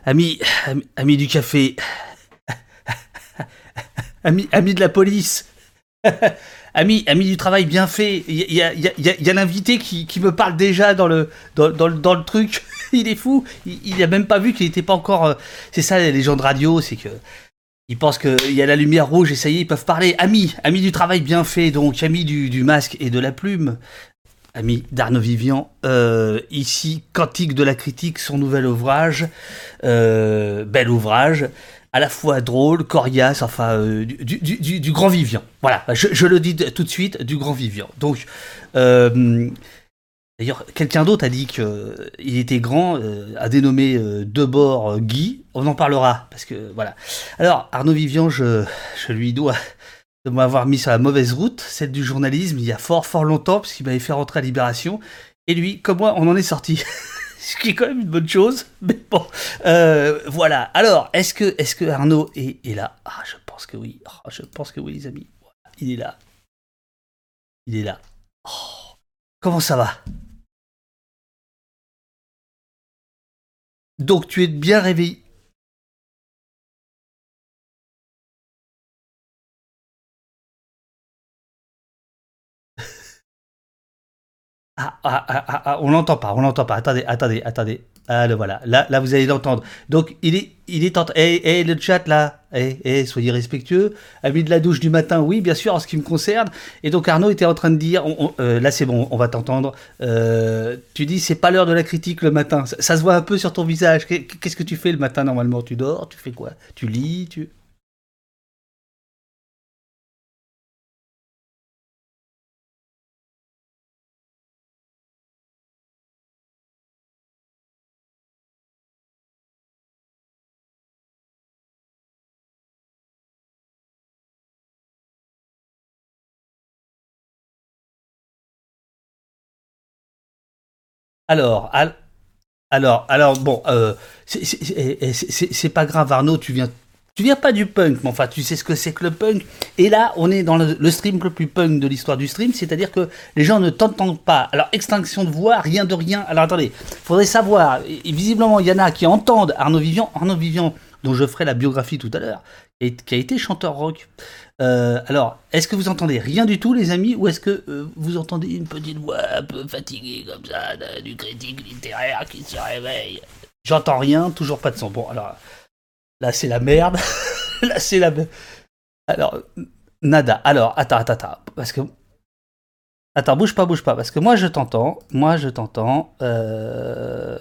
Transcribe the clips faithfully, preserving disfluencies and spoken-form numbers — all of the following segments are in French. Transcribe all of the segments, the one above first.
Ami, ami, ami du café, ami, ami de la police, ami, ami du travail bien fait. Il y a, y a, y a, y a l'invité qui, qui me parle déjà dans le, dans, dans, le- dans le truc. Il est fou. Il, il a même pas vu qu'il était pas encore. euh, C'est ça les gens de radio, c'est que ils pensent qu'il y a la lumière rouge et ça y est, ils peuvent parler. Ami, ami du travail bien fait, donc ami du, du masque et de la plume. Ami d'Arnaud Vivian, euh, ici Cantique de la critique, son nouvel ouvrage, euh, bel ouvrage, à la fois drôle, coriace, enfin euh, du, du, du, du grand Vivian. Voilà, je, je le dis tout de suite, du grand Vivian. Donc, euh, d'ailleurs, quelqu'un d'autre a dit qu'il était grand, euh, a dénommé euh, Debord euh, Guy. On en parlera parce que voilà. Alors Arnaud Vivian, je, je lui dois de m'avoir mis sur la mauvaise route, celle du journalisme, il y a fort fort longtemps, parce qu'il m'avait fait rentrer à Libération. Et lui, comme moi, on en est sorti. Ce qui est quand même une bonne chose, mais bon. Euh, voilà. Alors, est-ce que, est-ce que Arnaud est, est là? Ah, je pense que oui. Ah, je pense que oui, les amis. Voilà. Il est là. Il est là. Oh, comment ça va? Donc, tu es bien réveillé. Ah, ah, ah, ah, ah, on l'entend pas, on l'entend pas. Attendez, attendez, attendez. Ah, le voilà. Là, là, vous allez l'entendre. Donc, il est, il est en. Eh, eh, le chat là. Eh, eh, soyez respectueux. Amis de la douche du matin, oui, bien sûr, en ce qui me concerne. Et donc, Arnaud était en train de dire. On- on- euh, là, c'est bon, on va t'entendre. Euh, tu dis, c'est pas l'heure de la critique le matin. Ça, ça se voit un peu sur ton visage. Qu'est- Qu'est-ce que tu fais le matin normalement? Tu dors? Tu fais quoi? Tu lis? Tu. Alors, al- alors, alors, bon, euh, c'est c'est- c'est- c'est- c'est pas grave, Arnaud, tu viens, tu viens pas du punk, mais enfin, tu sais ce que c'est que le punk. Et là, on est dans le, le stream le plus punk de l'histoire du stream, c'est-à-dire que les gens ne t'entendent pas. Alors, extinction de voix, rien de rien. Alors, attendez, faudrait savoir, et, et visiblement, il y en a qui entendent Arnaud Vivian, Arnaud Vivian, dont je ferai la biographie tout à l'heure, et qui a été chanteur rock. Euh, alors, est-ce que vous entendez rien du tout, les amis, ou est-ce que euh, vous entendez une petite voix un peu fatiguée comme ça, de- du critique littéraire qui se réveille? J'entends rien, toujours pas de son. Bon, alors là, c'est la merde. Là, c'est la. Alors, nada. Alors, attends, attends, attends. Parce que. Attends, bouge pas, bouge pas. Parce que moi, je t'entends. Moi, je t'entends. Euh...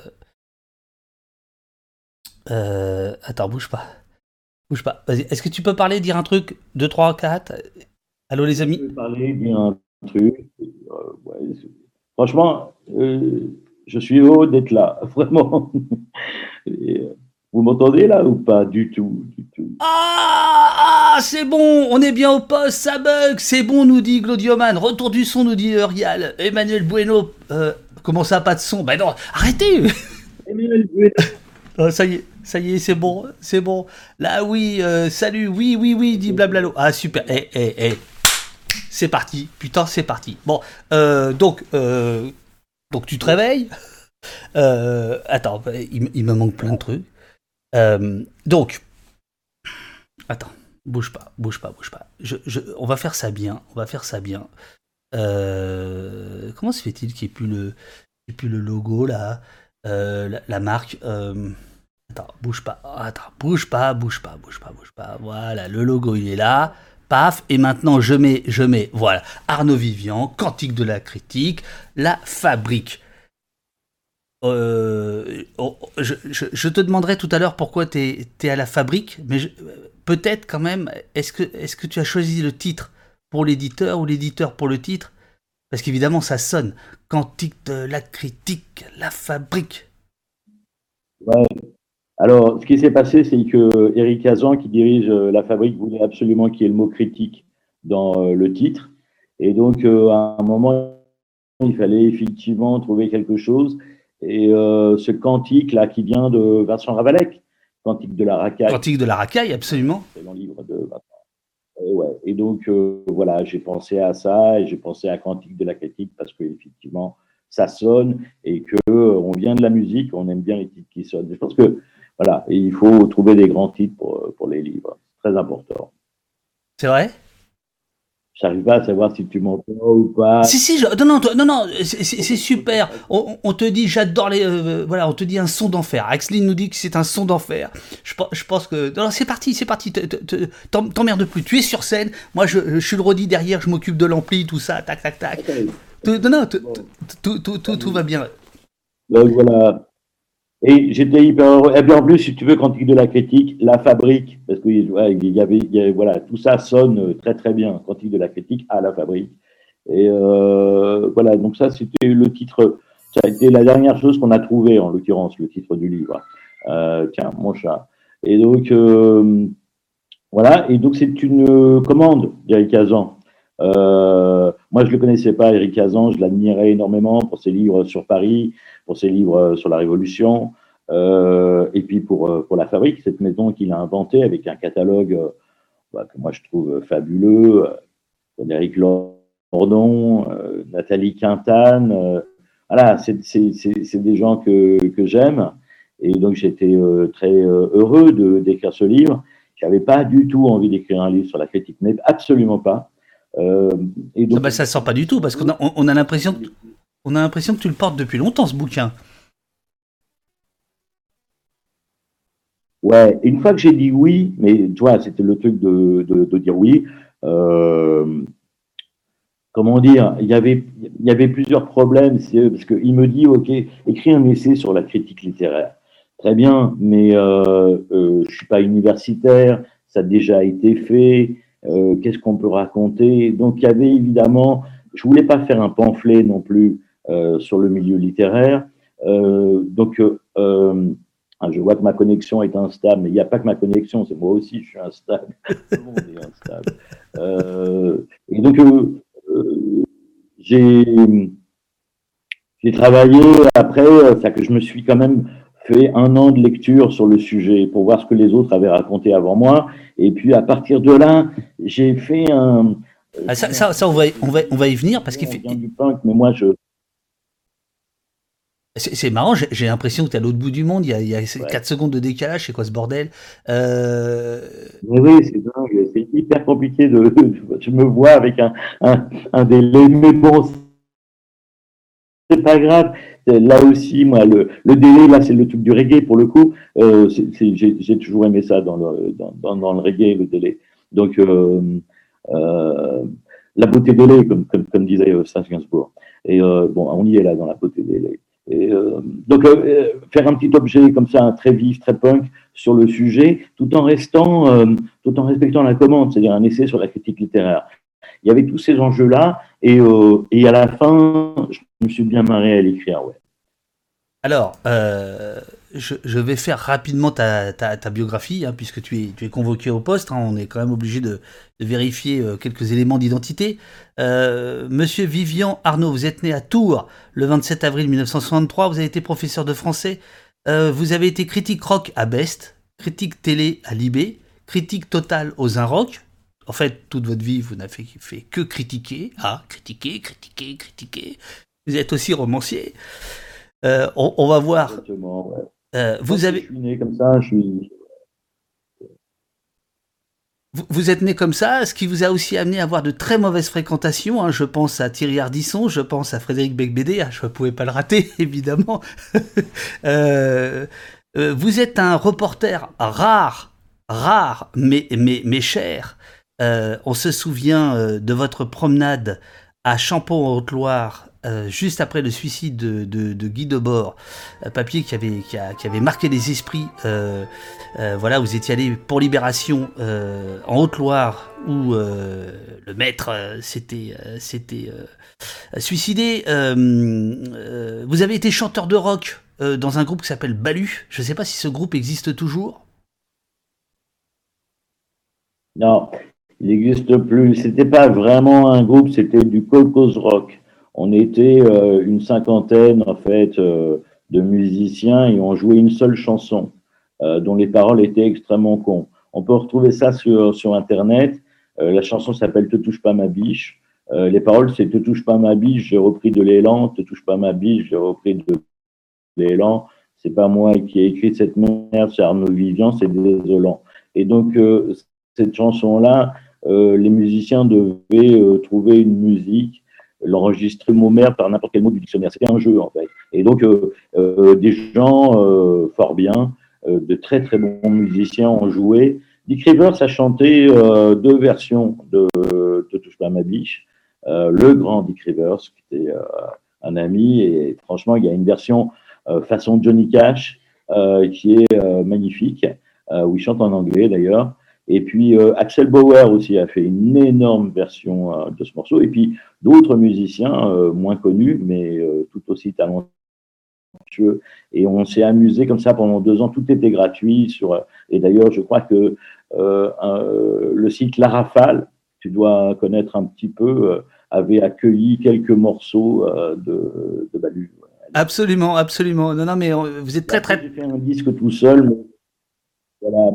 euh, Attends, bouge pas. Bouge pas. Vas-y. Est-ce que tu peux parler, dire un truc? Deux, trois, quatre. Allô, les Je amis? vais parler, dire un truc. euh, ouais, c'est- franchement, euh, je suis heureux d'être là, vraiment. Et, euh, vous m'entendez là ou pas du tout, du tout. Ah, ah, c'est bon, on est bien au poste, ça bug, c'est bon, nous dit Glaudioman. Retour du son, nous dit Eurial. Emmanuel Bueno, euh, comment ça, pas de son? Bah non, arrêtez. Emmanuel Bueno. Ah, ça y est, ça y est, c'est bon, c'est bon. Là, oui, euh, salut, oui, oui, oui, dit Blablalo. Ah, super, eh, eh, eh, c'est parti, putain, c'est parti. Bon, euh, donc, euh, donc tu te réveilles. Euh, attends, bah, il, il me manque plein de trucs. Euh, donc, attends, bouge pas, bouge pas, bouge pas. Je, je, on va faire ça bien, on va faire ça bien. Euh, comment se fait-il qu'il n'y ait plus le, qu'il y ait plus le logo là, euh, la, la marque euh, Attends, bouge pas, attends, bouge pas, bouge pas, bouge pas, bouge pas. Voilà, le logo il est là. Paf, et maintenant je mets, je mets, voilà, Arnaud Vivian, Cantique de la critique, la fabrique. Euh, oh, je, je- je te demanderai tout à l'heure pourquoi tu es à la fabrique, mais je- peut-être quand même, est-ce que, est-ce que tu as choisi le titre pour l'éditeur ou l'éditeur pour le titre? Parce qu'évidemment, ça sonne. Cantique de la critique, la fabrique. Ouais. Alors, ce qui s'est passé, c'est que Eric Hazan, qui dirige euh, la fabrique, voulait absolument qu'il y ait le mot critique dans euh, le titre. Et donc, euh, à un moment, il fallait effectivement trouver quelque chose. Et euh, ce cantique-là, qui vient de Vincent Ravalec, Cantique de la racaille, Cantique de la racaille, absolument. c'est dans le livre de Vincent. Et, ouais. Et donc, euh, voilà, j'ai pensé à ça et j'ai pensé à Cantique de la critique parce qu'effectivement, ça sonne et qu'on euh, vient de la musique, on aime bien les titres qui sonnent. Je pense que voilà, et il faut trouver des grands titres pour, pour les livres. C'est très important. C'est vrai? J'arrive pas à savoir si tu m'entends ou pas. Si, si, je, non, non, non, non, c'est super. On, on, te dit, j'adore les. Euh, voilà, on te dit un son d'enfer. Axeline nous dit que c'est un son d'enfer. Je, je pense que. Non, c'est parti, c'est parti. T'emmerdes plus. Tu es sur scène. Moi, je, je suis le Rodi derrière, je m'occupe de l'ampli, tout ça, tac, tac, tac. Okay. Tout, non, non, bon. tout, tout, tout, tout va bien. Donc voilà. Et j'étais hyper heureux. Et bien en plus, si tu veux, Cantique de la critique, la fabrique, parce que ouais, il y avait, il y avait, voilà, tout ça sonne très très bien. Cantique de la critique à la fabrique. Et euh, voilà, donc ça, c'était le titre. Ça a été la dernière chose qu'on a trouvée, en l'occurrence, le titre du livre. Euh, tiens, mon chat. Et donc, euh, voilà. Et donc, c'est une commande d'Éric Kazan. Euh, moi, je ne le connaissais pas, Éric Kazan. Je l'admirais énormément pour ses livres sur Paris, pour ses livres sur la Révolution, euh, et puis pour, pour la fabrique, cette maison qu'il a inventée avec un catalogue euh, bah, que moi je trouve fabuleux. Frédéric Lordon, euh, Nathalie Quintane, euh, voilà, c'est des gens que, que j'aime. Et donc j'étais euh, très euh, heureux d'écrire ce livre. Je n'avais pas du tout envie d'écrire un livre sur la critique, mais absolument pas. Euh, et donc, ça, bah, ça sent pas du tout, parce qu'on a, on, on a l'impression que, on a l'impression que tu le portes depuis longtemps, ce bouquin. Ouais, une fois que j'ai dit oui, mais tu vois, c'était le truc de, de, de dire oui. Euh, comment dire, il y avait, il y avait plusieurs problèmes, parce qu'il me dit, ok, écris un essai sur la critique littéraire. Très bien, mais euh, euh, je suis pas universitaire, ça a déjà été fait, euh, qu'est-ce qu'on peut raconter? Donc il y avait évidemment, je voulais pas faire un pamphlet non plus euh, sur le milieu littéraire, euh, donc euh, je vois que ma connexion est instable, mais il n'y a pas que ma connexion, c'est moi aussi, je suis instable. Tout le monde est instable. Euh, et donc, euh, euh, j'ai travaillé après, ça que je me suis quand même fait un an de lecture sur le sujet pour voir ce que les autres avaient raconté avant moi. Et puis, à partir de là, j'ai fait un. Ah, ça, ça, ça on, va, on, va, on va y venir parce qu'il fait. Du punk, mais moi, je. C'est marrant, j'ai l'impression que tu es à l'autre bout du monde, il y a, il y a ouais. quatre secondes de décalage, c'est quoi ce bordel? euh... Mais oui, c'est dingue, c'est hyper compliqué de, de. Je me vois avec un, un, un délai, mais bon, c'est pas grave. Là aussi, moi, le, le délai, là, c'est le truc du reggae pour le coup. Euh, J'ai toujours aimé ça dans le, dans, dans, dans le reggae, le délai. Donc, euh, euh, la beauté délai, comme, comme, comme disait Serge Gainsbourg. Et euh, bon, on y est là dans la beauté délai. Et euh, donc, euh, faire un petit objet comme ça, très vif, très punk, sur le sujet, tout en restant, euh, tout en respectant la commande, c'est-à-dire un essai sur la critique littéraire. Il y avait tous ces enjeux-là, et, euh, et à la fin, je me suis bien marré à l'écrire, ouais. Alors, euh, je, je vais faire rapidement ta, ta, ta biographie, hein, puisque tu es, tu es convoqué au poste. Hein, on est quand même obligé de, de vérifier euh, quelques éléments d'identité. Euh, Monsieur Vivian Arnaud, vous êtes né à Tours le vingt-sept avril mille neuf cent soixante-trois. Vous avez été professeur de français. Euh, vous avez été critique rock à Best, critique télé à Libé, critique totale aux Inrock. En fait, toute votre vie, vous n'avez fait, fait que critiquer. Ah, critiquer, critiquer, critiquer. Vous êtes aussi romancier. Euh, on, on va voir. Ouais. Euh, vous avez. Je suis né comme ça, je suis. Vous, vous êtes né comme ça, ce qui vous a aussi amené à avoir de très mauvaises fréquentations. Hein. Je pense à Thierry Ardisson, je pense à Frédéric Becbédé. Ah, je ne pouvais pas le rater, évidemment. euh, euh, vous êtes un reporter rare, rare, mais, mais, mais cher. Euh, on se souvient euh, de votre promenade à Champeaux en Haute-Loire. Euh, juste après le suicide de, de, de Guy Debord, euh, papier qui avait, qui, a, qui avait marqué les esprits. Euh, euh, voilà, vous étiez allé pour Libération euh, en Haute-Loire où euh, le maître euh, s'était euh, euh, suicidé. Euh, euh, vous avez été chanteur de rock euh, dans un groupe qui s'appelle Balu. Je ne sais pas si ce groupe existe toujours. Non, il n'existe plus. C'était pas vraiment un groupe, c'était du Cocos Rock. On était euh, une cinquantaine en fait euh, de musiciens et on jouait une seule chanson euh, dont les paroles étaient extrêmement cons. On peut retrouver ça sur, sur Internet. Euh, la chanson s'appelle Te touche pas ma biche. Euh, les paroles c'est Te touche pas ma biche, j'ai repris de l'élan. Te touche pas ma biche, j'ai repris de l'élan. c'est pas moi qui ai écrit cette merde, c'est Arnaud Vivian, c'est désolant. Et donc, euh, cette chanson-là, euh, les musiciens devaient euh, trouver une musique, l'enregistrer mot merde par n'importe quel mot du dictionnaire. C'était un jeu, en fait. Et donc, euh, euh, des gens euh, fort bien, euh, de très très bons musiciens ont joué. Dick Rivers a chanté euh, deux versions de, de Touche pas à ma biche. Euh, le grand Dick Rivers, qui était euh, un ami, et franchement, il y a une version euh, façon Johnny Cash euh, qui est euh, magnifique, euh, où il chante en anglais d'ailleurs. Et puis euh, Axel Bauer aussi a fait une énorme version euh, de ce morceau. Et puis d'autres musiciens euh, moins connus, mais euh, tout aussi talentueux. Et on s'est amusé comme ça pendant deux ans. Tout était gratuit. Sur, et d'ailleurs, je crois que euh, euh, le site La Rafale, tu dois connaître un petit peu, euh, avait accueilli quelques morceaux euh, de, de Balu. Absolument, absolument. Non, non, mais euh, vous êtes très, très... J'ai fait un disque tout seul, mais voilà.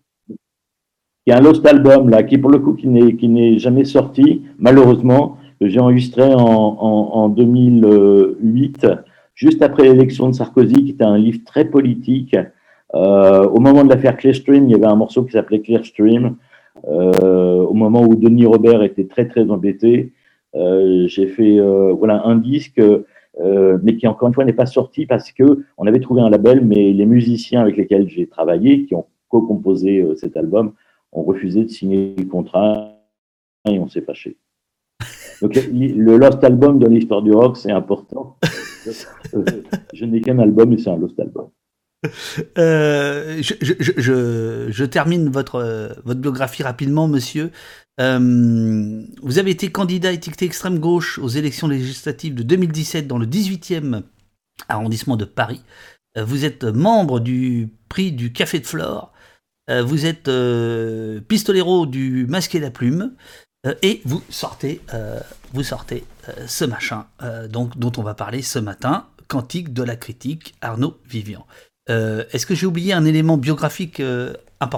Il y a un Lost Album, là, qui pour le coup, qui n'est, qui n'est jamais sorti, malheureusement, que j'ai enregistré en, en, en deux mille huit, juste après l'élection de Sarkozy, qui était un livre très politique. Euh, au moment de l'affaire Clearstream, il y avait un morceau qui s'appelait Clearstream. Euh, au moment où Denis Robert était très, très embêté, euh, j'ai fait euh, voilà, un disque, euh, mais qui, encore une fois, n'est pas sorti parce qu'on avait trouvé un label, mais les musiciens avec lesquels j'ai travaillé, qui ont co-composé euh, cet album, ont refusé de signer le contrat et on s'est fâché. Donc, le Lost Album dans l'histoire du rock, c'est important. Je n'ai qu'un album et c'est un Lost Album. Euh, je, je, je, je termine votre, votre biographie rapidement, monsieur. Euh, vous avez été candidat étiqueté extrême gauche aux élections législatives de deux mille dix-sept dans le dix-huitième arrondissement de Paris. Vous êtes membre du prix du Café de Flore. Vous êtes euh, pistolero du Masque et la Plume. Euh, et vous sortez, euh, vous sortez euh, ce machin euh, donc, dont on va parler ce matin, Cantique de la critique, Arnaud Vivian. Euh, est-ce que j'ai oublié un élément biographique euh, important ?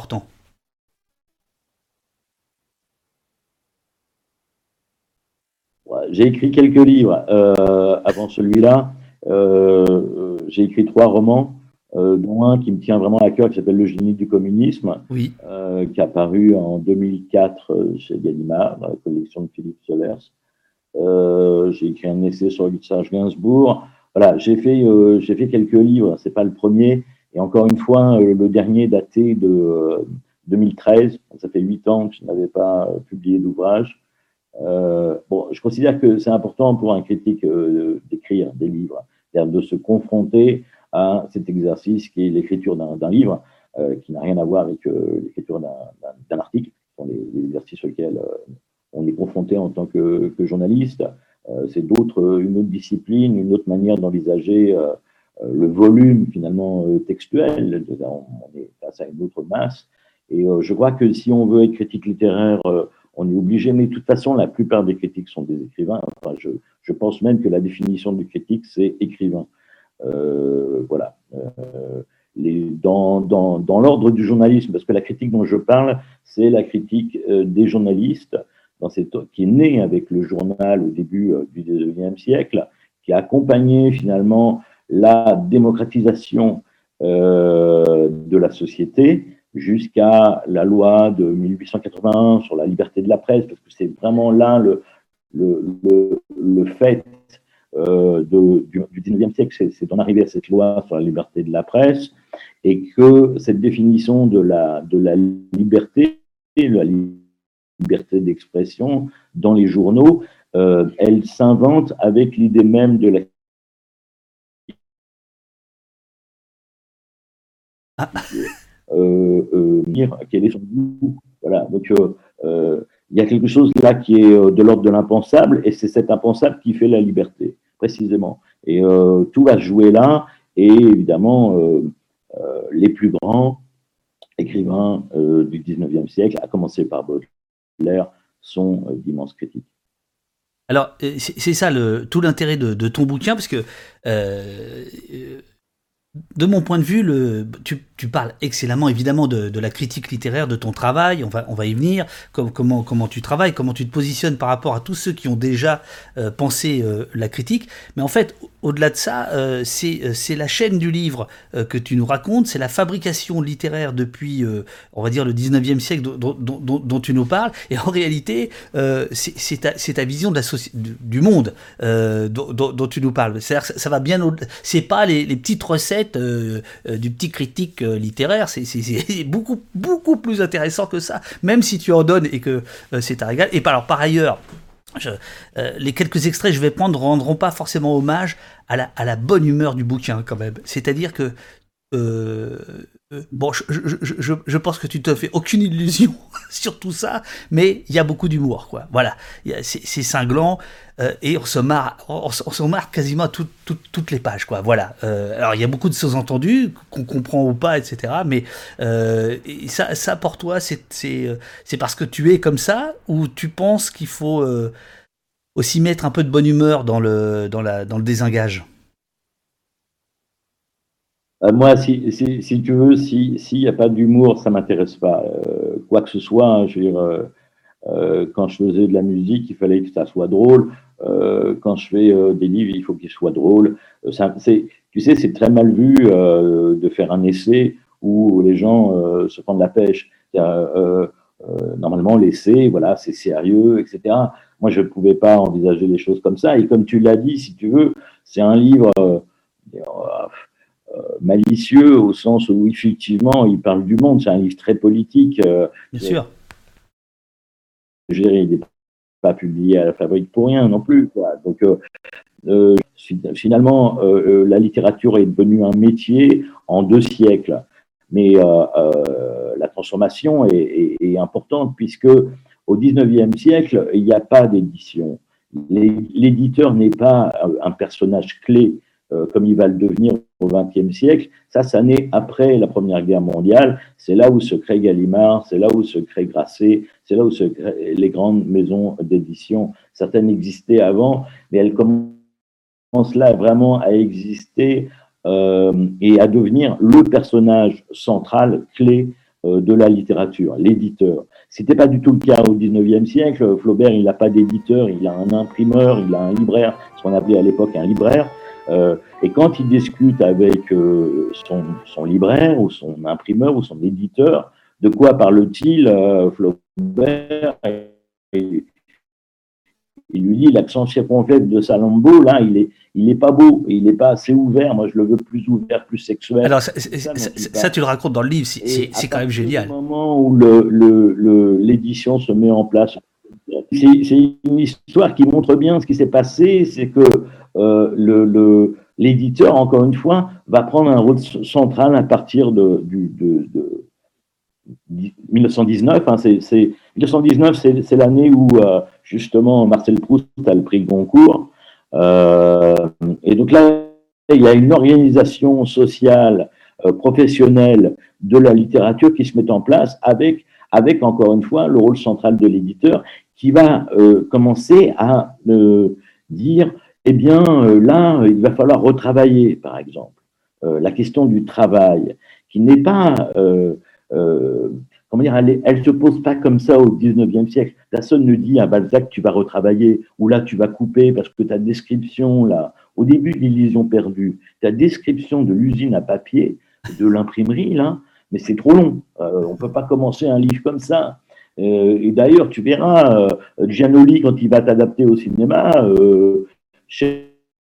Ouais, j'ai écrit quelques livres euh, avant celui-là. Euh, j'ai écrit trois romans, euh, dont un qui me tient vraiment à cœur, qui s'appelle Le génie du communisme, oui. euh, qui est apparu en deux mille quatre chez Gallimard, dans la collection de Philippe Solers. Euh, j'ai écrit un essai sur Serge Gainsbourg. Voilà, j'ai fait, euh, j'ai fait quelques livres, c'est pas le premier. Et encore une fois, euh, le dernier daté de euh, deux mille treize. Ça fait huit ans que je n'avais pas euh, publié d'ouvrage. Euh, bon, je considère que c'est important pour un critique euh, d'écrire des livres, c'est-à-dire de se confronter à cet exercice qui est l'écriture d'un, d'un livre, euh, qui n'a rien à voir avec euh, l'écriture d'un, d'un, d'un article. Ce sont les, les exercices auxquels euh, on est confronté en tant que, que journaliste. Euh, c'est d'autres, une autre discipline, une autre manière d'envisager euh, le volume finalement euh, textuel. On est face à une autre masse. Et euh, je crois que si on veut être critique littéraire, euh, on est obligé, mais de toute façon, la plupart des critiques sont des écrivains. Enfin, je, je pense même que la définition du critique, c'est écrivain. Euh, voilà. Euh, les, dans, dans, dans l'ordre du journalisme, parce que la critique dont je parle, c'est la critique euh, des journalistes, dans cette, qui est née avec le journal au début euh, du dix-neuvième siècle, qui a accompagné finalement la démocratisation euh, de la société, jusqu'à la loi de mille huit cent quatre-vingt-un sur la liberté de la presse, parce que c'est vraiment là le, le, le, le fait euh, de, du, du dix-neuvième siècle, c'est, c'est d'en arriver à cette loi sur la liberté de la presse, et que cette définition de la, de la liberté, la liberté d'expression dans les journaux, euh, elle s'invente avec l'idée même de la ah. Euh, euh, dire quel est son goût. Voilà. Donc, il euh, euh, y a quelque chose là qui est de l'ordre de l'impensable, et c'est cet impensable qui fait la liberté, précisément. Et euh, tout va se jouer là, et évidemment, euh, euh, les plus grands écrivains euh, du dix-neuvième siècle, à commencer par Baudelaire, sont euh, d'immenses critiques. Alors, c'est, c'est ça le, tout l'intérêt de, de ton bouquin, parce que euh, de mon point de vue, le, tu tu parles excellemment évidemment de, de la critique littéraire, de ton travail, on va, on va y venir, com- comment, comment tu travailles, comment tu te positionnes par rapport à tous ceux qui ont déjà euh, pensé euh, la critique. Mais en fait, au-delà de ça, euh, c'est, euh, c'est la chaîne du livre euh, que tu nous racontes, c'est la fabrication littéraire depuis, euh, on va dire, le dix-neuvième siècle dont, dont, dont, dont tu nous parles. Et en réalité, euh, c'est, c'est, ta, c'est ta vision de la soci- du, du monde euh, dont, dont, dont tu nous parles. C'est-à-dire que ça, ça va bien au-delà. C'est pas les, les petites recettes euh, euh, du petit critique euh, littéraire, c'est, c'est, c'est beaucoup, beaucoup plus intéressant que ça, même si tu en donnes et que euh, c'est un régal. Et par, alors, par ailleurs, je, euh, les quelques extraits que je vais prendre ne rendront pas forcément hommage à la, à la bonne humeur du bouquin, quand même. C'est-à-dire que euh, euh, bon, je, je, je, je pense que tu te fais aucune illusion sur tout ça, mais il y a beaucoup d'humour, quoi. Voilà, il y a, c'est, c'est cinglant euh, et on se marre, on, on se marre quasiment à tout, tout, toutes les pages, quoi. Voilà. Euh, alors il y a beaucoup de sous-entendus qu'on comprend ou pas, et cetera. Mais euh, et ça, ça pour toi, c'est, c'est, c'est parce que tu es comme ça ou tu penses qu'il faut euh, aussi mettre un peu de bonne humeur dans le, dans la, dans le désengage? Euh, moi, si, si, si tu veux, si s'il n'y a pas d'humour, ça m'intéresse pas. Euh, quoi que ce soit, hein, je veux dire, euh, euh, quand je faisais de la musique, il fallait que ça soit drôle. Euh, quand je fais euh, des livres, il faut qu'ils soient drôles. Euh, ça, c'est, tu sais, c'est très mal vu euh, de faire un essai où les gens euh, se prennent la pêche. Euh, euh, normalement, l'essai, voilà, c'est sérieux, et cetera. Moi, je ne pouvais pas envisager les choses comme ça. Et comme tu l'as dit, si tu veux, c'est un livre euh, malicieux au sens où, effectivement, il parle du monde. C'est un livre très politique. Euh, Bien sûr. il n'est pas publié à la Fabrique pour rien non plus, quoi. Donc, euh, euh, finalement, euh, la littérature est devenue un métier en deux siècles. Mais euh, euh, la transformation est, est, est importante puisque au dix-neuvième siècle, il n'y a pas d'édition. L'éditeur n'est pas un personnage clé euh, comme il va le devenir au vingtième siècle. Ça, ça naît après la Première Guerre mondiale. C'est là où se crée Gallimard, c'est là où se crée Grasset, c'est là où se créent les grandes maisons d'édition. Certaines existaient avant, mais elles commencent là vraiment à exister euh, et à devenir le personnage central, clé euh, de la littérature, l'éditeur. Ce n'était pas du tout le cas au dix-neuvième siècle. Flaubert, il n'a pas d'éditeur, il a un imprimeur, il a un libraire, ce qu'on appelait à l'époque un libraire. Euh, et quand il discute avec euh, son, son libraire ou son imprimeur ou son éditeur, de quoi parle-t-il, euh, Flaubert? Et, il lui dit l'accent circonflexe de Salammbô, là, il est, il est pas beau, il n'est pas assez ouvert. Moi, je le veux plus ouvert, plus sexuel. Alors, ça, ça, ça, ça, tu le racontes dans le livre, c'est, c'est, c'est quand même génial. Au moment où le, le, le, l'édition se met en place, c'est, c'est une histoire qui montre bien ce qui s'est passé, c'est que euh, le, le, l'éditeur, encore une fois, va prendre un rôle central à partir de, du, de, de mille neuf cent dix-neuf. Hein, c'est, c'est, mille neuf cent dix-neuf, c'est, c'est l'année où, euh, justement, Marcel Proust a le prix Goncourt. Euh, et donc là, il y a une organisation sociale, euh, professionnelle de la littérature qui se met en place avec, avec, encore une fois, le rôle central de l'éditeur qui va euh, commencer à euh, dire, eh bien, euh, là, il va falloir retravailler, par exemple. Euh, la question du travail, qui n'est pas... Euh, euh, comment dire, elle ne se pose pas comme ça au dix-neuvième siècle. Personne ne dit à Balzac, tu vas retravailler, ou là, tu vas couper, parce que ta description, là, au début de l'Illusion perdue, ta description de l'usine à papier, de l'imprimerie, là, mais c'est trop long. Euh, on ne peut pas commencer un livre comme ça. Euh, et d'ailleurs, tu verras, euh, Giannoli, quand il va t'adapter au cinéma, euh, cher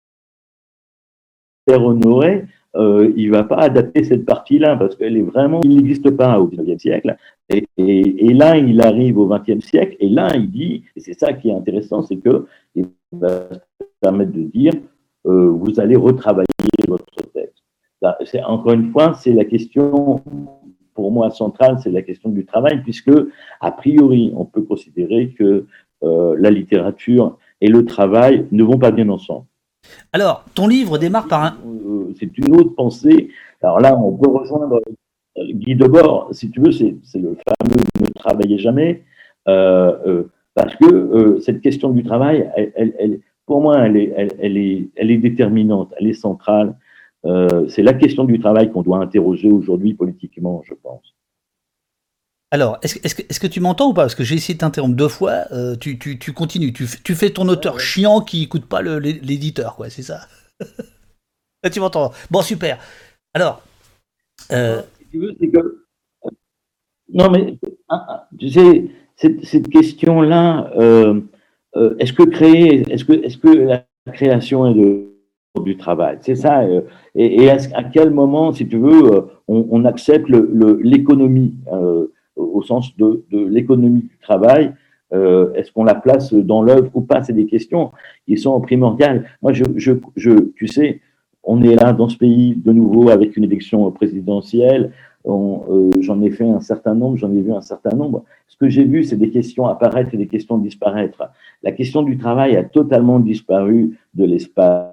Honoré, euh, il ne va pas adapter cette partie-là parce qu'elle est vraiment, il n'existe pas au dix-neuvième siècle. Et, et, et là, il arrive au vingtième siècle, et là, il dit, et c'est ça qui est intéressant, c'est qu'il va permettre de dire, euh, vous allez retravailler votre texte. Là, c'est, encore une fois, c'est la question, pour moi, centrale, c'est la question du travail, puisque, a priori, on peut considérer que euh, la littérature et le travail ne vont pas bien ensemble. Alors, ton livre démarre par un... C'est une autre pensée. Alors là, on peut rejoindre Guy Debord, si tu veux, c'est, c'est le fameux « ne travaillez jamais euh, », euh, parce que euh, cette question du travail, elle, elle, elle, pour moi, elle est, elle, elle, est, elle est déterminante, elle est centrale. Euh, c'est la question du travail qu'on doit interroger aujourd'hui politiquement, je pense. Alors, est-ce, est-ce, que, est-ce que tu m'entends ou pas? Parce que j'ai essayé de t'interrompre deux fois, euh, tu, tu, tu continues, tu, tu fais ton auteur ouais, ouais. chiant qui écoute pas le, l'éditeur, quoi, c'est ça? Là, tu m'entends? Bon, super. Alors, euh... si tu veux, c'est que... Non, mais tu sais, cette, cette question-là, euh, euh, est-ce que créer, est-ce que, est-ce que la création est de, du travail, c'est ça, euh, et, et à, à quel moment, si tu veux, on, on accepte le, le, l'économie, euh, au sens de, de l'économie du travail, euh, est-ce qu'on la place dans l'œuvre ou pas? C'est des questions qui sont primordiales. Moi, je, je, je, tu sais, on est là dans ce pays de nouveau avec une élection présidentielle. On, euh, j'en ai fait un certain nombre, j'en ai vu un certain nombre. Ce que j'ai vu, c'est des questions apparaître et des questions disparaître. La question du travail a totalement disparu de l'espace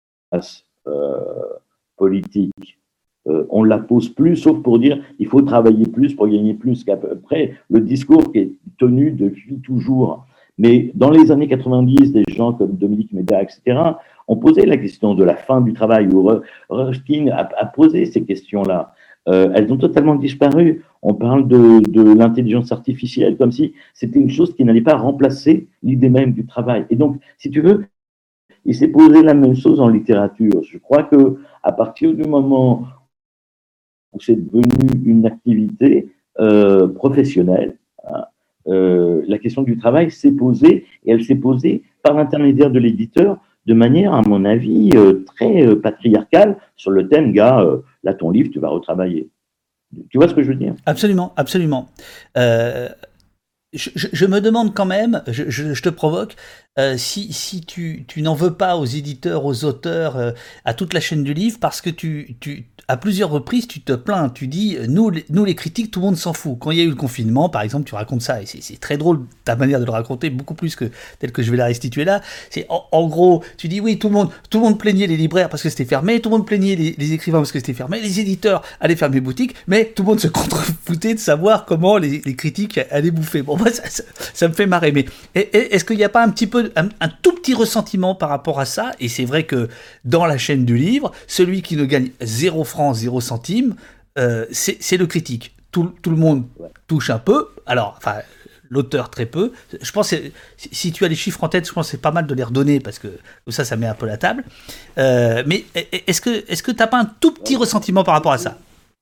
euh, politique. Euh, on ne la pose plus, sauf pour dire il faut travailler plus pour gagner plus qu'à peu près le discours qui est tenu depuis toujours. Mais dans les années quatre-vingt-dix, des gens comme Dominique Méda, et cetera, ont posé la question de la fin du travail, ou Ruskin a, a posé ces questions-là. Euh, elles ont totalement disparu. On parle de, de l'intelligence artificielle comme si c'était une chose qui n'allait pas remplacer l'idée même du travail. Et donc, si tu veux, il s'est posé la même chose en littérature. Je crois que à partir du moment où c'est devenu une activité euh, professionnelle, hein, euh, la question du travail s'est posée, et elle s'est posée par l'intermédiaire de l'éditeur de manière, à mon avis, euh, très euh, patriarcale sur le thème, gars, euh, là, ton livre, tu vas retravailler. Tu vois ce que je veux dire? Absolument, absolument. Euh, je, je, je me demande quand même, je, je, je te provoque, euh, si, si tu, tu n'en veux pas aux éditeurs, aux auteurs, euh, à toute la chaîne du livre, parce que tu, tu, à plusieurs reprises, tu te plains, tu dis, nous, les, nous les critiques, tout le monde s'en fout. Quand il y a eu le confinement, par exemple, tu racontes ça, et c'est, c'est très drôle ta manière de le raconter, beaucoup plus que telle que je vais la restituer là. C'est en, en gros, tu dis oui, tout le monde, tout le monde plaignait les libraires parce que c'était fermé, tout le monde plaignait les, les écrivains parce que c'était fermé, les éditeurs allaient fermer boutique, mais tout le monde se contrefoutait de savoir comment les, les critiques allaient bouffer. Bon, moi, ça, ça, ça me fait marrer. Mais est-ce qu'il n'y a pas un petit peu, un, un tout petit ressentiment par rapport à ça? Et c'est vrai que dans la chaîne du livre, celui qui ne gagne zéro franc, zéro centime, euh, c'est, c'est le critique. Tout, tout le monde touche un peu. Alors, enfin, l'auteur très peu. Je pense que si tu as les chiffres en tête, je pense que c'est pas mal de les redonner parce que ça, ça met un peu la table. Euh, mais est-ce que est-ce que t'as pas un tout petit ressentiment par rapport à ça?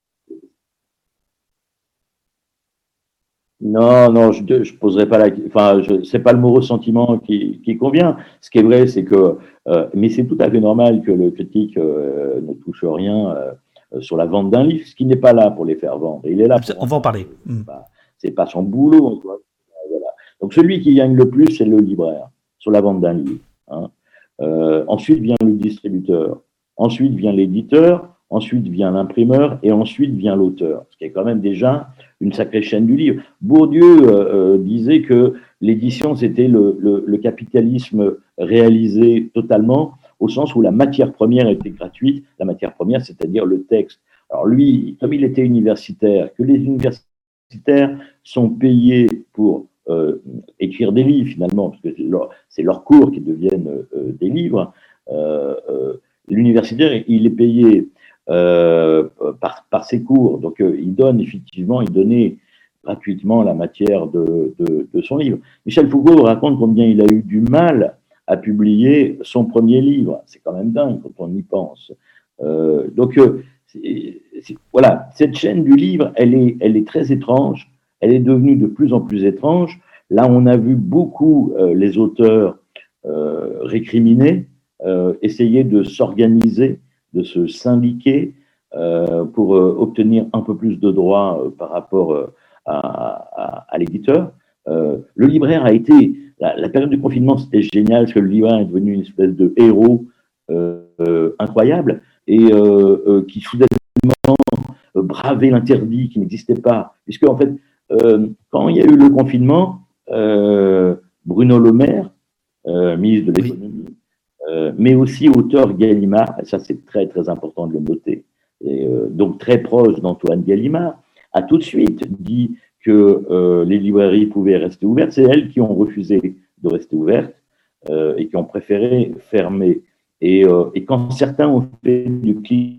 Non, non, je ne poserai pas la... Enfin, ce n'est pas le mot ressentiment qui, qui convient. Ce qui est vrai, c'est que... Euh, mais c'est tout à fait normal que le critique euh, ne touche rien euh, sur la vente d'un livre, ce qui n'est pas là pour les faire vendre. Il est là pour... On va en parler. C'est pas son boulot. Voilà. Donc, celui qui gagne le plus, c'est le libraire, sur la vente d'un livre. Hein. Euh, ensuite vient le distributeur. Ensuite vient l'éditeur. Ensuite vient l'imprimeur. Et ensuite vient l'auteur. Ce qui est quand même déjà... une sacrée chaîne du livre. Bourdieu euh, disait que l'édition, c'était le, le, le capitalisme réalisé totalement, au sens où la matière première était gratuite, la matière première, c'est-à-dire le texte. Alors lui, comme il était universitaire, que les universitaires sont payés pour euh, écrire des livres, finalement, parce que c'est leur, c'est leurs cours qui deviennent euh, des livres, euh, euh, l'universitaire, il est payé Euh, par, par ses cours. Donc, euh, il donne effectivement, il donnait gratuitement la matière de, de, de son livre. Michel Foucault raconte combien il a eu du mal à publier son premier livre. C'est quand même dingue quand on y pense. Euh, donc, euh, c'est, c'est, voilà, cette chaîne du livre, elle est, elle est très étrange. Elle est devenue de plus en plus étrange. Là, on a vu beaucoup euh, les auteurs euh, récriminer, euh, essayer de s'organiser, de se syndiquer euh, pour euh, obtenir un peu plus de droits euh, par rapport euh, à, à, à l'éditeur. Euh, le libraire a été, la, la période du confinement, c'était génial parce que le libraire est devenu une espèce de héros euh, euh, incroyable et euh, euh, qui soudainement euh, bravait l'interdit qui n'existait pas. Puisque, en fait, euh, quand il y a eu le confinement, euh, Bruno Le Maire, euh, ministre de l'économie, oui. Euh, mais aussi auteur Gallimard, ça c'est très très important de le noter, et, euh, donc très proche d'Antoine Gallimard, a tout de suite dit que euh, les librairies pouvaient rester ouvertes. C'est elles qui ont refusé de rester ouvertes euh, et qui ont préféré fermer. Et, euh, et quand certains ont fait du clic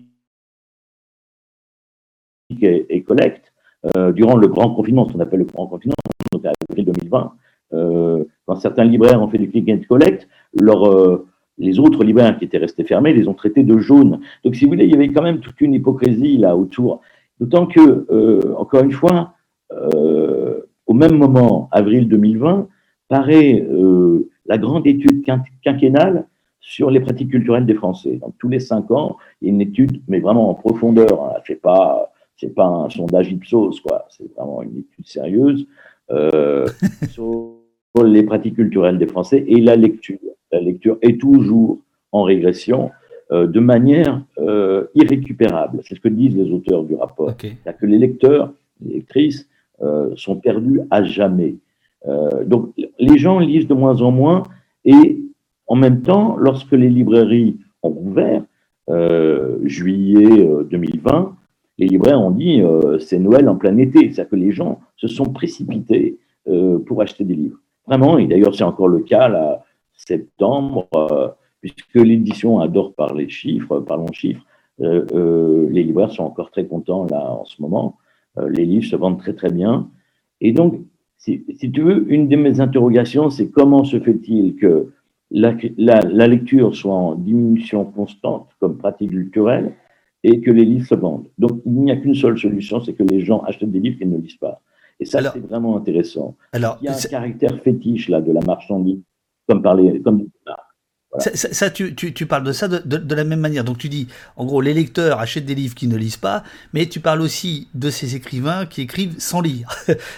et, et collecte, euh, durant le grand confinement, ce qu'on appelle le grand confinement, donc à avril deux mille vingt, euh, quand certains libraires ont fait du click and collect, leur, euh, les autres libraires qui étaient restés fermés les ont traités de jaunes. Donc, si vous voulez, il y avait quand même toute une hypocrisie là autour. D'autant que, euh, encore une fois, euh, au même moment, avril deux mille vingt, paraît euh, la grande étude quinquennale sur les pratiques culturelles des Français. Donc, tous les cinq ans, il y a une étude, mais vraiment en profondeur. Hein, c'est pas, c'est pas un sondage Ipsos, quoi. C'est vraiment une étude sérieuse euh, sur les pratiques culturelles des Français et la lecture. La lecture est toujours en régression euh, de manière euh, irrécupérable. C'est ce que disent les auteurs du rapport. Okay. C'est-à-dire que les lecteurs, les lectrices euh, sont perdus à jamais. Euh, donc, les gens lisent de moins en moins et en même temps, lorsque les librairies ont ouvert, euh, juillet euh, deux mille vingt, les libraires ont dit euh, c'est Noël en plein été. C'est-à-dire que les gens se sont précipités euh, pour acheter des livres. Vraiment, et d'ailleurs c'est encore le cas là, septembre, euh, puisque l'édition adore parler chiffres, parlons chiffres, euh, euh, les libraires sont encore très contents là en ce moment. Euh, les livres se vendent très très bien. Et donc, si, si tu veux, une de mes interrogations, c'est comment se fait-il que la, la, la lecture soit en diminution constante comme pratique culturelle et que les livres se vendent. Donc, il n'y a qu'une seule solution, c'est que les gens achètent des livres qu'ils ne lisent pas. Et ça, alors, c'est vraiment intéressant. Alors, il y a un caractère fétiche là, de la marchandise, comme parler, comme voilà. Ça, ça, ça tu, tu, tu parles de ça de, de, de la même manière. Donc tu dis, en gros, les lecteurs achètent des livres qu'ils ne lisent pas, mais tu parles aussi de ces écrivains qui écrivent sans lire,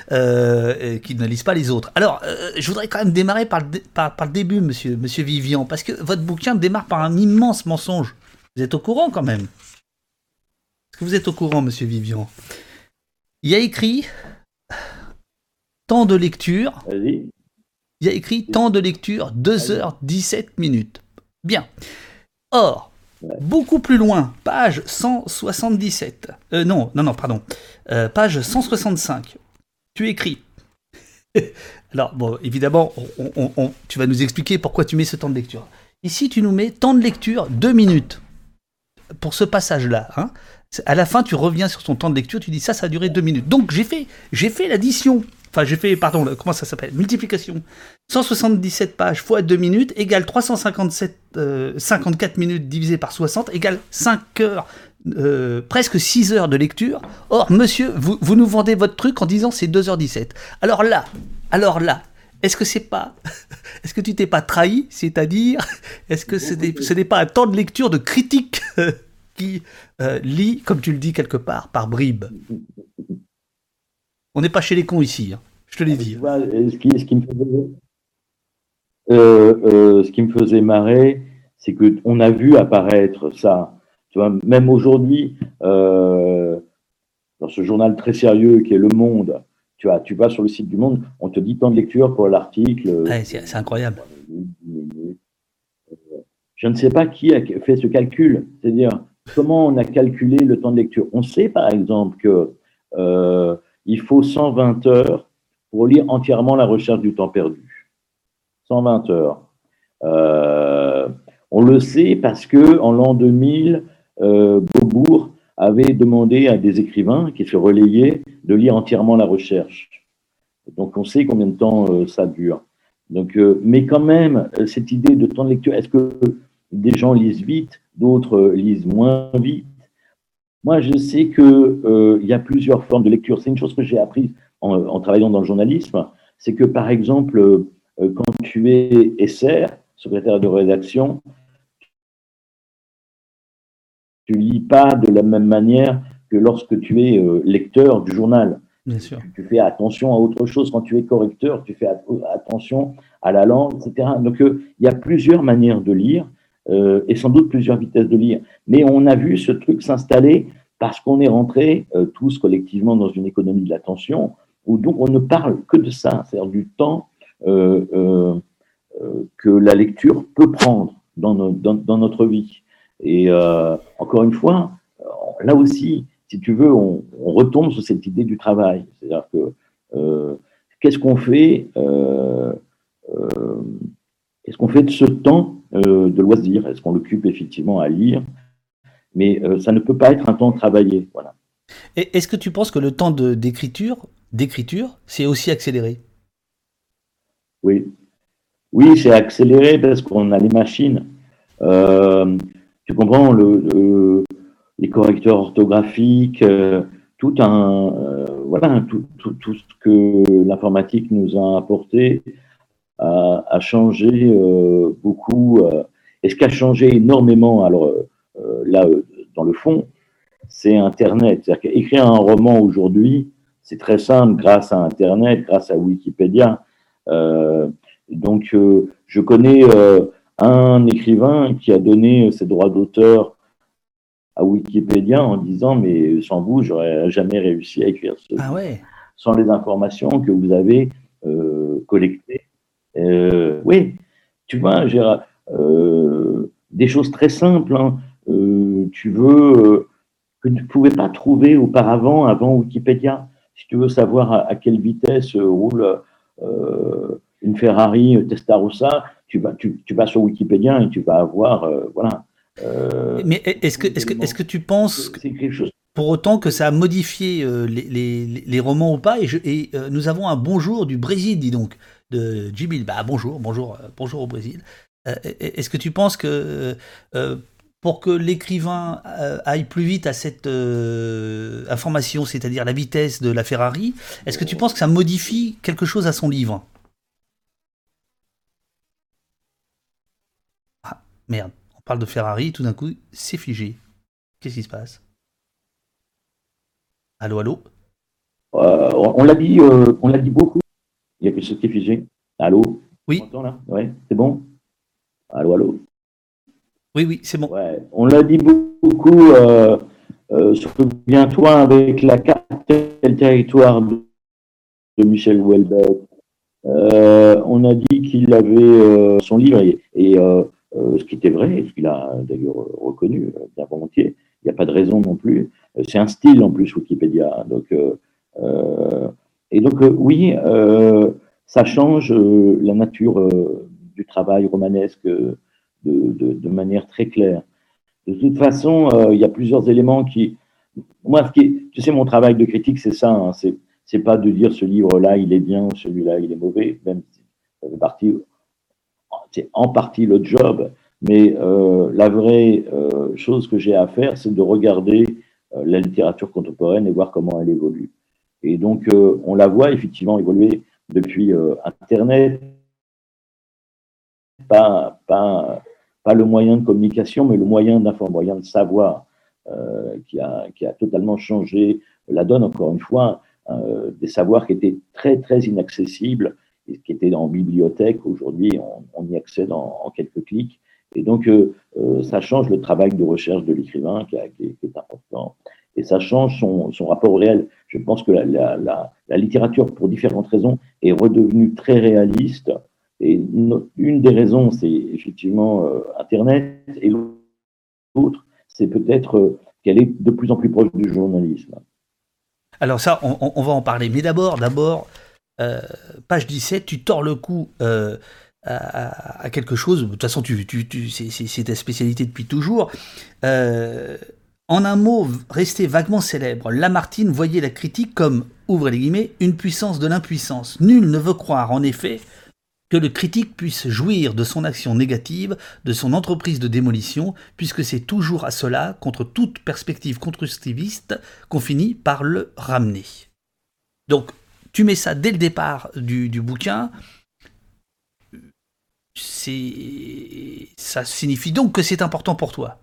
euh, qui ne lisent pas les autres. Alors, euh, je voudrais quand même démarrer par le, par, par le début, monsieur, monsieur Vivian, parce que votre bouquin démarre par un immense mensonge. Vous êtes au courant quand même? Est-ce que vous êtes au courant, monsieur Vivian? Il y a écrit temps de lecture. Vas-y. Il y a écrit temps de lecture, deux heures dix-sept minutes. Bien. Or, ouais. beaucoup plus loin, page cent soixante-dix-sept. Euh, non, non, non, pardon. Euh, page cent soixante-cinq. Tu écris. Alors, bon, évidemment, on, on, on, tu vas nous expliquer pourquoi tu mets ce temps de lecture. Ici, tu nous mets temps de lecture, deux minutes. Pour ce passage-là. Hein. À la fin, tu reviens sur ton temps de lecture, tu dis ça, ça a duré deux minutes. Donc, j'ai fait, j'ai fait l'addition. Enfin, j'ai fait, pardon, comment ça s'appelle? Multiplication. cent soixante-dix-sept pages fois deux minutes égale trois cent cinquante-sept, euh, cinquante-quatre minutes divisé par soixante égale cinq heures, euh, presque six heures de lecture. Or, monsieur, vous, vous nous vendez votre truc en disant c'est deux heures dix-sept. Alors là, alors là, est-ce que c'est pas, est-ce que tu t'es pas trahi? C'est-à-dire, est-ce que ce n'est, ce n'est pas un temps de lecture de critique qui euh, lit, comme tu le dis quelque part, par bribes? On n'est pas chez les cons ici, hein. Je te l'ai dit. Tu vois, ce, qui, ce, qui me faisait, euh, euh, ce qui me faisait marrer, c'est qu'on a vu apparaître ça. Tu vois, même aujourd'hui, euh, dans ce journal très sérieux qui est Le Monde, tu vois, tu vas sur le site du Monde, on te dit temps de lecture pour l'article. Ouais, c'est, c'est incroyable. Je ne sais pas qui a fait ce calcul. C'est-à-dire, comment on a calculé le temps de lecture. On sait, par exemple, que euh, il faut cent vingt heures pour lire entièrement La Recherche du temps perdu. cent vingt heures. Euh, on le sait parce que en l'an deux mille, euh, Beaubourg avait demandé à des écrivains qui se relayaient de lire entièrement La Recherche. Donc on sait combien de temps euh, ça dure. Donc, euh, mais quand même, cette idée de temps de lecture, est-ce que des gens lisent vite, d'autres euh, lisent moins vite? Moi, je sais qu'il euh, y a plusieurs formes de lecture. C'est une chose que j'ai apprise en, en travaillant dans le journalisme, c'est que, par exemple, euh, quand tu es S R, secrétaire de rédaction, tu ne lis pas de la même manière que lorsque tu es euh, lecteur du journal. Bien sûr. Tu, tu fais attention à autre chose. Quand tu es correcteur, tu fais at- attention à la langue, et cetera. Donc, euh, il y a plusieurs manières de lire. Euh, et sans doute plusieurs vitesses de lire. Mais on a vu ce truc s'installer parce qu'on est rentrés euh, tous collectivement dans une économie de l'attention où donc on ne parle que de ça, c'est-à-dire du temps euh, euh, euh, que la lecture peut prendre dans, no, dans, dans notre vie. Et euh, encore une fois, là aussi, si tu veux, on, on retombe sur cette idée du travail. C'est-à-dire que euh, qu'est-ce qu'on fait euh, euh, qu'est-ce qu'on fait de ce temps euh, de loisir. Est-ce qu'on l'occupe effectivement à lire? Mais euh, ça ne peut pas être un temps travaillé. Voilà. Et est-ce que tu penses que le temps de, d'écriture, d'écriture, c'est aussi accéléré? Oui, oui, c'est accéléré parce qu'on a les machines. Euh, tu comprends, le, le- les correcteurs orthographiques, euh, tout un, euh, voilà, tout, tout, tout ce que l'informatique nous a apporté a, a changé euh, beaucoup. Euh, et ce qui a changé énormément, alors euh, là, euh, dans le fond, c'est Internet. C'est-à-dire qu'écrire un roman aujourd'hui, c'est très simple grâce à Internet, grâce à Wikipédia. Euh, donc, euh, je connais euh, un écrivain qui a donné ses droits d'auteur à Wikipédia en disant mais sans vous, j'aurais jamais réussi à écrire ce Ah livre, ouais. sans les informations que vous avez euh, collectées. Euh, oui, tu vois, j'ai euh, des choses très simples. Hein. Euh, tu veux euh, que tu ne pouvais pas trouver auparavant, avant Wikipédia. Si tu veux savoir à, à quelle vitesse euh, roule euh, une Ferrari Testarossa, tu vas, tu, tu vas sur Wikipédia et tu vas avoir, euh, voilà. Euh, Mais est-ce que, tous les est-ce que, est-ce éléments. que tu penses C'est c'est quelque chose. pour autant que ça a modifié euh, les, les- les romans ou pas? Et, je- et, euh, nous avons un bonjour du Brésil, dis donc, de Djibril. Bah bonjour, bonjour, euh, bonjour au Brésil. Euh, est-ce que tu penses que euh, pour que l'écrivain euh, aille plus vite à cette euh, information, c'est-à-dire la vitesse de la Ferrari, est-ce que tu penses que ça modifie quelque chose à son livre? Ah, merde, on parle de Ferrari, tout d'un coup, c'est figé. Qu'est-ce qui se passe? Allô, allô? Euh, on on l'a dit, euh, on l'a dit beaucoup. Il y a quelque chose qui est figé. Allô? Tu Oui, m'entends là? Ouais, c'est bon? Allô, allô? oui, oui, c'est bon. Ouais, on l'a dit beaucoup. Euh, euh, Souviens-toi avec la carte Quel territoire de, de Michel Houellebecq. Euh, on a dit qu'il avait euh, son livre, et, et euh, euh, ce qui était vrai, ce qu'il a d'ailleurs reconnu euh, bien volontiers, il n'y a pas de raison non plus. Euh, C'est un style en plus, Wikipédia. Donc, euh, euh, et donc, euh, oui, euh, ça change euh, la nature euh, du travail romanesque euh, de, de, de manière très claire. De toute façon, euh, il y a plusieurs éléments qui. Moi, ce qui est- tu sais, mon travail de critique, c'est ça. Hein, c'est, c'est pas de dire ce livre-là, il est bien, ou celui-là, il est mauvais. Même si ça fait partie, c'est en partie le job. Mais euh, la vraie euh, chose que j'ai à faire, c'est de regarder euh, la littérature contemporaine et voir comment elle évolue. Et donc, euh, on la voit effectivement évoluer depuis euh, Internet, pas, pas, pas le moyen de communication, mais le moyen d'informer, moyen de savoir, euh, qui, a, qui a totalement changé la donne, encore une fois, euh, des savoirs qui étaient très, très inaccessibles, et qui étaient en bibliothèque. Aujourd'hui, on, on y accède en, en quelques clics. Et donc, euh, euh, ça change le travail de recherche de l'écrivain, qui, a, qui, est, qui, est important. Et ça change son, son rapport au réel. Je pense que la, la, la, la littérature, pour différentes raisons, est redevenue très réaliste. Et une des raisons, c'est effectivement euh, Internet, et l'autre, c'est peut-être euh, qu'elle est de plus en plus proche du journalisme. Alors ça, on, on- on va en parler. Mais d'abord, d'abord, euh, page dix-sept, tu tords le cou euh, à, à- à quelque chose. De toute façon, tu, tu, tu- c'est c'est- c'est ta spécialité depuis toujours. Euh, en un mot, v- resté vaguement célèbre, Lamartine voyait la critique comme, ouvrez les guillemets, une puissance de l'impuissance. Nul ne veut croire, en effet, que le critique puisse jouir de son action négative, de son entreprise de démolition, puisque c'est toujours à cela, contre toute perspective constructiviste, qu'on finit par le ramener. Donc, tu mets ça dès le départ du, du bouquin, c'est, ça signifie donc que c'est important pour toi.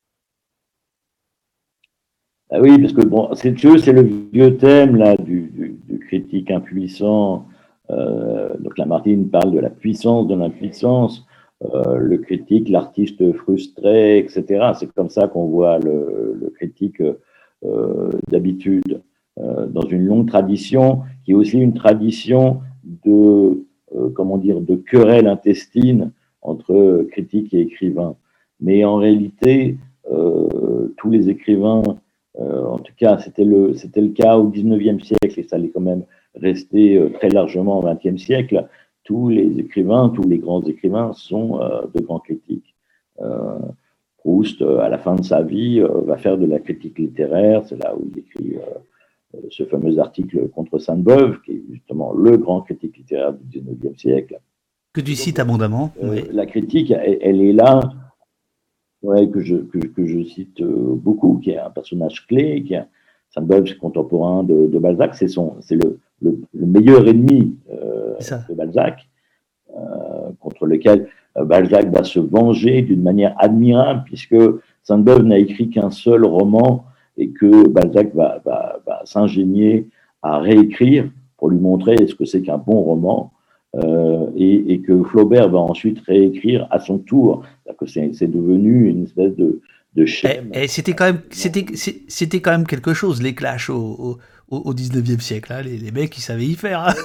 Ah oui, parce que bon, c'est c'est le vieux thème là du, du, du critique impuissant. Euh, donc Lamartine parle de la puissance de l'impuissance, euh, le critique, l'artiste frustré, et cetera. C'est comme ça qu'on voit le, le critique euh, d'habitude, euh, dans une longue tradition, qui est aussi une tradition de, euh, comment dire, de querelle intestine entre critique et écrivain. Mais en réalité, euh, tous les écrivains, euh, en tout cas, c'était le, c'était le cas au dix-neuvième siècle, et ça allait quand même rester euh, très largement au vingtième siècle. tous les écrivains, tous les grands écrivains sont euh, de grands critiques. Euh, Proust, euh, à la fin de sa vie, euh, va faire de la critique littéraire. C'est là où il écrit euh, ce fameux article contre Sainte-Beuve, qui est justement le grand critique littéraire du dix-neuvième siècle. Que tu cites abondamment. Euh, Oui. La critique, elle, elle est là, ouais, que, je, que, que je cite euh, beaucoup, qui est un personnage clé, qui est Sainte-Beuve, contemporain de, de Balzac, c'est son, c'est le, le, le meilleur ennemi euh, de Balzac, euh, contre lequel euh, Balzac va se venger d'une manière admirable, puisque Sainte-Beuve n'a écrit qu'un seul roman et que Balzac va, va, va s'ingénier à réécrire pour lui montrer ce que c'est qu'un bon roman. Euh, et, et que Flaubert va ensuite réécrire à son tour. Que c'est, c'est devenu une espèce de, de schème. Et, et c'était quand même, c'était, c'était quand même quelque chose, les clashs au, au, au dix-neuvième siècle. Hein. Les, les mecs, ils savaient y faire. Hein.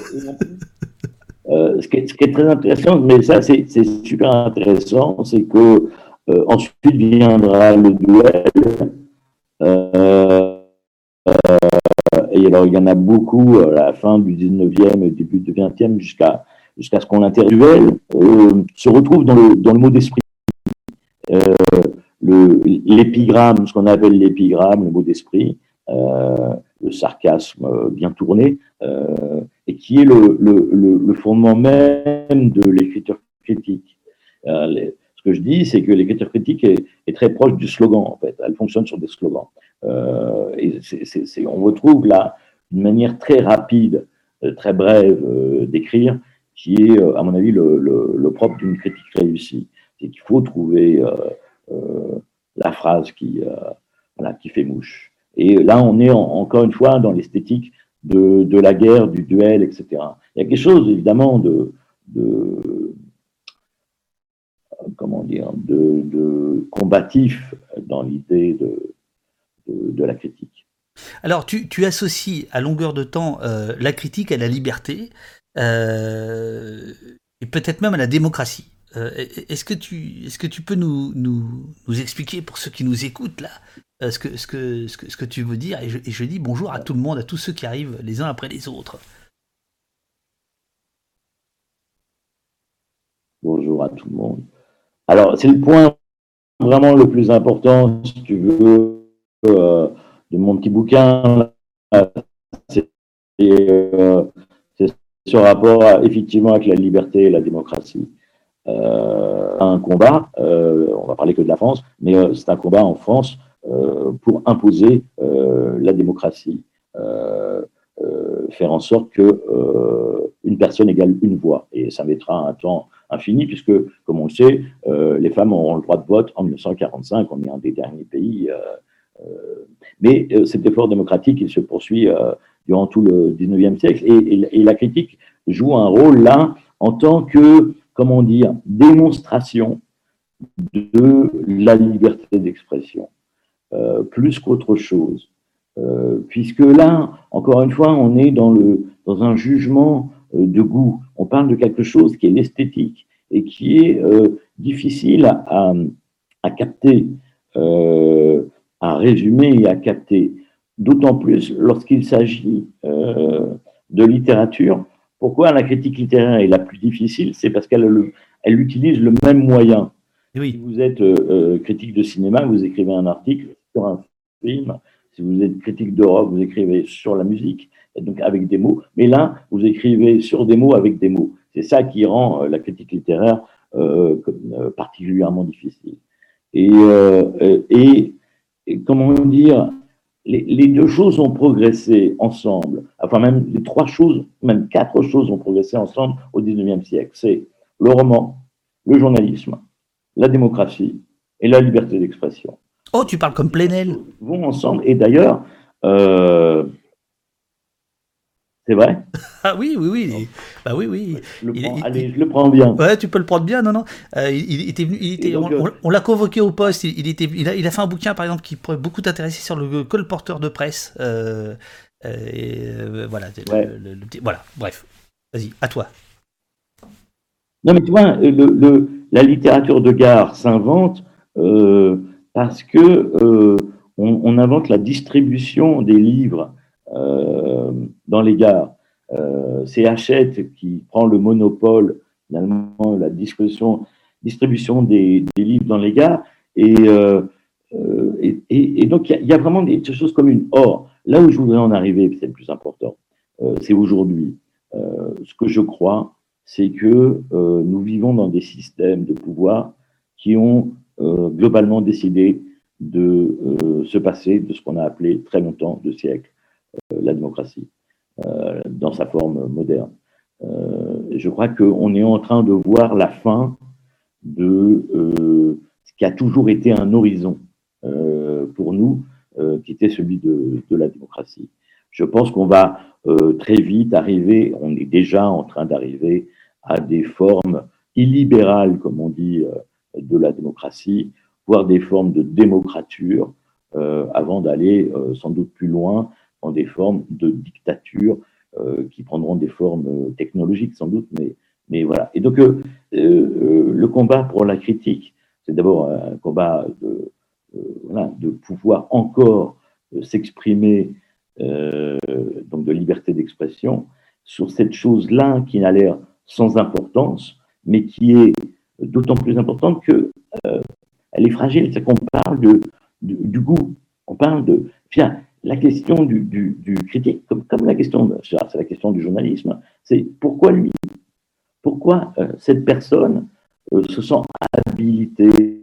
Euh, ce, qui est, ce qui est très intéressant, mais ça, c'est, c'est super intéressant, c'est que euh, ensuite viendra le duel. Euh, euh, et alors, il y en a beaucoup à la fin du dix-neuvième, début du vingtième, jusqu'à jusqu'à ce qu'on l'interduel, euh, se retrouve dans le, dans le mot d'esprit. Euh, le, l'épigramme, ce qu'on appelle l'épigramme, le mot d'esprit, euh, le sarcasme bien tourné, euh, et qui est le, le, le, le fondement même de l'écriture critique. Euh, les, ce que je dis, c'est que l'écriture critique est, est très proche du slogan, en fait. Elle fonctionne sur des slogans. Euh, et c'est, c'est, c'est, on retrouve là une manière très rapide, très brève euh, d'écrire, qui est, à mon avis, le, le, le propre d'une critique réussie. C'est qu'il faut trouver euh, euh, la phrase qui, euh, voilà, qui fait mouche. Et là, on est en, encore une fois dans l'esthétique de, de la guerre, du duel, et cetera. Il y a quelque chose, évidemment, de, de comment dire, de, de combatif dans l'idée de, de, de la critique. Alors, tu, tu associes à longueur de temps euh, la critique à la liberté. Euh, et peut-être même à la démocratie. Euh, est-ce que tu, est-ce que tu peux nous, nous, nous expliquer, pour ceux qui nous écoutent là, euh, ce, que, ce, que, ce, que, ce que tu veux dire, et je, et je dis bonjour à tout le monde, à tous ceux qui arrivent les uns après les autres. Bonjour à tout le monde. Alors, c'est le point vraiment le plus important, si tu veux, euh, de mon petit bouquin. C'est, euh, c'est ce rapport à, effectivement avec la liberté et la démocratie. Euh, un combat, euh, on va parler que de la France, mais euh, c'est un combat en France euh, pour imposer euh, la démocratie, euh, euh, faire en sorte que euh, une personne égale une voix, et ça mettra un temps infini, puisque, comme on le sait, euh, les femmes auront le droit de vote en mille neuf cent quarante-cinq, on est un des derniers pays, euh, euh, mais euh, cet effort démocratique, il se poursuit euh, durant tout le dix-neuvième siècle, et, et, et la critique joue un rôle là en tant que, comment dire, démonstration de la liberté d'expression, euh, plus qu'autre chose. Euh, puisque là, encore une fois, on est dans, le, dans un jugement euh, de goût. On parle de quelque chose qui est l'esthétique et qui est euh, difficile à, à, à capter, euh, à résumer et à capter. D'autant plus lorsqu'il s'agit euh, de littérature. Pourquoi la critique littéraire est la plus difficile? C'est parce qu'elle le, elle utilise le même moyen. Oui. Si vous êtes euh, critique de cinéma, vous écrivez un article sur un film. Si vous êtes critique de rock, vous écrivez sur la musique, et donc avec des mots. Mais là, vous écrivez sur des mots avec des mots. C'est ça qui rend euh, la critique littéraire euh, euh, particulièrement difficile. Et, euh, et, et comment dire, les, les deux choses ont progressé ensemble. Enfin, même les trois choses, même quatre choses ont progressé ensemble au dix-neuvième siècle. C'est le roman, le journalisme, la démocratie et la liberté d'expression. Oh, tu parles comme Plenel. Vont ensemble. Et d'ailleurs, euh, c'est vrai. Ah oui, oui, oui. Bah oui, oui. Je le prends, il, allez, il, je le prends bien. Ouais, tu peux le prendre bien, non, non. Euh, il, il était venu, il était, donc, on, on, on l'a convoqué au poste. Il, il était, il a, il a fait un bouquin, par exemple, qui pourrait beaucoup t'intéresser sur le colporteur de presse. Euh, et euh, voilà, ouais. le, le, le petit, voilà. Bref, vas-y, à toi. Non, mais tu vois, le, le, la littérature de gare s'invente. Euh, parce que euh, on, on invente la distribution des livres euh, dans les gares. Euh, c'est Hachette qui prend le monopole, finalement, la distribution, distribution des, des livres dans les gares. Et, euh, euh, et, et, et donc, il y, y a vraiment des choses communes. Or, là où je voudrais en arriver, c'est le plus important, euh, c'est aujourd'hui. Euh, ce que je crois, c'est que euh, nous vivons dans des systèmes de pouvoir qui ont euh, globalement décidé de euh, se passer de ce qu'on a appelé très longtemps, de siècles, euh, la démocratie, euh, dans sa forme moderne. Euh, je crois qu'on est en train de voir la fin de euh, ce qui a toujours été un horizon euh, pour nous, euh, qui était celui de, de la démocratie. Je pense qu'on va euh, très vite arriver, on est déjà en train d'arriver à des formes illibérales, comme on dit, euh, de la démocratie, voire des formes de démocrature, euh, avant d'aller euh, sans doute plus loin dans des formes de dictature euh, qui prendront des formes technologiques sans doute, mais, mais voilà. Et donc, euh, euh, le combat pour la critique, c'est d'abord un combat de, euh, voilà, de pouvoir encore euh, s'exprimer, euh, donc de liberté d'expression, sur cette chose-là qui n'a l'air sans importance, mais qui est d'autant plus importante que euh, elle est fragile. C'est qu'on parle de, de, du goût, on parle de... Tiens, la question du, du, du critique, comme, comme la question, c'est la question du journalisme, c'est pourquoi lui, pourquoi euh, cette personne euh, se sent habilitée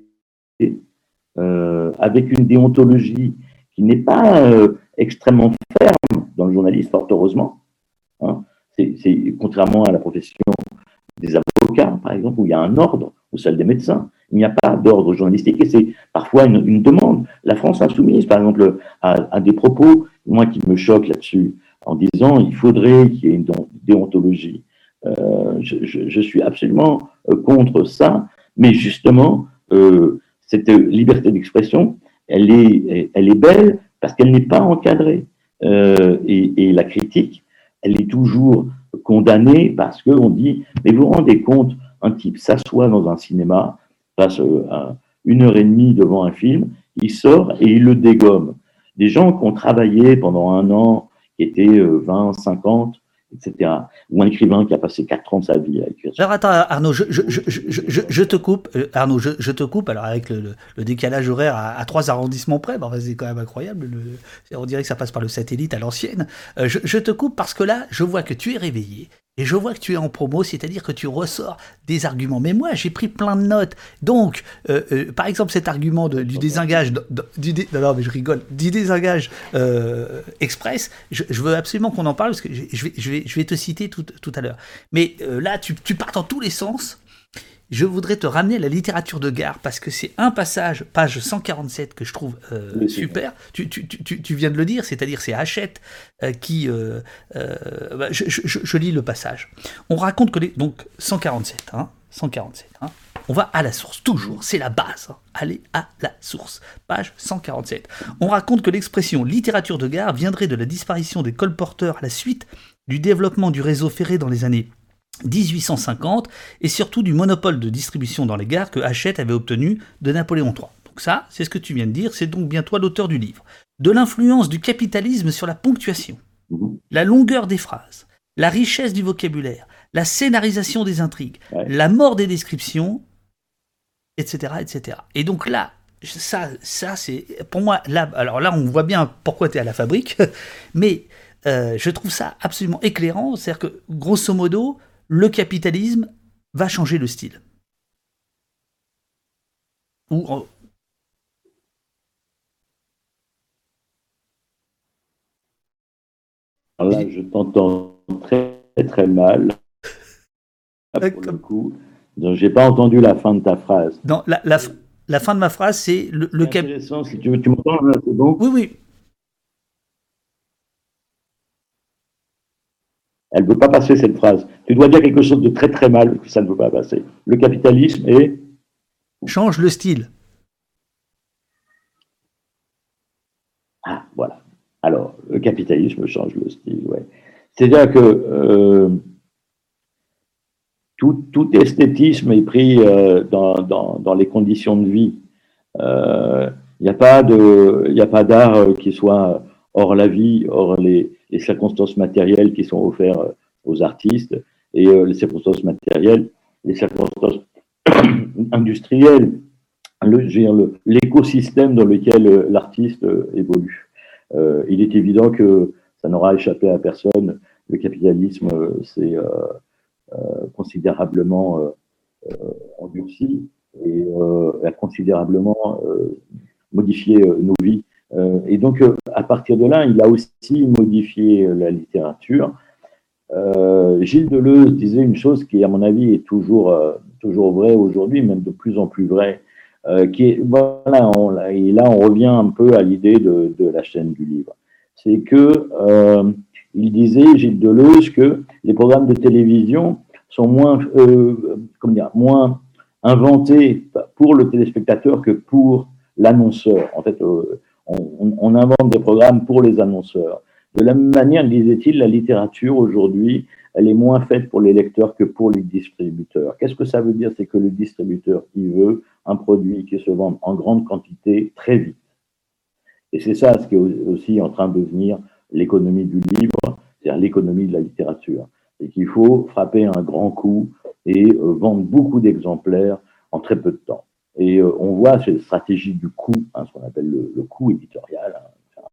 euh, avec une déontologie qui n'est pas euh, extrêmement ferme dans le journalisme, fort heureusement. Hein. C'est, c'est contrairement à la profession des avocats, par exemple, où il y a un ordre, ou celle des médecins. Il n'y a pas d'ordre journalistique et c'est parfois une, une demande. La France insoumise, par exemple, a, a des propos, moi, qui me choquent là-dessus, en disant il faudrait qu'il y ait une déontologie. Euh, je, je, je suis absolument contre ça, mais justement, euh, cette liberté d'expression, elle est, elle est belle parce qu'elle n'est pas encadrée. Euh, et, et la critique, elle est toujours condamnée parce qu'on dit, mais vous vous rendez compte, un type s'assoit dans un cinéma, passe euh, une heure et demie devant un film, il sort et il le dégomme. Des gens qui ont travaillé pendant un an, qui étaient euh, vingt, cinquante, et cetera. Ou un écrivain qui a passé quatre ans de sa vie à écrire. Alors attends Arnaud, je, je, je, je, je, je te coupe, Arnaud, je, je te coupe, alors avec le, le, le décalage horaire à, à trois arrondissements près, ben, c'est quand même incroyable, le, on dirait que ça passe par le satellite à l'ancienne. Euh, je, je te coupe parce que là, je vois que tu es réveillé. Et je vois que tu es en promo, c'est-à-dire que tu ressors des arguments. Mais moi, j'ai pris plein de notes. Donc, euh, euh, par exemple, cet argument de, du désengage, de, de, du dé, non, non, mais je rigole, du désengage euh, express, je, je veux absolument qu'on en parle parce que je, je, vais, je, vais, je vais te citer tout, tout à l'heure. Mais euh, là, tu, tu pars dans tous les sens. Je voudrais te ramener à la littérature de gare parce que c'est un passage, page cent quarante-sept, que je trouve euh, oui, super. Tu, tu, tu, tu viens de le dire, c'est-à-dire c'est Hachette euh, qui... Euh, euh, bah, je, je, je lis le passage. On raconte que... Les, donc cent quarante-sept, hein, cent quarante-sept. Hein, on va à la source, toujours, c'est la base. Hein, allez à la source. Page cent quarante-sept. On raconte que l'expression littérature de gare viendrait de la disparition des colporteurs à la suite du développement du réseau ferré dans les années dix-huit cent cinquante et surtout du monopole de distribution dans les gares que Hachette avait obtenu de Napoléon trois. Donc ça, c'est ce que tu viens de dire, c'est donc bien toi l'auteur du livre. De l'influence du capitalisme sur la ponctuation, la longueur des phrases, la richesse du vocabulaire, la scénarisation des intrigues, ouais. la mort des descriptions, et cetera, et cetera. Et donc là, ça, ça c'est pour moi là. Alors là, on voit bien pourquoi tu es à la fabrique, mais euh, je trouve ça absolument éclairant. C'est-à-dire que grosso modo, le capitalisme va changer le style. Ou oh. Alors là, je t'entends très très mal. Pour le coup, donc j'ai pas entendu la fin de ta phrase. Non, la, la, la fin de ma phrase, c'est le, le capitalisme. Si tu veux, tu m'entends là, c'est bon ? Oui, oui. Elle ne veut pas passer cette phrase. Tu dois dire quelque chose de très très mal que ça ne veut pas passer. Le capitalisme est... Change le style. Ah, voilà. Alors, le capitalisme change le style, ouais. C'est-à-dire que euh, tout, tout esthétisme est pris euh, dans, dans, dans les conditions de vie. Il euh, n'y a pas de, y a pas d'art qui soit hors la vie, hors les, les circonstances matérielles qui sont offertes aux artistes, et euh, les circonstances matérielles, les circonstances industrielles, le, l'écosystème dans lequel euh, l'artiste euh, évolue. Euh, il est évident que ça n'aura échappé à personne, le capitalisme euh, s'est euh, euh, considérablement euh, euh, endurci et euh, a considérablement euh, modifié euh, nos vies. Euh, et donc, euh, à partir de là, il a aussi modifié euh, la littérature. Euh, Gilles Deleuze disait une chose qui, à mon avis, est toujours, euh, toujours vraie aujourd'hui, même de plus en plus vraie, euh, qui est, voilà, on, et là, on revient un peu à l'idée de, de la chaîne du livre. C'est que, euh, il disait, Gilles Deleuze, que les programmes de télévision sont moins, euh, comment dire, moins inventés pour le téléspectateur que pour l'annonceur. En fait, euh, on, on invente des programmes pour les annonceurs. De la même manière, disait-il, la littérature aujourd'hui, elle est moins faite pour les lecteurs que pour les distributeurs. Qu'est-ce que ça veut dire? C'est que le distributeur, il veut un produit qui se vende en grande quantité très vite. Et c'est ça ce qui est aussi en train de devenir l'économie du livre, c'est-à-dire l'économie de la littérature. C'est qu'il faut frapper un grand coup et euh, vendre beaucoup d'exemplaires en très peu de temps. Et euh, on voit cette stratégie du coût, hein, ce qu'on appelle le, le coût éditorial, hein,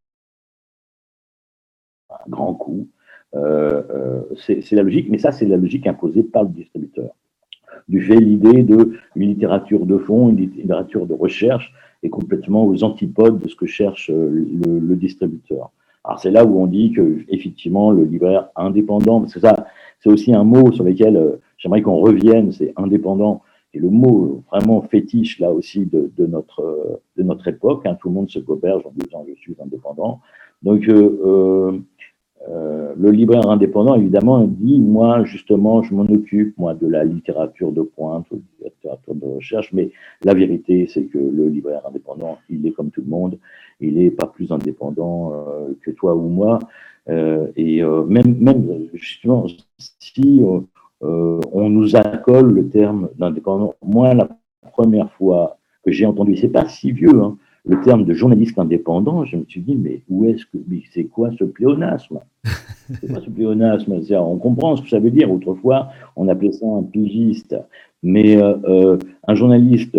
un grand coût. Euh, euh, c'est la logique, mais ça, c'est la logique imposée par le distributeur. Du fait, l'idée d'une littérature de fond, une littérature de recherche, est complètement aux antipodes de ce que cherche le, le distributeur. Alors, c'est là où on dit que, effectivement, le libraire indépendant, parce que ça, c'est aussi un mot sur lequel euh, j'aimerais qu'on revienne, c'est indépendant. Et le mot vraiment fétiche, là aussi, de, de, notre, de notre époque. Hein, tout le monde se goberge en disant je suis indépendant. Donc, euh, euh, Euh, le libraire indépendant, évidemment, dit, moi, justement, je m'en occupe, moi, de la littérature de pointe, de la littérature de recherche, mais la vérité, c'est que le libraire indépendant, il est comme tout le monde, il n'est pas plus indépendant euh, que toi ou moi, euh, et euh, même, même, justement, si euh, euh, on nous accole le terme d'indépendant, moi, la première fois que j'ai entendu, c'est pas si vieux, hein, le terme de journaliste indépendant, je me suis dit, mais où est-ce que, c'est quoi ce pléonasme? C'est quoi ce pléonasme? On comprend ce que ça veut dire. Autrefois, on appelait ça un pigiste. Mais euh, euh, un journaliste,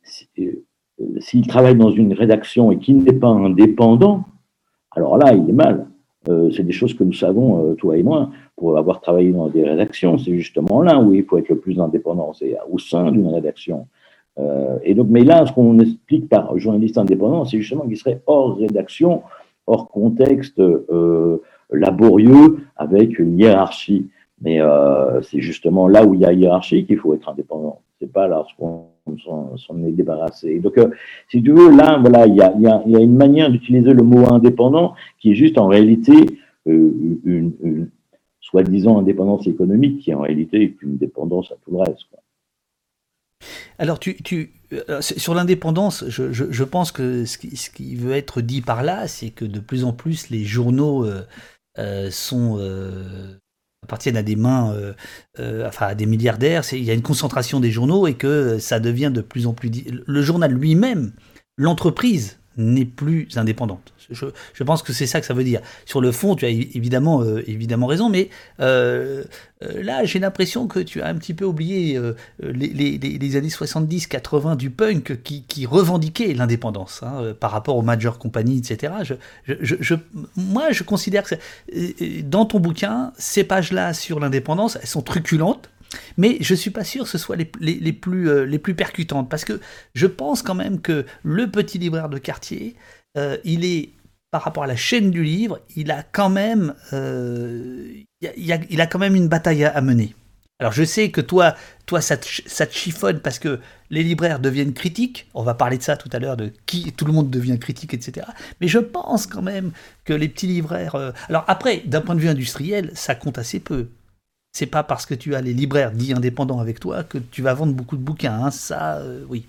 s'il travaille dans une rédaction et qu'il n'est pas indépendant, alors là, il est mal. Euh, c'est des choses que nous savons, euh, toi et moi, pour avoir travaillé dans des rédactions. C'est justement là où il faut être le plus indépendant, c'est au sein d'une rédaction. Euh, et donc, mais là, ce qu'on explique par journaliste indépendant, c'est justement qu'il serait hors rédaction, hors contexte euh, laborieux, avec une hiérarchie. Mais euh, c'est justement là où il y a hiérarchie qu'il faut être indépendant. C'est pas lorsqu'on s'en est débarrassé. Donc, euh, si tu veux, là, voilà, il y a, il y a, il y a une manière d'utiliser le mot indépendant qui est juste en réalité euh, une, une soi-disant indépendance économique qui en réalité est une dépendance à tout le reste, quoi. Alors, tu, tu, euh, sur l'indépendance, je, je, je pense que ce qui, ce qui veut être dit par là, c'est que de plus en plus, les journaux euh, euh, sont, euh, appartiennent à des mains, euh, euh, enfin à des milliardaires. Il y a une concentration des journaux et que ça devient de plus en plus... Le journal lui-même, l'entreprise, n'est plus indépendante. Je, je pense que c'est ça que ça veut dire. Sur le fond, tu as évidemment, euh, évidemment raison, mais euh, euh, là, j'ai l'impression que tu as un petit peu oublié euh, les, les, les années soixante-dix quatre-vingts du punk qui, qui revendiquaient l'indépendance hein, par rapport aux major companies, et cetera. Je, je, je, moi, je considère que dans ton bouquin, ces pages-là sur l'indépendance, elles sont truculentes. Mais je ne suis pas sûr que ce soit les, les, les, plus, euh, les plus percutantes, parce que je pense quand même que le petit libraire de quartier, euh, il est, par rapport à la chaîne du livre, il a quand même, euh, il a, il a quand même une bataille à, à mener. Alors je sais que toi, toi ça, te, ça te chiffonne parce que les libraires deviennent critiques, on va parler de ça tout à l'heure, de qui tout le monde devient critique, et cetera. Mais je pense quand même que les petits libraires... Euh, alors après, d'un point de vue industriel, ça compte assez peu. C'est pas parce que tu as les libraires dits indépendants avec toi que tu vas vendre beaucoup de bouquins, hein. Ça, euh, oui.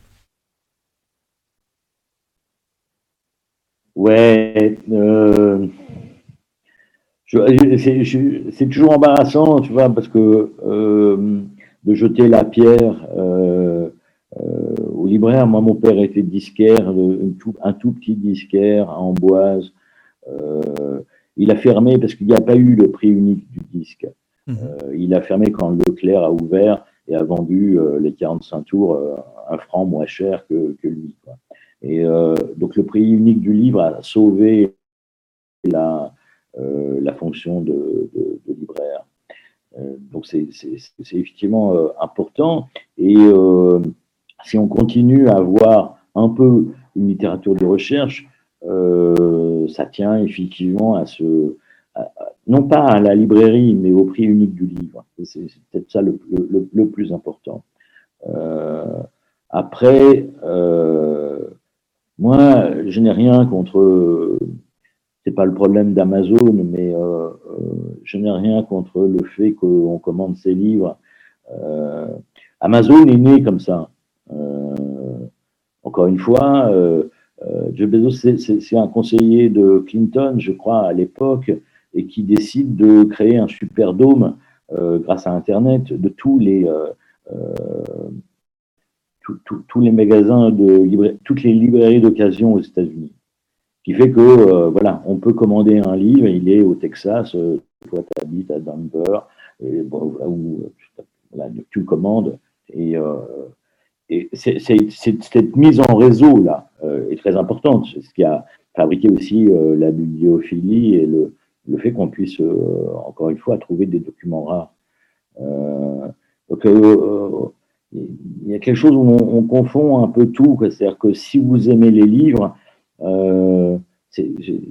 Ouais, euh, c'est toujours embarrassant, tu vois, parce que euh, de jeter la pierre euh, euh, aux libraires. Moi, mon père était disquaire, un tout, un tout petit disquaire à Amboise. Euh, il a fermé parce qu'il n'y a pas eu le prix unique du disque. Mmh. Euh, il a fermé quand Leclerc a ouvert et a vendu euh, les quarante-cinq tours euh, un franc moins cher que, que lui, quoi. Et euh, donc le prix unique du livre a sauvé la, euh, la fonction de, de, de libraire. Euh, donc c'est effectivement euh, important. Et euh, si on continue à avoir un peu une littérature de recherche, euh, ça tient effectivement à ce, à, non pas à la librairie, mais au prix unique du livre. C'est peut-être ça le, le, le plus important. Euh, après, euh, moi, je n'ai rien contre, c'est pas le problème d'Amazon, mais euh, euh, je n'ai rien contre le fait qu'on commande ses livres. Euh, Amazon est né comme ça. Euh, encore une fois, euh, euh, Jeff Bezos, c'est un conseiller de Clinton, je crois, à l'époque, et qui décide de créer un superdome euh, grâce à Internet de tous les euh, euh, tout, tout, tous les magasins de librairie, toutes les librairies d'occasion aux États-Unis, qui fait que euh, voilà, on peut commander un livre, il est au Texas, euh, toi tu habites à Denver, et bon, où voilà, tu le commandes et euh, Et c'est, c'est, c'est, cette mise en réseau là euh, est très importante. C'est ce qui a fabriqué aussi euh, la bibliophilie et le, le fait qu'on puisse euh, encore une fois trouver des documents rares. Euh, donc euh, il y a quelque chose où on, on confond un peu tout. C'est-à-dire que si vous aimez les livres, euh, c'est,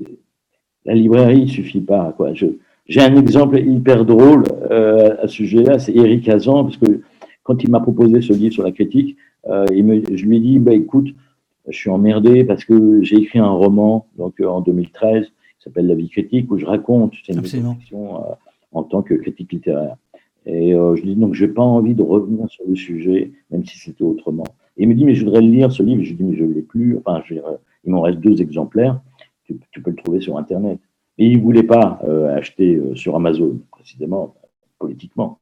la librairie ne suffit pas, quoi. Je, j'ai un exemple hyper drôle euh, à ce sujet-là, c'est Éric Hazan, parce que quand il m'a proposé ce livre sur la critique, euh, il me, je lui ai dit, bah, écoute, je suis emmerdé parce que j'ai écrit un roman donc, en deux mille treize qui s'appelle La vie critique, où je raconte, c'est une fiction euh, en tant que critique littéraire. Et euh, je lui dis, donc, je n'ai pas envie de revenir sur le sujet, même si c'était autrement. Et il me dit, mais je voudrais le lire, ce livre. Je lui dis, mais je ne l'ai plus. Enfin, je, euh, il m'en reste deux exemplaires. Tu, tu peux le trouver sur Internet. Et il ne voulait pas euh, acheter euh, sur Amazon, précisément, politiquement.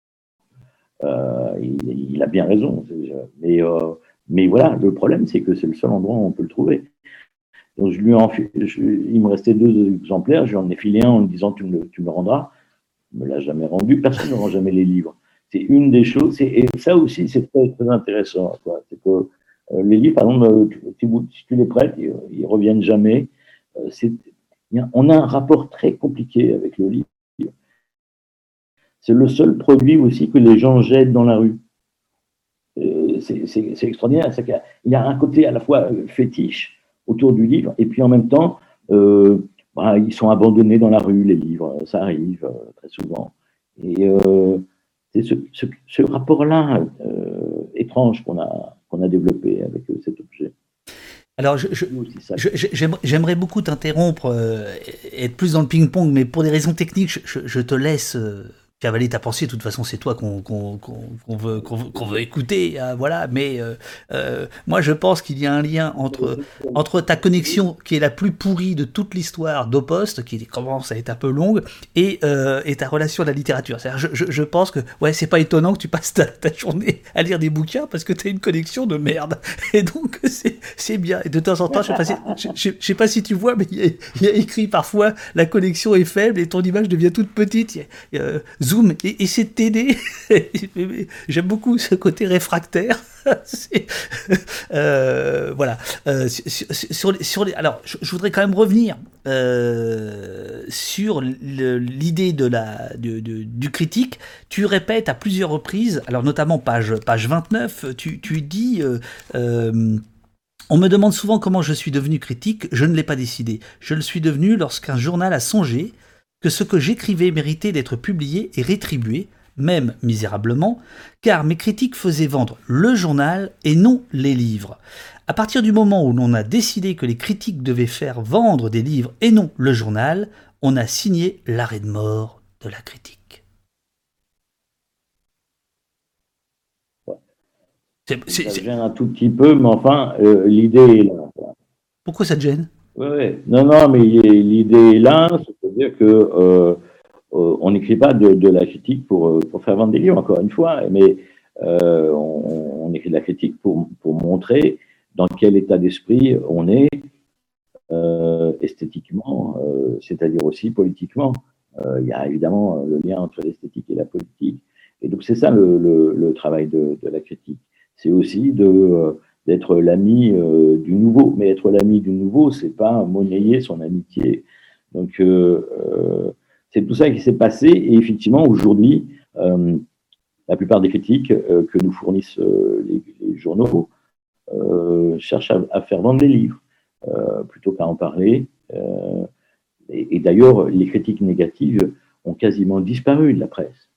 Euh, il, il a bien raison. Mais, euh, mais voilà, le problème, c'est que c'est le seul endroit où on peut le trouver. Donc, je lui en, je, il me restait deux exemplaires. Je lui en ai filé un en me disant, tu me, tu me le rendras. Il ne me l'a jamais rendu. Personne ne rend jamais les livres. C'est une des choses. Et ça aussi, c'est très, très intéressant. C'est que euh, les livres, par exemple, tu, si tu les prêtes, ils, ils reviennent jamais. Euh, c'est, on a un rapport très compliqué avec le livre. C'est le seul produit aussi que les gens jettent dans la rue. Euh, c'est extraordinaire. Il y a un côté à la fois fétiche autour du livre, et puis en même temps, euh, bah, ils sont abandonnés dans la rue, les livres. Ça arrive euh, très souvent. Et euh, c'est ce, ce, ce rapport-là euh, étrange qu'on a, qu'on a développé avec euh, cet objet. Alors, je, je, je, j'aimerais beaucoup t'interrompre euh, et être plus dans le ping-pong, mais pour des raisons techniques, je, je, je te laisse euh, cavaler ta pensée. De toute façon, c'est toi qu'on qu'on, qu'on, qu'on veut, qu'on veut, qu'on veut écouter, euh, voilà. Mais euh, euh, moi, je pense qu'il y a un lien entre entre ta connexion, qui est la plus pourrie de toute l'histoire d'Opost, qui commence à être un peu longue, et euh, et ta relation à la littérature. C'est-à-dire, je, je, je pense que ouais, c'est pas étonnant que tu passes ta, ta journée à lire des bouquins parce que t'as une connexion de merde. Et donc, c'est c'est bien. Et de temps en temps, je sais pas si, je, je, je sais pas si tu vois, mais il y, a, il y a écrit parfois la connexion est faible et ton image devient toute petite. Il y a, il y a, Zoom et, et c'est t'aider. J'aime beaucoup ce côté réfractaire. euh, voilà. Euh, sur, sur, les, sur les, alors, je, je voudrais quand même revenir euh, sur l'idée de la de, de, du critique. Tu répètes à plusieurs reprises, alors notamment page page vingt-neuf, tu tu dis euh, euh, on me demande souvent comment je suis devenu critique. Je ne l'ai pas décidé. Je le suis devenu lorsqu'un journal a songé que ce que j'écrivais méritait d'être publié et rétribué, même misérablement, car mes critiques faisaient vendre le journal et non les livres. À partir du moment où l'on a décidé que les critiques devaient faire vendre des livres et non le journal, on a signé l'arrêt de mort de la critique. C'est, c'est, ça gêne un tout petit peu, mais enfin, euh, l'idée est là. Pourquoi ça te gêne ? Oui, oui. Non, non, mais l'idée est là, c'est-à-dire que euh, euh, on n'écrit pas de, de la critique pour, pour faire vendre des livres, encore une fois, mais euh, on, on écrit de la critique pour, pour montrer dans quel état d'esprit on est, euh, et esthétiquement, euh, c'est-à-dire aussi politiquement. Euh, il y a évidemment le lien entre l'esthétique et la politique. Et donc c'est ça le, le, le travail de, de la critique. C'est aussi de, euh, d'être l'ami euh, du nouveau. Mais être l'ami du nouveau, c'est pas monnayer son amitié. Donc euh, euh, c'est tout ça qui s'est passé. Et effectivement, aujourd'hui, euh, la plupart des critiques euh, que nous fournissent euh, les, les journaux euh, cherchent à, à faire vendre des livres euh, plutôt qu'à en parler. Euh, et, et d'ailleurs, les critiques négatives ont quasiment disparu de la presse.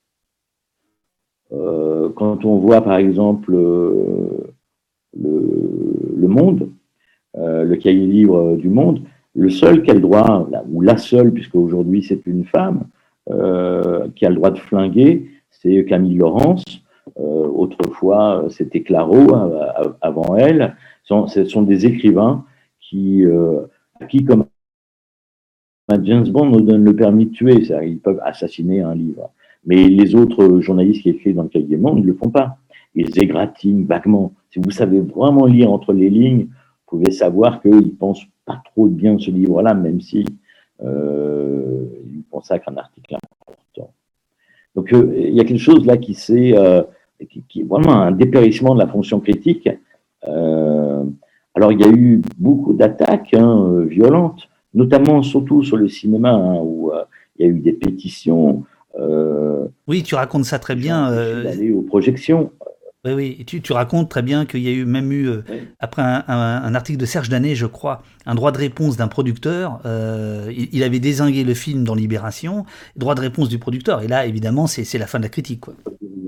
Euh, quand on voit par exemple euh, le, le Monde, euh, le cahier libre du Monde, le seul qui a le droit, ou la seule, puisque aujourd'hui c'est une femme, euh, qui a le droit de flinguer, c'est Camille Laurence. Euh, autrefois, c'était Claro avant elle. Ce sont des écrivains qui, euh, qui comme à James Bond, nous donnent le permis de tuer. Ils peuvent assassiner un livre. Mais les autres journalistes qui écrivent dans le cahier du Monde ne le font pas. Ils égratignent vaguement. Si vous savez vraiment lire entre les lignes, vous pouvez savoir qu'ils ne pensent pas trop de bien de ce livre-là, même si euh, ils consacrent un article important. Donc euh, il y a quelque chose là qui c'est euh, qui, qui est vraiment un dépérissement de la fonction critique. Euh, alors il y a eu beaucoup d'attaques hein, violentes, notamment surtout sur le cinéma, hein, où euh, il y a eu des pétitions. Euh, oui, tu racontes ça très bien. Euh, d'aller aux projections. Oui, oui, et tu, tu racontes très bien qu'il y a eu même eu, euh, oui. après un, un, un article de Serge Danet, je crois, un droit de réponse d'un producteur. Euh, il, il avait dézingué le film dans Libération, droit de réponse du producteur. Et là, évidemment, c'est la fin de la critique, quoi.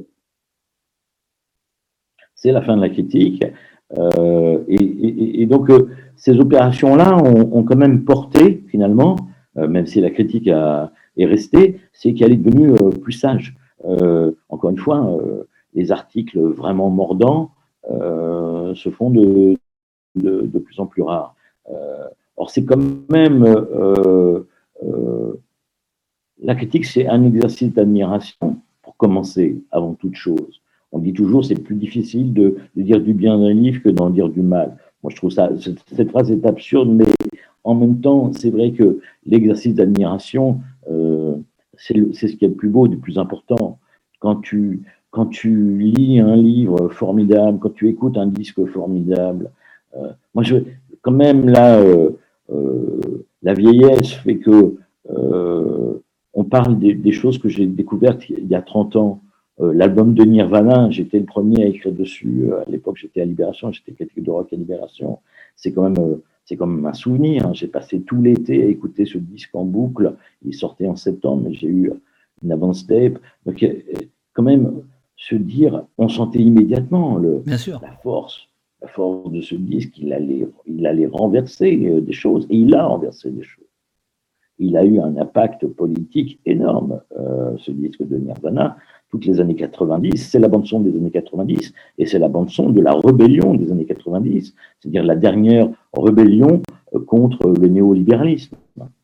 C'est la fin de la critique. Euh, et, et, et donc, euh, ces opérations-là ont, ont quand même porté, finalement, euh, même si la critique a, est restée, c'est qu'elle est devenue euh, plus sage. Euh, encore une fois, euh, les articles vraiment mordants euh, se font de, de, de plus en plus rares. Euh, or, c'est quand même... Euh, euh, la critique, c'est un exercice d'admiration, pour commencer, avant toute chose. On dit toujours c'est plus difficile de, de dire du bien d'un livre que d'en dire du mal. Moi, je trouve ça... Cette, cette phrase est absurde, mais en même temps, c'est vrai que l'exercice d'admiration, euh, c'est ce qui est le plus beau, le plus important. Quand tu... Quand tu lis un livre formidable, quand tu écoutes un disque formidable, euh, moi, je, quand même, là, euh, euh, la vieillesse fait que euh, on parle des, des choses que j'ai découvertes il y a trente ans. Euh, L'album de Nirvana, j'étais le premier à écrire dessus. À l'époque, j'étais à Libération, j'étais critique de rock à Libération. C'est quand même, euh, c'est quand même un souvenir. Hein. J'ai passé tout l'été à écouter ce disque en boucle. Il sortait en septembre, mais j'ai eu une avance tape. Donc, euh, quand même, se dire, on sentait immédiatement le, Bien sûr. la force, la force de ce disque, il allait, il allait renverser euh, des choses, et il a renversé des choses. Il a eu un impact politique énorme, euh, ce disque de Nirvana. Toutes les années quatre-vingt-dix, c'est la bande-son des années quatre-vingt-dix, et c'est la bande-son de la rébellion des années quatre-vingt-dix, c'est-à-dire la dernière rébellion euh, contre le néolibéralisme.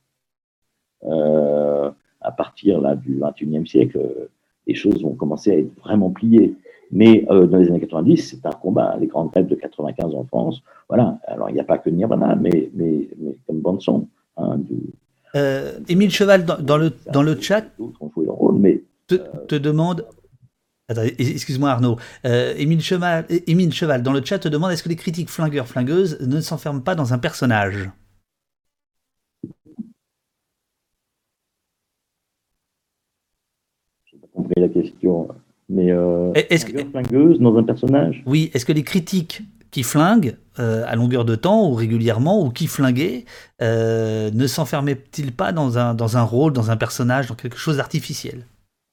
Euh, à partir là, du vingt et unième siècle, euh, les choses vont commencer à être vraiment pliées. Mais euh, dans les années quatre-vingt-dix, c'est un combat. Les grandes grèves de quatre-vingt-quinze en France, voilà. Alors, il n'y a pas que Nirvana, mais, mais, mais comme bande-son. Hein, du... euh, Émile Cheval, dans, dans, le, dans le chat, ont joué leur rôle, mais, te, te demande... Attends, excuse-moi Arnaud. Euh, Émile, Cheval, Émile Cheval, dans le chat, te demande est-ce que les critiques flingueurs-flingueuses ne s'enferment pas dans un personnage ? compris la question, mais euh, est-ce que flingueuse dans un personnage. Oui, est-ce que les critiques qui flinguent euh, à longueur de temps ou régulièrement ou qui flinguaient euh, ne s'enfermaient-ils pas dans un dans un rôle, dans un personnage, dans quelque chose d'artificiel?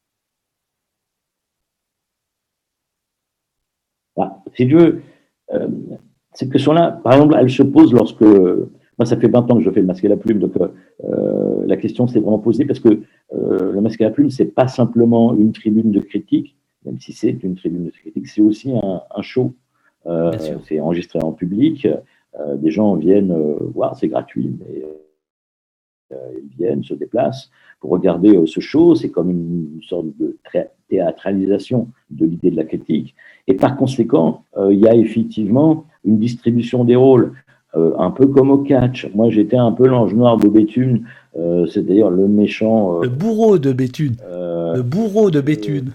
Ah, si tu veux, euh, cette question-là, par exemple, elle se pose lorsque moi, ça fait vingt ans que je fais le Masque et la Plume, donc euh, la question s'est vraiment posée parce que euh, le Masque et la Plume, c'est pas simplement une tribune de critique, même si c'est une tribune de critique, c'est aussi un, un show. Euh, c'est enregistré en public, euh, des gens viennent euh, voir, c'est gratuit, mais euh, ils viennent, se déplacent pour regarder euh, ce show. C'est comme une, une sorte de théâtralisation de l'idée de la critique. Et par conséquent, euh, il y a effectivement une distribution des rôles. euh, un peu comme au catch. Moi, j'étais un peu l'ange noir de Béthune, euh, c'est-à-dire le méchant. Le bourreau de Béthune. Euh, Le bourreau de euh, Béthune.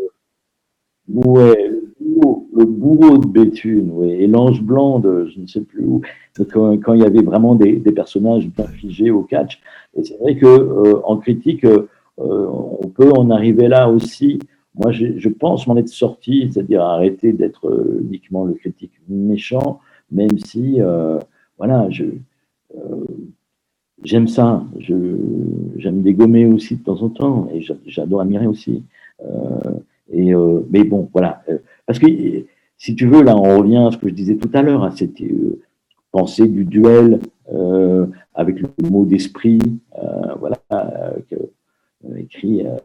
Ouais, le bourreau, le bourreau de Béthune, ouais, et l'ange blanc de je ne sais plus où, quand, quand il y avait vraiment des, des personnages bien figés au catch. Et c'est vrai que euh, en critique, euh, on peut en arriver là aussi. Moi, je, je pense m'en être sorti, c'est-à-dire arrêter d'être euh, uniquement le critique méchant, même si, euh, voilà, je, euh, j'aime ça. Je, j'aime dégommer aussi de temps en temps, et j'adore admirer aussi. Euh, et, euh, mais bon, voilà. Euh, parce que, si tu veux, là, on revient à ce que je disais tout à l'heure, à cette euh, pensée du duel euh, avec le mot d'esprit, euh, voilà, euh, que, euh, écrit euh,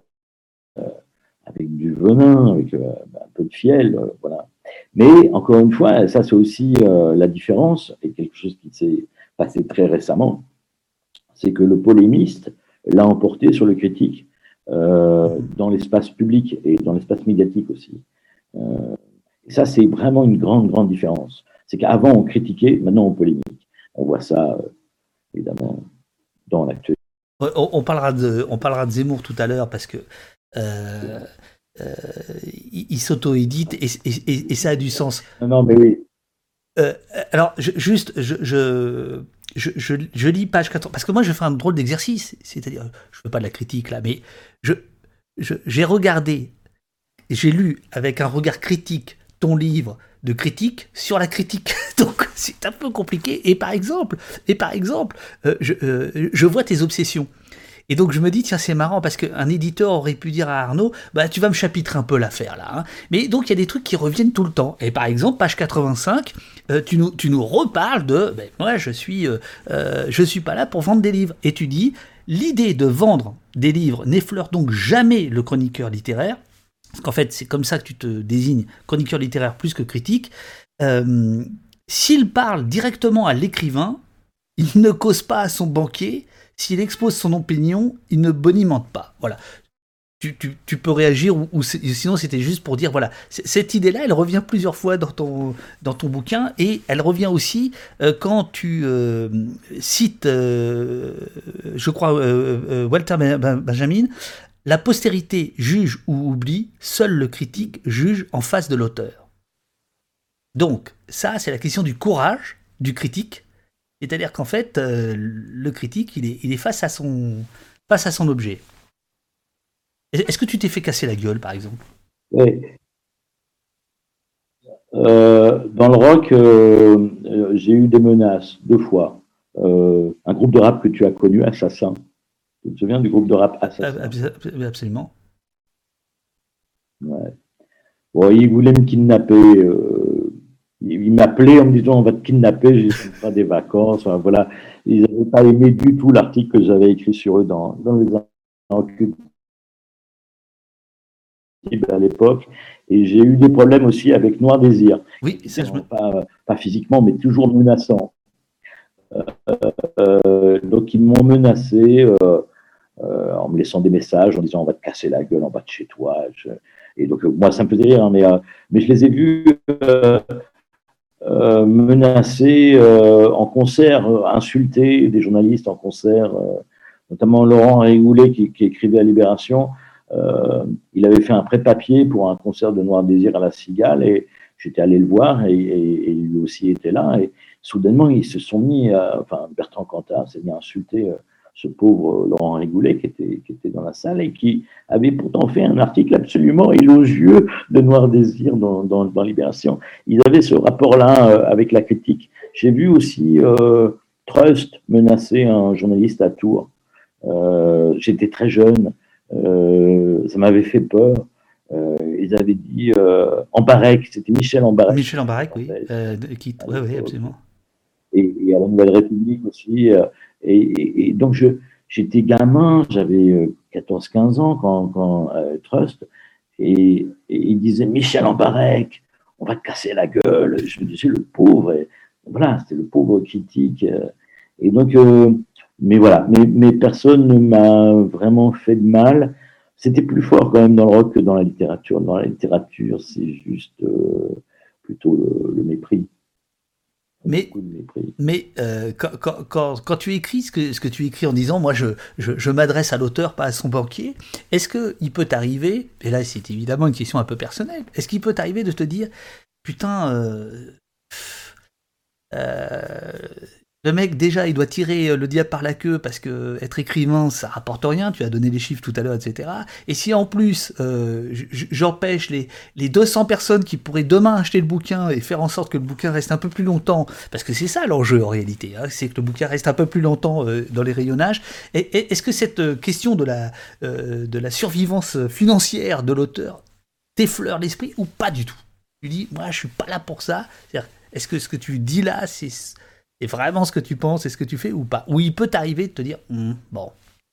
avec du venin, avec euh, un peu de fiel, euh, voilà. Mais encore une fois, ça, c'est aussi euh, la différence, et quelque chose qui s'est passé très récemment, c'est que le polémiste l'a emporté sur le critique euh, dans l'espace public et dans l'espace médiatique aussi. Euh, et ça, c'est vraiment une grande, grande différence. C'est qu'avant, on critiquait, maintenant, on polémique. On voit ça, euh, évidemment, dans l'actualité. On, on, parlera de, on parlera de Zemmour tout à l'heure parce que euh, euh, il, il s'auto-édite et, et, et, et ça a du sens. Non, non, mais oui. Euh, alors, je, juste, je, je, je, je, je lis page quatorze, parce que moi, je fais un drôle d'exercice, c'est-à-dire, je ne fais pas de la critique là, mais je, je, j'ai regardé, j'ai lu avec un regard critique ton livre de critique sur la critique. Donc, c'est un peu compliqué. Et par exemple, et par exemple euh, je, euh, je vois tes obsessions. Et donc je me dis, tiens, c'est marrant parce qu'un éditeur aurait pu dire à Arnaud, bah tu vas me chapitrer un peu l'affaire là. Hein. Mais donc il y a des trucs qui reviennent tout le temps. Et par exemple, page quatre-vingt-cinq, euh, tu, nous, tu nous reparles de, ben, moi je suis, euh, euh, je suis pas là pour vendre des livres. Et tu dis, l'idée de vendre des livres n'effleure donc jamais le chroniqueur littéraire. Parce qu'en fait, c'est comme ça que tu te désignes, chroniqueur littéraire plus que critique. Euh, s'il parle directement à l'écrivain, il ne cause pas à son banquier. S'il expose son opinion, il ne bonimente pas. Voilà. Tu, tu, tu peux réagir, ou, ou sinon c'était juste pour dire, voilà, cette idée-là, elle revient plusieurs fois dans ton, dans ton bouquin, et elle revient aussi euh, quand tu euh, cites, euh, je crois, euh, euh, Walter Benjamin, la postérité juge ou oublie, seul le critique juge en face de l'auteur. Donc, ça, c'est la question du courage du critique. C'est-à-dire qu'en fait, euh, le critique, il est, il est face, à son, face à son objet. Est-ce que tu t'es fait casser la gueule, par exemple ? Oui. Euh, dans le rock, euh, j'ai eu des menaces, deux fois. Euh, un groupe de rap que tu as connu, Assassin. Tu te souviens du groupe de rap Assassin ? Absolument. Ouais. Bon, ils voulaient me kidnapper. Euh, ils m'appelaient en me disant on va te kidnapper, j'ai fait des vacances. Enfin, voilà. Ils n'avaient pas aimé du tout l'article que j'avais écrit sur eux dans, dans les à l'époque. Et j'ai eu des problèmes aussi avec Noir Désir. Oui, ça je me... pas, pas physiquement, mais toujours menaçant. Euh, euh, donc ils m'ont menacé euh, euh, en me laissant des messages en disant on va te casser la gueule en bas de chez toi. Je... Et donc, moi, ça me faisait rire, hein, mais, euh, mais je les ai vus euh, euh, menacer euh, en concert, euh, insulter des journalistes en concert, euh, notamment Laurent Régoulet qui, qui écrivait à Libération. Euh, il avait fait un prêt-papier pour un concert de Noir Désir à la Cigale et j'étais allé le voir et, et, et lui aussi était là. Et soudainement, ils se sont mis, à, enfin, Bertrand Cantat s'est mis à insulter euh, ce pauvre Laurent Régoulet qui était, qui était dans la salle et qui avait pourtant fait un article absolument élogieux de Noir Désir dans, dans, dans Libération. Ils avaient ce rapport-là euh, avec la critique. J'ai vu aussi euh, Trust menacer un journaliste à Tours. Euh, j'étais très jeune, euh, ça m'avait fait peur. Euh, ils avaient dit euh, Ambarek, c'était Michel Ambarek. Michel Ambarek, oui. Euh, qui... Oui, oui, absolument. Et, et à la Nouvelle République aussi. Euh, et, et, et donc, je, j'étais gamin, j'avais quatorze quinze ans quand, quand euh, Trust, et, et il disait Michel Ambarek, on va te casser la gueule. Je me disais, le pauvre, et, voilà, c'était le pauvre critique. Euh, et donc, euh, mais voilà, mais, mais personne ne m'a vraiment fait de mal. C'était plus fort quand même dans le rock que dans la littérature. Dans la littérature, c'est juste euh, plutôt le, le mépris. Mais, beaucoup de mépris. mais euh, quand, quand, quand, quand tu écris ce que, ce que tu écris en disant, moi je, je, je m'adresse à l'auteur, pas à son banquier, est-ce qu'il peut t'arriver, et là c'est évidemment une question un peu personnelle, est-ce qu'il peut t'arriver de te dire, putain, euh, euh, le mec déjà il doit tirer le diable par la queue parce que être écrivain ça rapporte rien, tu as donné les chiffres tout à l'heure, et cetera. Et si en plus euh, j'empêche les, les deux cents personnes qui pourraient demain acheter le bouquin et faire en sorte que le bouquin reste un peu plus longtemps, parce que c'est ça l'enjeu en réalité, hein, c'est que le bouquin reste un peu plus longtemps euh, dans les rayonnages, et, et, est-ce que cette question de la, euh, de la survivance financière de l'auteur t'effleure l'esprit ou pas du tout? Tu dis, moi je suis pas là pour ça, c'est-à-dire, est-ce que ce que tu dis là c'est... c'est vraiment ce que tu penses et ce que tu fais ou pas? Ou il peut t'arriver de te dire, hm, bon.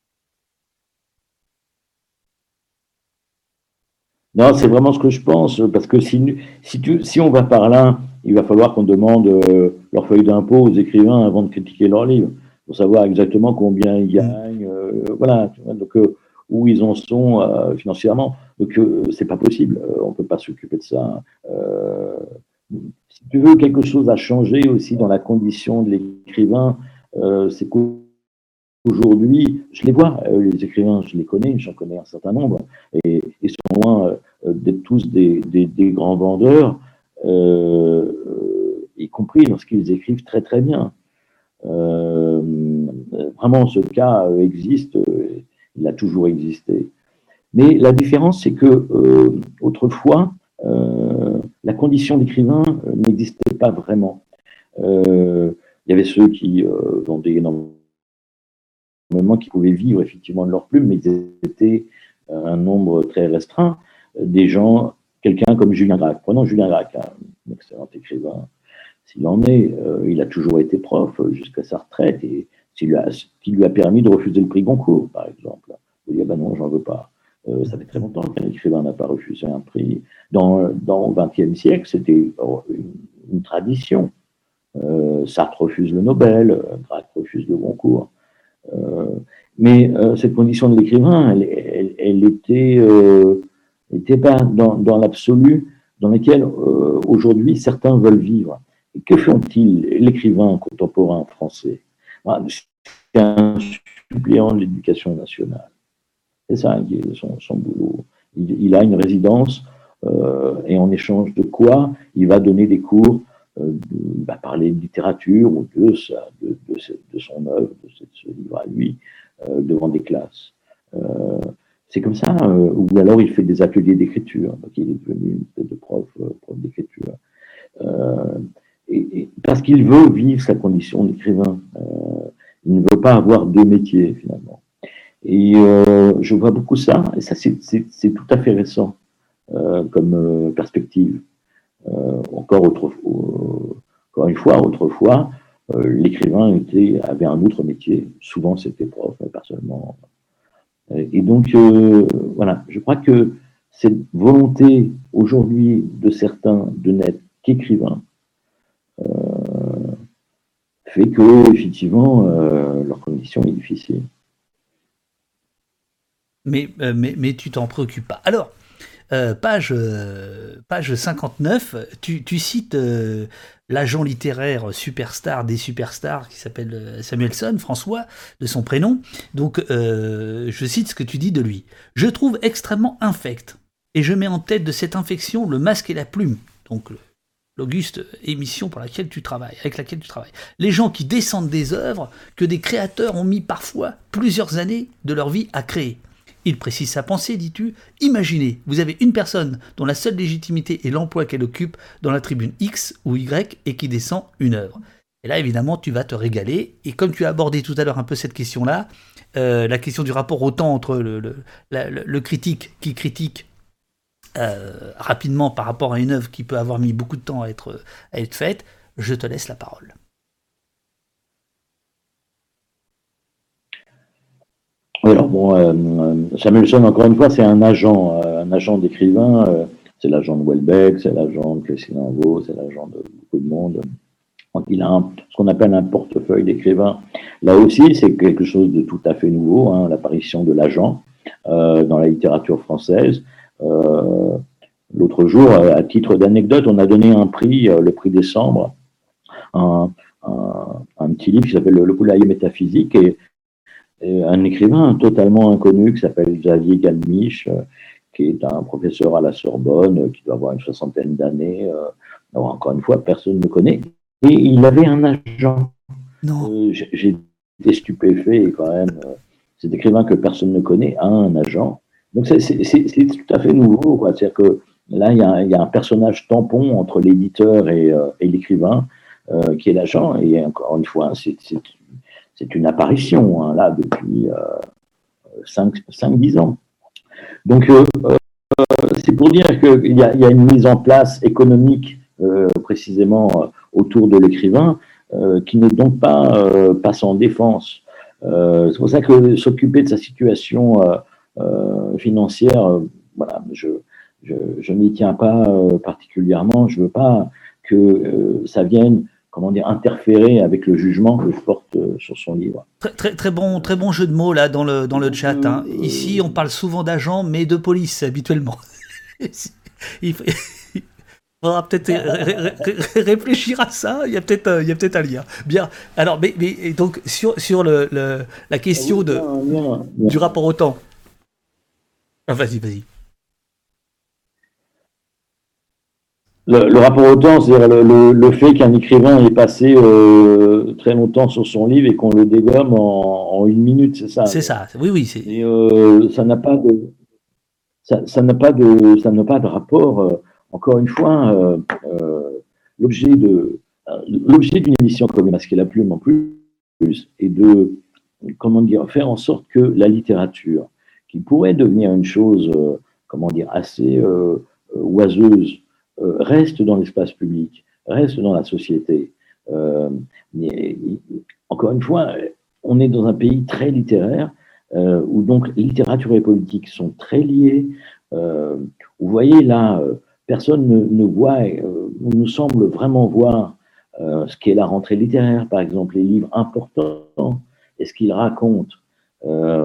Non, c'est vraiment ce que je pense, parce que si, si, tu, si on va par là, il va falloir qu'on demande euh, leur feuille d'impôt aux écrivains avant de critiquer leurs livres, pour savoir exactement combien ils gagnent, euh, voilà, tu vois, donc euh, où ils en sont euh, financièrement. Donc euh, c'est pas possible, euh, on peut pas s'occuper de ça. Euh, si tu veux, quelque chose a changé aussi dans la condition de l'écrivain, euh, c'est qu'aujourd'hui, je les vois, euh, les écrivains, je les connais, j'en connais un certain nombre, et ils sont loin euh, d'être tous des, des, des grands vendeurs, euh, euh, y compris lorsqu'ils écrivent très très bien. Euh, vraiment, ce cas euh, existe, euh, il a toujours existé. Mais la différence, c'est que euh, autrefois, euh, la condition d'écrivain euh, n'existait pas vraiment. Euh, il y avait ceux qui euh, vendaient énormément, qui pouvaient vivre effectivement de leur plume, mais ils étaient euh, un nombre très restreint. Des gens, quelqu'un comme Julien Gracq. Prenons Julien Gracq, un excellent écrivain, s'il en est, euh, il a toujours été prof jusqu'à sa retraite, et ce qui, qui lui a permis de refuser le prix Goncourt, par exemple. Il dit, ah ben non, j'en veux pas. Euh, ça fait très longtemps qu'un écrivain n'a pas refusé un prix. Dans, dans le vingtième siècle, c'était une, une tradition. Euh, Sartre refuse le Nobel, Gracq refuse le Goncourt. Euh, mais euh, cette condition de l'écrivain, elle, elle, elle était, euh, était pas dans, dans l'absolu, dans laquelle euh, aujourd'hui certains veulent vivre. Et que font-ils, l'écrivain contemporain français? C'est un suppléant de l'éducation nationale. C'est ça qui est son, son boulot. Il, il a une résidence euh, et en échange de quoi il va donner des cours, euh, il va parler de littérature ou de, sa, de, de, de son œuvre, de ce livre à lui, euh, devant des classes. Euh, c'est comme ça, euh, ou alors il fait des ateliers d'écriture, donc il est devenu une espèce de prof, euh, prof d'écriture. Euh, et, et, parce qu'il veut vivre sa condition d'écrivain. Euh, il ne veut pas avoir deux métiers finalement. Et euh, je vois beaucoup ça, et ça c'est, c'est, c'est tout à fait récent euh, comme euh, perspective. Euh, encore, autre, euh, encore une fois, autrefois, euh, l'écrivain était, avait un autre métier, souvent c'était prof, mais pas seulement. Et donc, euh, voilà, je crois que cette volonté aujourd'hui de certains de n'être qu'écrivains euh, fait que, effectivement, euh, leur condition est difficile. Mais, euh, mais, mais tu t'en préoccupes pas. Alors, euh, page, euh, page cinquante-neuf, tu, tu cites euh, l'agent littéraire superstar des superstars qui s'appelle Samuelson, François, de son prénom. Donc, euh, je cite ce que tu dis de lui. « Je trouve extrêmement infect, et je mets en tête de cette infection le masque et la plume. » Donc, l'auguste émission pour laquelle tu travailles, avec laquelle tu travailles. Les gens qui descendent des œuvres que des créateurs ont mis parfois plusieurs années de leur vie à créer. Il précise sa pensée, dis-tu. Imaginez, vous avez une personne dont la seule légitimité est l'emploi qu'elle occupe dans la tribune X ou Y et qui descend une œuvre. Et là, évidemment, tu vas te régaler. Et comme tu as abordé tout à l'heure un peu cette question-là, euh, la question du rapport au temps entre le, le, la, le, le critique qui critique euh, rapidement par rapport à une œuvre qui peut avoir mis beaucoup de temps à être, à être faite, je te laisse la parole. Oui, alors bon, euh, Samuelson, encore une fois, c'est un agent, euh, un agent d'écrivain. Euh, c'est l'agent de Houellebecq, c'est l'agent de Christine Angot, c'est l'agent de beaucoup de monde. Donc, il a un, ce qu'on appelle un portefeuille d'écrivain. Là aussi, c'est quelque chose de tout à fait nouveau, hein, l'apparition de l'agent euh, dans la littérature française. Euh, l'autre jour, à titre d'anecdote, on a donné un prix, euh, le prix Décembre, un, un, un petit livre qui s'appelle Le poulailler métaphysique, et, et un écrivain totalement inconnu qui s'appelle Xavier Galmiche, euh, qui est un professeur à la Sorbonne, euh, qui doit avoir une soixantaine d'années. Euh, alors, encore une fois, personne ne le connaît. Et il avait un agent. Non. Euh, j'ai été stupéfait quand même. Euh, cet écrivain que personne ne connaît a un agent. Donc c'est tout à fait nouveau, quoi. C'est-à-dire que là, il y, a, il y a un personnage tampon entre l'éditeur et, euh, et l'écrivain, euh, qui est l'agent. Et encore une fois, c'est une apparition, hein, là, depuis euh, cinq dix ans. Donc, euh, euh, c'est pour dire qu'il y, y a une mise en place économique, euh, précisément, euh, autour de l'écrivain, euh, qui n'est donc pas, euh, pas sans défense. Euh, c'est pour ça que s'occuper de sa situation euh, euh, financière, euh, voilà, je, je, je n'y tiens pas euh, particulièrement. Je veux pas que euh, ça vienne, comment dire, interférer avec le jugement que je porte euh, sur son livre. Très, très, très, bon, très bon jeu de mots là dans le, dans le chat. Hein. Ici, on parle souvent d'agents, mais de police habituellement. Il faudra peut-être ré ré ré réfléchir à ça. Il y a peut-être euh, il y a peut-être un lien. Bien. Alors, mais, mais donc sur sur le, le la question ah oui, de bien, bien, bien. du rapport au temps. Ah, vas-y, vas-y. Le, le rapport au temps, c'est-à-dire le, le, le fait qu'un écrivain ait passé euh, très longtemps sur son livre et qu'on le dégomme en, en une minute, c'est ça. C'est ça. Oui, oui. Et euh, ça n'a pas de ça, ça n'a pas de ça n'a pas de rapport. Euh, encore une fois, euh, euh, l'objet de l'objet d'une émission comme Masquer la plume en plus est de, comment dire, faire en sorte que la littérature, qui pourrait devenir une chose, euh, comment dire, assez euh, oiseuse, euh, reste dans l'espace public, reste dans la société. Euh, mais, encore une fois, on est dans un pays très littéraire, euh, où donc littérature et politique sont très liés. Euh, vous voyez là, euh, personne ne, ne voit, euh, nous semble vraiment voir euh, ce qu'est la rentrée littéraire, par exemple, les livres importants et ce qu'ils racontent. Euh,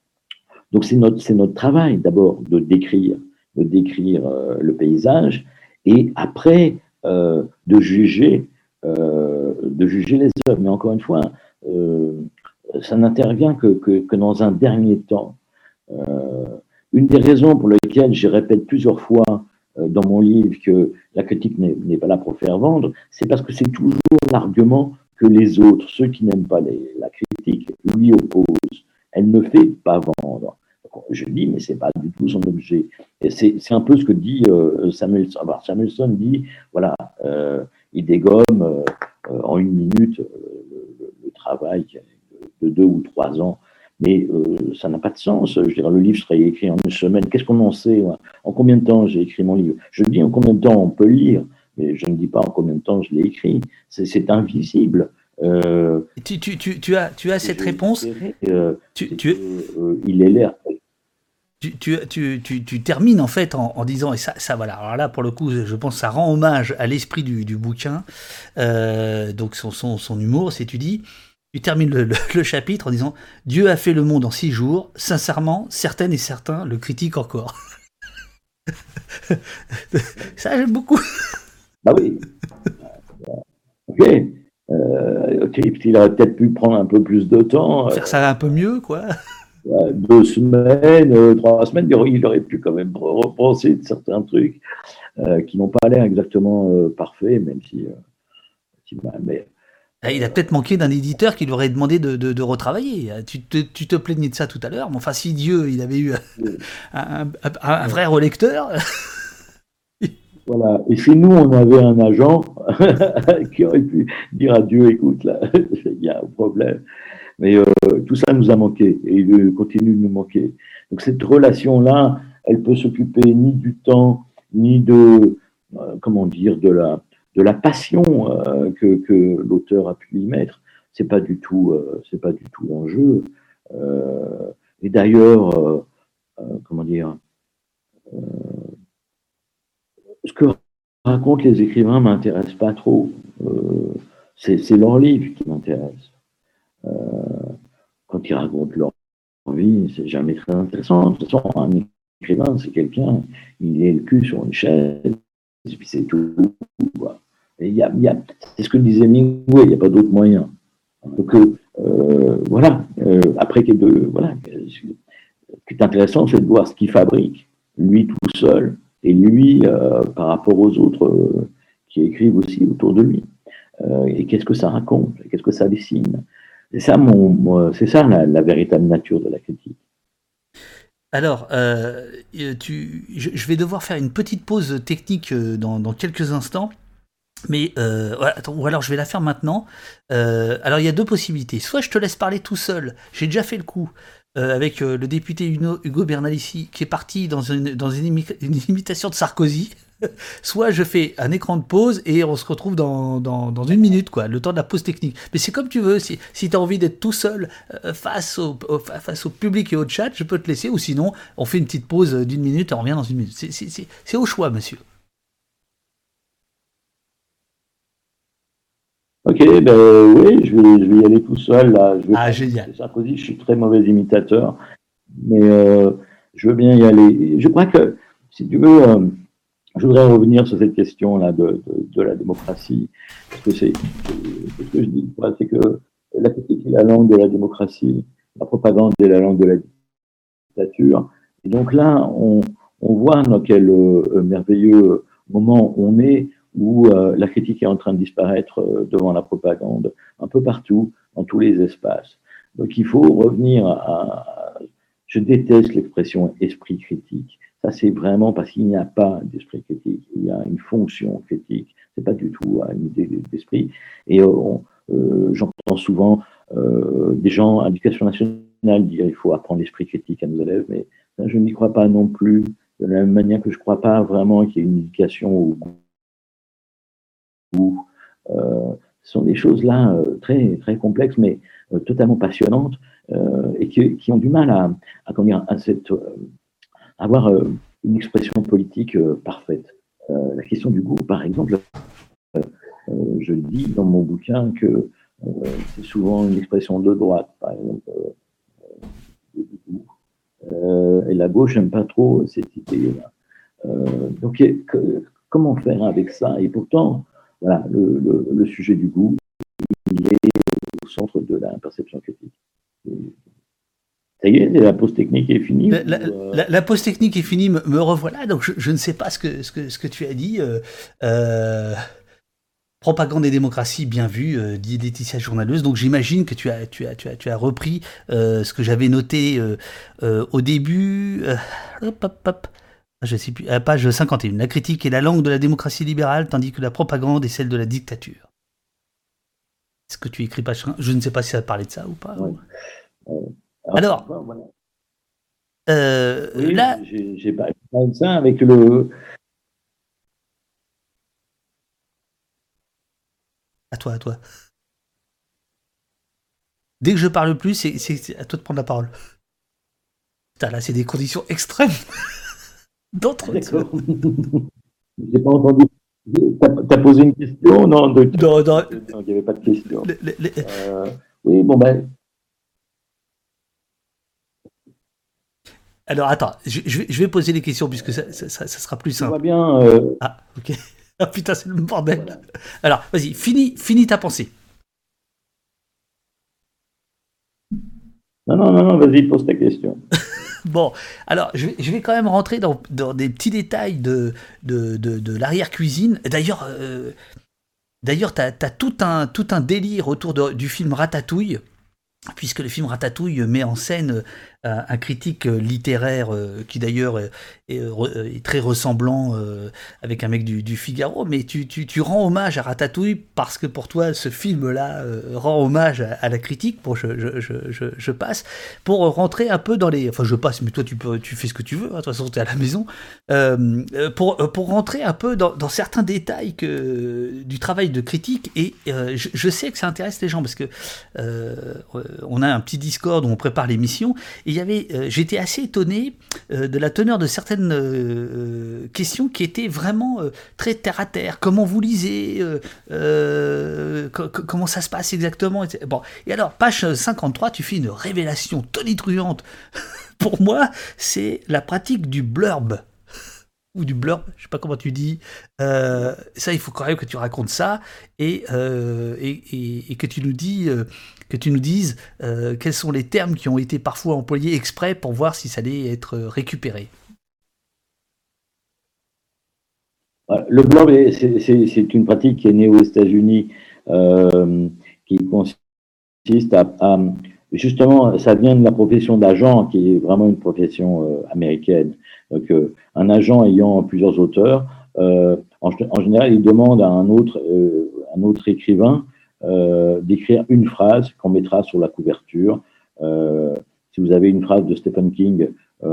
donc c'est notre, c'est notre travail d'abord de décrire, de décrire euh, le paysage, et après euh, de juger, euh, de juger les œuvres. Mais encore une fois, euh, ça n'intervient que, que, que dans un dernier temps. Euh, une des raisons pour lesquelles je répète plusieurs fois euh, dans mon livre que la critique n'est pas là pour faire vendre, c'est parce que c'est toujours l'argument que les autres, ceux qui n'aiment pas les, la critique, lui opposent. Elle ne fait pas vendre. Donc, je dis, mais c'est pas du tout son objet. Et c'est un peu ce que dit euh, Samuelson. Alors, Samuelson dit, voilà, euh, il dégomme euh, en une minute euh, le, le travail de deux ou trois ans. Mais euh, ça n'a pas de sens. Je veux dire, le livre serait écrit en une semaine. Qu'est-ce qu'on en sait? Ouais. En combien de temps j'ai écrit mon livre? Je dis en combien de temps on peut lire, mais je ne dis pas en combien de temps je l'ai écrit. C'est invisible. Euh, tu, tu, tu, tu as, tu as cette réponse. Euh, tu, tu, euh, il est l'air. Tu, tu, tu, tu, tu termines en fait en, en disant, et ça, ça voilà, alors là pour le coup, je pense que ça rend hommage à l'esprit du, du bouquin, euh, donc son, son, son humour, c'est tu dis. Tu termines le, le, le chapitre en disant « Dieu a fait le monde en six jours. Sincèrement, certaines et certains le critiquent encore. » Ça, j'aime beaucoup. Ah oui. Ok. Euh, il aurait peut-être pu prendre un peu plus de temps. Faire ça un peu mieux, quoi. Deux semaines, trois semaines, il aurait pu quand même repenser de certains trucs euh, qui n'ont pas l'air exactement euh, parfaits, même si... Euh, si mais, il a peut-être manqué d'un éditeur qui lui aurait demandé de, de, de retravailler. Tu te, tu te plaignais de ça tout à l'heure, mais enfin, si Dieu, il avait eu un, un, un, un vrai relecteur... Voilà. Et si nous, on avait un agent qui aurait pu dire à Dieu, écoute, là, il y a un problème. Mais euh, tout ça nous a manqué et il continue de nous manquer. Donc cette relation-là, elle peut s'occuper ni du temps, ni de, euh, comment dire, de la, de la passion euh, que, que l'auteur a pu y mettre. C'est pas du tout, euh, c'est pas du tout l'enjeu. Euh, et d'ailleurs, euh, euh, comment dire, euh, ce que racontent les écrivains m'intéresse pas trop. Euh, c'est leur livre qui m'intéresse. Euh, quand ils racontent leur vie, c'est jamais très intéressant. De toute façon, un écrivain, c'est quelqu'un, il est le cul sur une chaise, et puis c'est tout. Et il y a, il y a, c'est ce que disait Hemingway, il n'y a pas d'autre moyen. Donc, euh, voilà. Euh, après, de, voilà. Ce qui est intéressant, c'est de voir ce qu'il fabrique, lui tout seul, et lui euh, par rapport aux autres euh, qui écrivent aussi autour de lui. Euh, et qu'est-ce que ça raconte, qu'est-ce que ça dessine. C'est ça, mon, mon, c'est ça la, la véritable nature de la critique. Alors, euh, tu, je, je vais devoir faire une petite pause technique dans, dans quelques instants. Mais euh, ouais, attends, ou alors je vais la faire maintenant. Euh, alors il y a deux possibilités. Soit je te laisse parler tout seul. J'ai déjà fait le coup euh, avec euh, le député Hugo, Hugo Bernalici qui est parti dans une, dans une, imi- une imitation de Sarkozy. Soit je fais un écran de pause et on se retrouve dans, dans, dans une minute, quoi, le temps de la pause technique. Mais c'est comme tu veux. Si, si tu as envie d'être tout seul euh, face, au, au, face au public et au chat, je peux te laisser. Ou sinon, on fait une petite pause d'une minute et on revient dans une minute. C'est, c'est, c'est, c'est au choix, monsieur. Ok, ben oui, je vais, je vais y aller tout seul. Là. Je vais Ah, génial. Sarkozy, je suis très mauvais imitateur, mais euh, je veux bien y aller. Je crois que, si tu veux, euh, je voudrais revenir sur cette question-là de, de, de la démocratie, parce que c'est, c'est ce que je dis, c'est que la critique est la langue de la démocratie, la propagande est la langue de la dictature. Et donc là, on, on voit dans quel euh, merveilleux moment on est, où euh, la critique est en train de disparaître euh, devant la propagande, un peu partout, dans tous les espaces. Donc il faut revenir à... à je déteste l'expression esprit critique. Ça, c'est vraiment parce qu'il n'y a pas d'esprit critique. Il y a une fonction critique. C'est pas du tout euh, une idée d'esprit. Et euh, euh, j'entends souvent euh, des gens à l'éducation nationale dire il faut apprendre l'esprit critique à nos élèves, mais ça, je n'y crois pas non plus. De la même manière que je ne crois pas vraiment qu'il y ait une éducation au goût. Euh, ce sont des choses là euh, très, très complexes, mais euh, totalement passionnantes euh, et qui, qui ont du mal à, à, comment dire, à cette, euh, avoir euh, une expression politique euh, parfaite. Euh, la question du goût, par exemple, euh, euh, je dis dans mon bouquin que euh, c'est souvent une expression de droite, par exemple. Euh, euh, et la gauche n'aime pas trop cette idée-là. Euh, donc, que, comment faire avec ça? Et pourtant, voilà, le, le, le sujet du goût, il est au centre de la perception critique. Et, ça y est, la pause technique est finie. La, la, euh... la, la pause technique est finie, me, me revoilà. Donc je, je ne sais pas ce que, ce que, ce que tu as dit. Euh, euh, propagande et démocratie, bien vu, euh, dit Laetitia Journaleuse. Donc j'imagine que tu as, tu as, tu as, tu as repris euh, ce que j'avais noté euh, euh, au début. Euh, hop, hop, hop. Je sais plus, à page cinquante et un. La critique est la langue de la démocratie libérale, tandis que la propagande est celle de la dictature. Est-ce que tu écris page Je ne sais pas si ça parlait de ça ou pas. Ouais. Euh, Alors, Alors voilà. euh, oui, là... j'ai parlé de ça avec le... À toi, à toi. Dès que je parle plus, c'est à toi de prendre la parole. Putain, là, c'est des conditions extrêmes d'entretien. D'accord. J'ai pas entendu. T'as posé une question? Non, de... non, non. non, il n'y avait pas de question. Le, le, le... Euh, oui, bon ben. Alors attends, je, je, vais, je vais poser les questions puisque ça, ça, ça, ça sera plus simple. On va bien. Euh... Ah, ok. Ah putain, c'est le bordel. Voilà. Alors, vas-y, finis, finis ta pensée. Non, non, non, non, vas-y, pose ta question. Bon, alors je vais, je vais quand même rentrer dans, dans des petits détails de, de, de, de l'arrière-cuisine. D'ailleurs, euh, d'ailleurs, t'as, t'as tout un, tout un délire autour de, du film Ratatouille, puisque le film Ratatouille met en scène euh, un critique littéraire euh, qui d'ailleurs est, est, est très ressemblant euh, avec un mec du, du Figaro, mais tu, tu, tu rends hommage à Ratatouille parce que pour toi ce film-là euh, rend hommage à, à la critique. Bon, je, je, je, je passe pour rentrer un peu dans les... Enfin, je passe, mais toi tu, peux, tu fais ce que tu veux, hein, de toute façon tu es à la maison. Euh, pour, pour rentrer un peu dans, dans certains détails que, du travail de critique, et euh, je, je sais que ça intéresse les gens parce que euh, on a un petit Discord où on prépare l'émission, et il y avait, euh, j'étais assez étonné euh, de la teneur de certaines euh, questions qui étaient vraiment euh, très terre à terre. Comment vous lisez euh, euh, co- comment ça se passe exactement, et cetera. Bon, et alors page cinquante-trois, tu fais une révélation tonitruante. Pour moi, c'est la pratique du blurb. ou du blurb, je sais pas comment tu dis. Euh, ça, il faut quand même que tu racontes ça et, euh, et, et, et que tu nous dis, euh, que tu nous dises euh, quels sont les termes qui ont été parfois employés exprès pour voir si ça allait être récupéré. Le blurb, c'est une pratique qui est née aux États-Unis, euh, qui consiste à, à, justement, ça vient de la profession d'agent, qui est vraiment une profession euh, américaine. Donc, euh, un agent ayant plusieurs auteurs, euh, en, en, général, il demande à un autre, euh, un autre écrivain euh, d'écrire une phrase qu'on mettra sur la couverture. Euh, si vous avez une phrase de Stephen King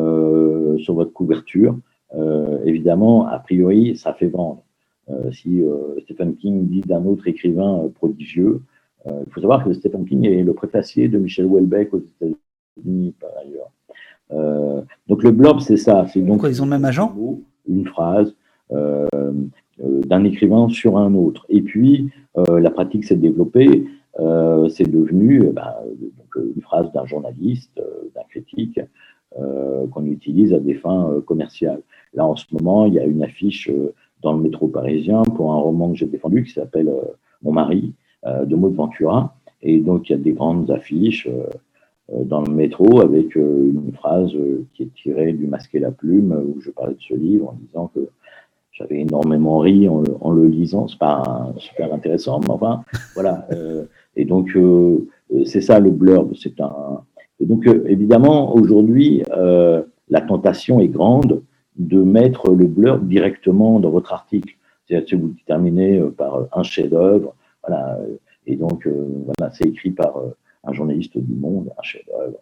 euh, sur votre couverture, Euh, évidemment, a priori, ça fait vendre. Euh, si euh, Stephen King dit d'un autre écrivain euh, prodigieux, euh, il faut savoir que Stephen King est le préfacier de Michel Houellebecq aux États-Unis, par ailleurs. Euh, donc le blurb, c'est ça. C'est donc Quoi, ils ont le même agent ? Une phrase euh, euh, d'un écrivain sur un autre. Et puis, euh, la pratique s'est développée. Euh, c'est devenu bah, donc, une phrase d'un journaliste, euh, d'un critique, euh, qu'on utilise à des fins euh, commerciales. Là, en ce moment, il y a une affiche euh, dans le métro parisien pour un roman que j'ai défendu qui s'appelle euh, Mon mari, euh, de Maud Ventura. Et donc, il y a des grandes affiches euh, euh, dans le métro avec euh, une phrase euh, qui est tirée du Masque et la plume, où je parlais de ce livre en disant que j'avais énormément ri en, en le lisant. C'est pas un, super intéressant, mais enfin, voilà. Euh, et donc, euh, c'est ça le blurb. C'est un. Et donc, euh, évidemment, aujourd'hui, euh, la tentation est grande de mettre le blurb directement dans votre article. C'est-à-dire que vous terminez par un chef-d'œuvre, voilà. Et donc, euh, voilà, c'est écrit par euh, un journaliste du Monde, un chef-d'œuvre.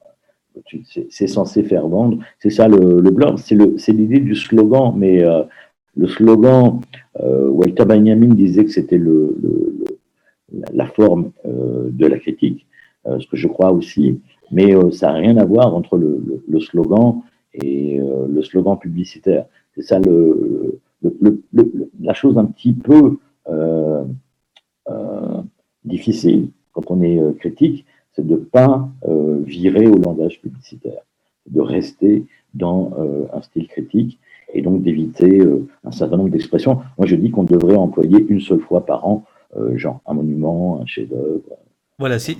C'est censé faire vendre. C'est ça le, le blurb. C'est l'idée du slogan, mais euh, le slogan, euh, Walter Benjamin disait que c'était le, le, le, la forme euh, de la critique, euh, ce que je crois aussi, mais euh, ça n'a rien à voir entre le, le, le slogan et euh, le slogan publicitaire. C'est ça le, le, la chose un petit peu euh, euh, difficile quand on est euh, critique, c'est de ne pas euh, virer au langage publicitaire, de rester dans euh, un style critique et donc d'éviter euh, un certain nombre d'expressions. Moi, je dis qu'on devrait employer une seule fois par an, euh, genre un monument, un chef-d'œuvre. Voilà, c'est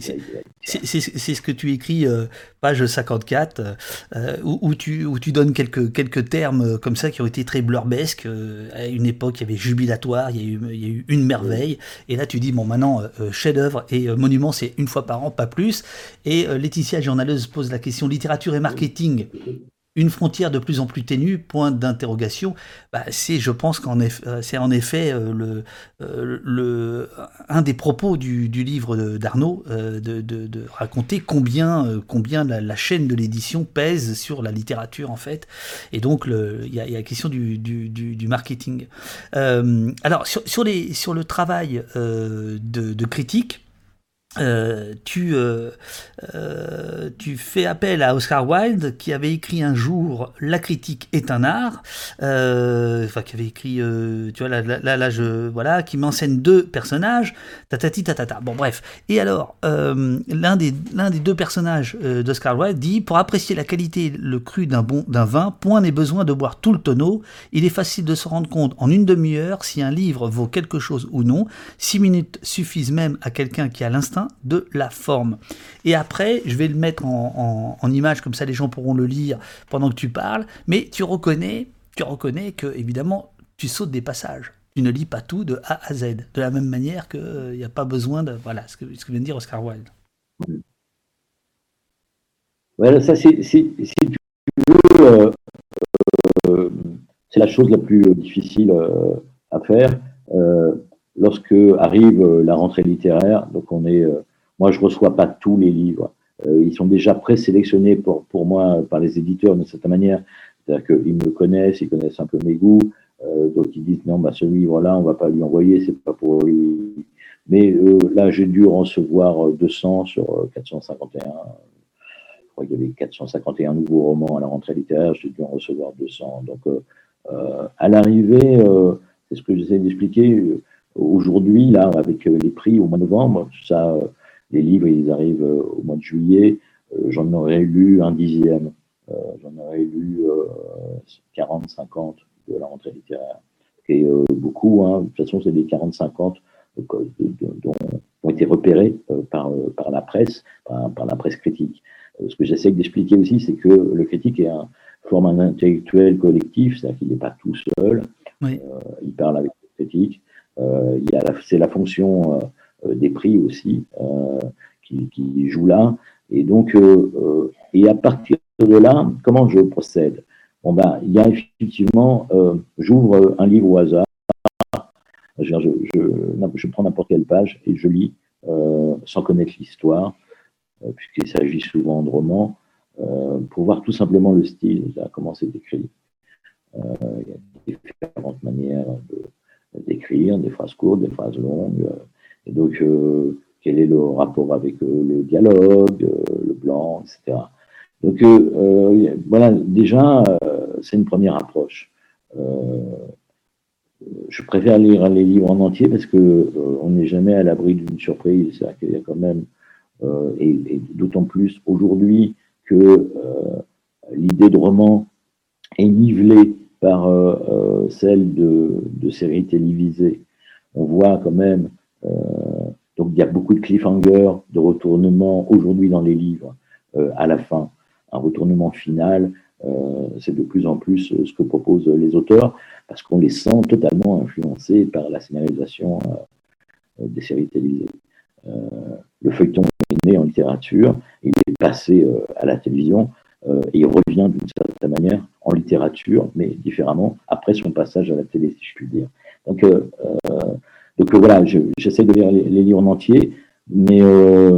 ce que tu écris, euh, page cinquante-quatre, euh, où, où, tu, où tu donnes quelques, quelques termes comme ça qui ont été très blurbesques. Euh, à une époque, il y avait jubilatoire, il y a eu, il y a eu une merveille. Et là, tu dis, bon, maintenant, euh, chef-d'œuvre et euh, monument, c'est une fois par an, pas plus. Et euh, Laetitia, journaleuse, pose la question littérature et marketing. Une frontière de plus en plus ténue, point d'interrogation. Bah, c'est, je pense qu'en effet, c'est en effet euh, le, euh, le, un des propos du, du livre d'Arnaud, euh, de, de, de raconter combien, euh, combien la, la chaîne de l'édition pèse sur la littérature en fait. Et donc il y a, y a la question du, du, du, du marketing. Euh, alors sur, sur, les, sur le travail euh, de, de critique. Euh, tu, euh, euh, tu fais appel à Oscar Wilde qui avait écrit un jour La critique est un art, euh, enfin qui avait écrit, euh, tu vois là, là, là je voilà, qui m'enseigne deux personnages, tatati tatata. Bon bref. Et alors euh, l'un des l'un des deux personnages euh, d'Oscar Wilde dit pour apprécier la qualité, le cru d'un bon d'un vin, point n'est besoin de boire tout le tonneau. Il est facile de se rendre compte en une demi-heure si un livre vaut quelque chose ou non. Six minutes suffisent même à quelqu'un qui a l'instinct de la forme. Et après, je vais le mettre en, en, en image, comme ça les gens pourront le lire pendant que tu parles, mais tu reconnais, tu reconnais que, évidemment, tu sautes des passages. Tu ne lis pas tout de A à Z, de la même manière qu'il n'y euh, a pas besoin de... Voilà, ce que, ce que vient de dire Oscar Wilde. Voilà, ça, c'est, si, si tu veux, euh, euh, c'est la chose la plus difficile euh, à faire. Euh, Lorsque arrive la rentrée littéraire, donc on est, euh, moi je reçois pas tous les livres, euh, ils sont déjà présélectionnés pour pour moi par les éditeurs de cette manière, c'est-à-dire qu'ils me connaissent, ils connaissent un peu mes goûts, euh, donc ils disent non bah ce livre-là on va pas lui envoyer, c'est pas pour lui. Mais euh, là j'ai dû recevoir deux cents sur quatre cent cinquante et un. Je crois qu'il y avait quatre cent cinquante et un nouveaux romans à la rentrée littéraire, j'ai dû en recevoir deux cents. Donc euh, euh, à l'arrivée, euh, c'est ce que j'essaie d'expliquer. Euh, Aujourd'hui, là, avec les prix au mois de novembre, ça, les livres, ils arrivent au mois de juillet. J'en aurais lu un dixième. J'en aurais lu quarante, cinquante de la rentrée littéraire. Et euh, beaucoup, hein, de toute façon, c'est des quarante cinquante euh, dont ont été repérés euh, par, euh, par la presse, par, par la presse critique. Euh, ce que j'essaie d'expliquer aussi, c'est que le critique est un, forme un intellectuel collectif, c'est-à-dire qu'il n'est pas tout seul, oui. euh, il parle avec le critique. Euh, il y a la, c'est la fonction euh, des prix aussi euh, qui, qui joue là. Et donc, euh, euh, et à partir de là, comment je procède? Bon ben, il y a effectivement, euh, j'ouvre un livre au hasard, je, je, je, je prends n'importe quelle page et je lis euh, sans connaître l'histoire, euh, puisqu'il s'agit souvent de romans, euh, pour voir tout simplement le style, comment c'est écrit. Euh, il y a différentes manières de, d'écrire, des phrases courtes, des phrases longues, euh, et donc euh, quel est le rapport avec euh, le dialogue, euh, le blanc, et cetera. Donc euh, euh, voilà, déjà, euh, c'est une première approche. Euh, je préfère lire les livres en entier parce que euh, on n'est jamais à l'abri d'une surprise. C'est-à-dire qu'il y a quand même, euh, et, et d'autant plus aujourd'hui que euh, l'idée de roman est nivelée par euh, euh, celle de, de séries télévisées. On voit quand même, euh, donc il y a beaucoup de cliffhangers, de retournements aujourd'hui dans les livres euh, à la fin. Un retournement final, euh, c'est de plus en plus ce que proposent les auteurs, parce qu'on les sent totalement influencés par la scénarisation euh, des séries télévisées. Euh, le feuilleton est né en littérature, il est passé euh, à la télévision, euh, et il revient d'une certaine manière en littérature, mais différemment, après son passage à la télé, si je puis dire. Donc, euh, euh, donc voilà, je, j'essaie de lire les, les livres en entier, mais euh,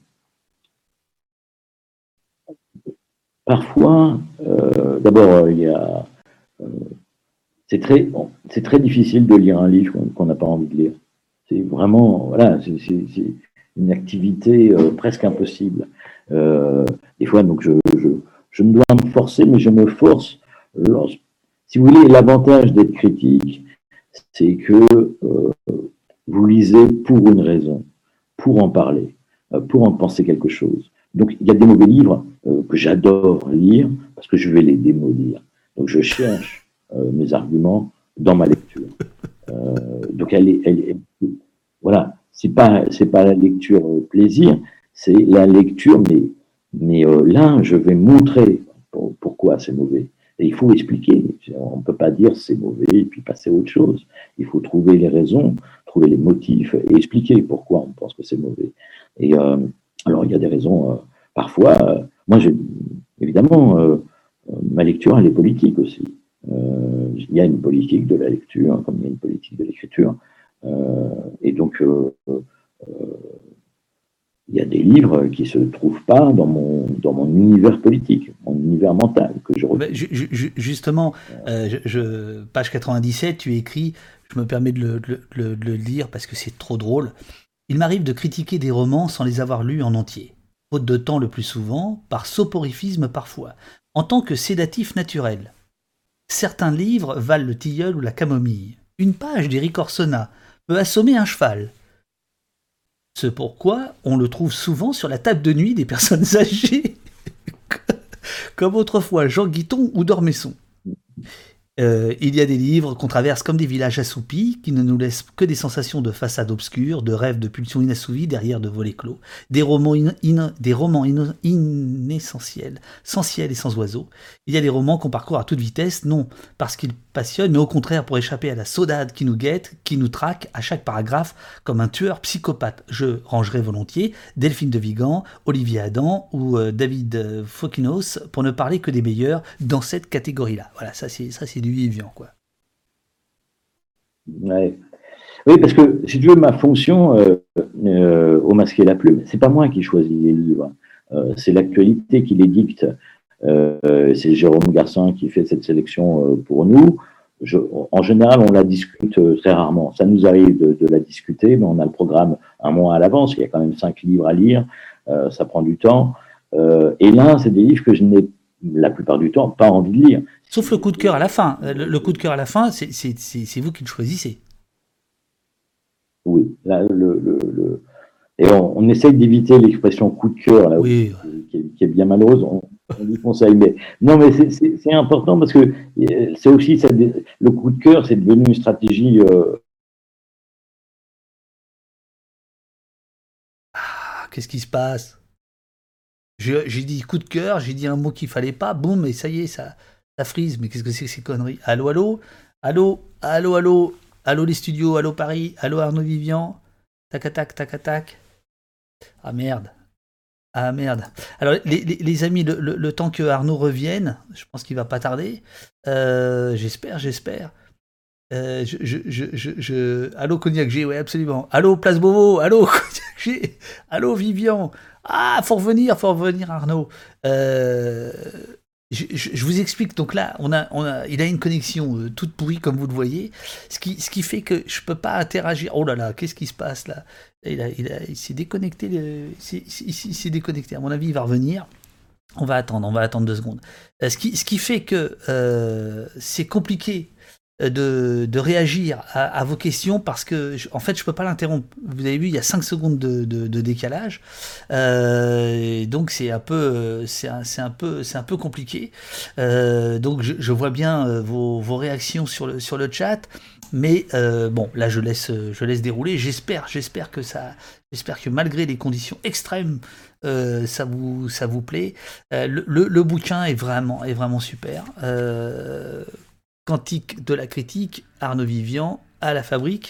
parfois, euh, d'abord, il y a, euh, c'est très, bon, c'est très difficile de lire un livre qu'on n'a pas envie de lire. C'est vraiment, voilà, c'est, c'est, c'est une activité euh, presque impossible. Euh, des fois, donc, je, je, je me dois me forcer, mais je me force. Lors, si vous voulez, l'avantage d'être critique, c'est que euh, vous lisez pour une raison, pour en parler, euh, pour en penser quelque chose. Donc, il y a des mauvais livres euh, que j'adore lire parce que je vais les démolir. Donc, je cherche euh, mes arguments dans ma lecture. Euh, donc, elle est, elle est, voilà, c'est pas, c'est pas la lecture euh, plaisir, c'est la lecture, mais, mais euh, là, je vais montrer pour, pourquoi c'est mauvais. Et il faut expliquer. On ne peut pas dire c'est mauvais et puis passer à autre chose. Il faut trouver les raisons, trouver les motifs et expliquer pourquoi on pense que c'est mauvais. Et euh, alors, il y a des raisons. Euh, parfois, euh, moi, j'ai, évidemment, euh, ma lecture, elle est politique aussi. Euh, il y a une politique de la lecture, comme il y a une politique de l'écriture. Euh, et donc, euh, euh, il y a des livres qui ne se trouvent pas dans mon, dans mon univers politique, mon univers mental que je bah, ju- ju- Justement, euh, je, je, page quatre-vingt-dix-sept, tu écris, je me permets de le, de, le, de le lire parce que c'est trop drôle. Il m'arrive de critiquer des romans sans les avoir lus en entier. Faute de temps le plus souvent, par soporifiisme parfois, en tant que sédatif naturel. Certains livres valent le tilleul ou la camomille. Une page d'Éric Orsena peut assommer un cheval. C'est pourquoi on le trouve souvent sur la table de nuit des personnes âgées, comme autrefois Jean Guiton ou Dormesson. Euh, il y a des livres qu'on traverse comme des villages assoupis, qui ne nous laissent que des sensations de façade obscure, de rêves de pulsions inassouvies derrière de volets clos, des romans, in, in, des romans in, inessentiels, sans ciel et sans oiseaux. Il y a des romans qu'on parcourt à toute vitesse, non parce qu'ils passionnent, mais au contraire pour échapper à la saudade qui nous guette, qui nous traque à chaque paragraphe comme un tueur psychopathe. Je rangerai volontiers Delphine de Vigan, Olivier Adam ou euh, David Fokinos, pour ne parler que des meilleurs dans cette catégorie-là. Voilà, ça c'est, ça c'est du vivant, quoi. Ouais. Oui, parce que si tu veux, ma fonction euh, euh, au Masque et la Plume, c'est pas moi qui choisis les livres, euh, c'est l'actualité qui les dicte. Euh, c'est Jérôme Garcin qui fait cette sélection euh, pour nous. Je, en général, on la discute euh, très rarement. Ça nous arrive de, de la discuter, mais on a le programme un mois à l'avance. Il y a quand même cinq livres à lire, euh, ça prend du temps. Euh, et là, c'est des livres que je n'ai la plupart du temps pas envie de lire. Sauf le coup de cœur à la fin. Le, le coup de cœur à la fin, c'est, c'est, c'est, c'est vous qui le choisissez. Oui, là, le, le, le... et on, on essaye d'éviter l'expression coup de cœur, là, oui. qui, qui, est, qui est bien malheureuse. On, on lui conseille. Mais, non, mais c'est- c'est c'est important parce que euh, c'est aussi ça, le coup de cœur, c'est devenu une stratégie. euh, Ah, qu'est-ce qui se passe? Je- J'ai dit coup de cœur, j'ai dit un mot qu'il fallait pas, boum, et ça y est, ça, ça frise. Mais qu'est-ce que c'est que ces conneries? Allô, allô? Allô, allô, allô? Allô les studios, allô Paris, allô Arnaud Vivian? Tac, tac, tac, tac. Ah merde. Ah merde. Alors les, les- les amis, le, le- le temps que Arnaud revienne, je pense qu'il va pas tarder. Euh, j'espère, j'espère. Euh, je, je, je, je, je- Allô Cognac G, ouais absolument. Allô Place Beauvau, allô Cognac G, allô Vivian. Ah, faut revenir, faut revenir Arnaud. Euh, je, je- je vous explique, donc là, on a, on a, il a une connexion euh, toute pourrie comme vous le voyez, ce qui, ce qui fait que je peux pas interagir. Oh là là, qu'est-ce qui se passe là? Il a, il a- il s'est déconnecté, le- il s'est il s'est- il s'est déconnecté. À mon avis, il va revenir. On va attendre, on va attendre deux secondes. Euh, ce, qui, ce qui fait que euh, c'est compliqué euh, de, de réagir à, à vos questions parce que, je- en fait, je peux pas l'interrompre. Vous avez vu, il y a cinq secondes de, de- de décalage. Euh, et donc, c'est un peu, euh, c'est un, c'est un peu, c'est un peu compliqué. Euh, donc, je, je vois bien euh, vos, vos réactions sur le, sur le chat. Mais euh, bon, là, je laisse, je laisse dérouler. J'espère, j'espère que ça, j'espère que malgré les conditions extrêmes, euh, ça vous, ça vous plaît. Euh, le, le- le bouquin est vraiment, est vraiment super. Euh, Quantique de la critique, Arnaud Vivian à la fabrique.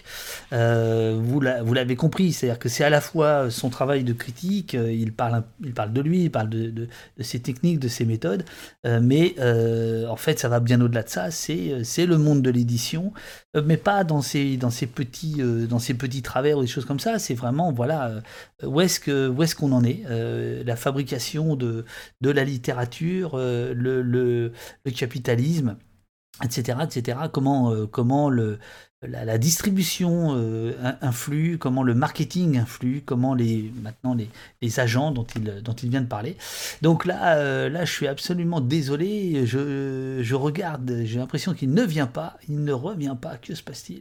Euh, vous la- vous l'avez compris, c'est-à-dire que c'est à la fois son travail de critique, euh, il parle, un- il parle de lui, il parle de, de- de ses techniques, de ses méthodes, euh, mais euh, en fait ça va bien au-delà de ça, c'est euh, c'est le monde de l'édition, euh, mais pas dans ces, dans ces petits, euh, dans ces petits travers ou des choses comme ça, c'est vraiment, voilà, euh, où est-ce que, où est-ce qu'on en est, euh, la fabrication de, de la littérature, euh, le, le, le capitalisme, et cetera, et cetera. Comment, euh, comment le, la, la distribution euh, influe, comment le marketing influe, comment les, maintenant les, les agents dont il, dont il vient de parler. Donc là, euh, là, je suis absolument désolé. Je, je regarde, j'ai l'impression qu'il ne vient pas, il ne revient pas. Que se passe-t-il?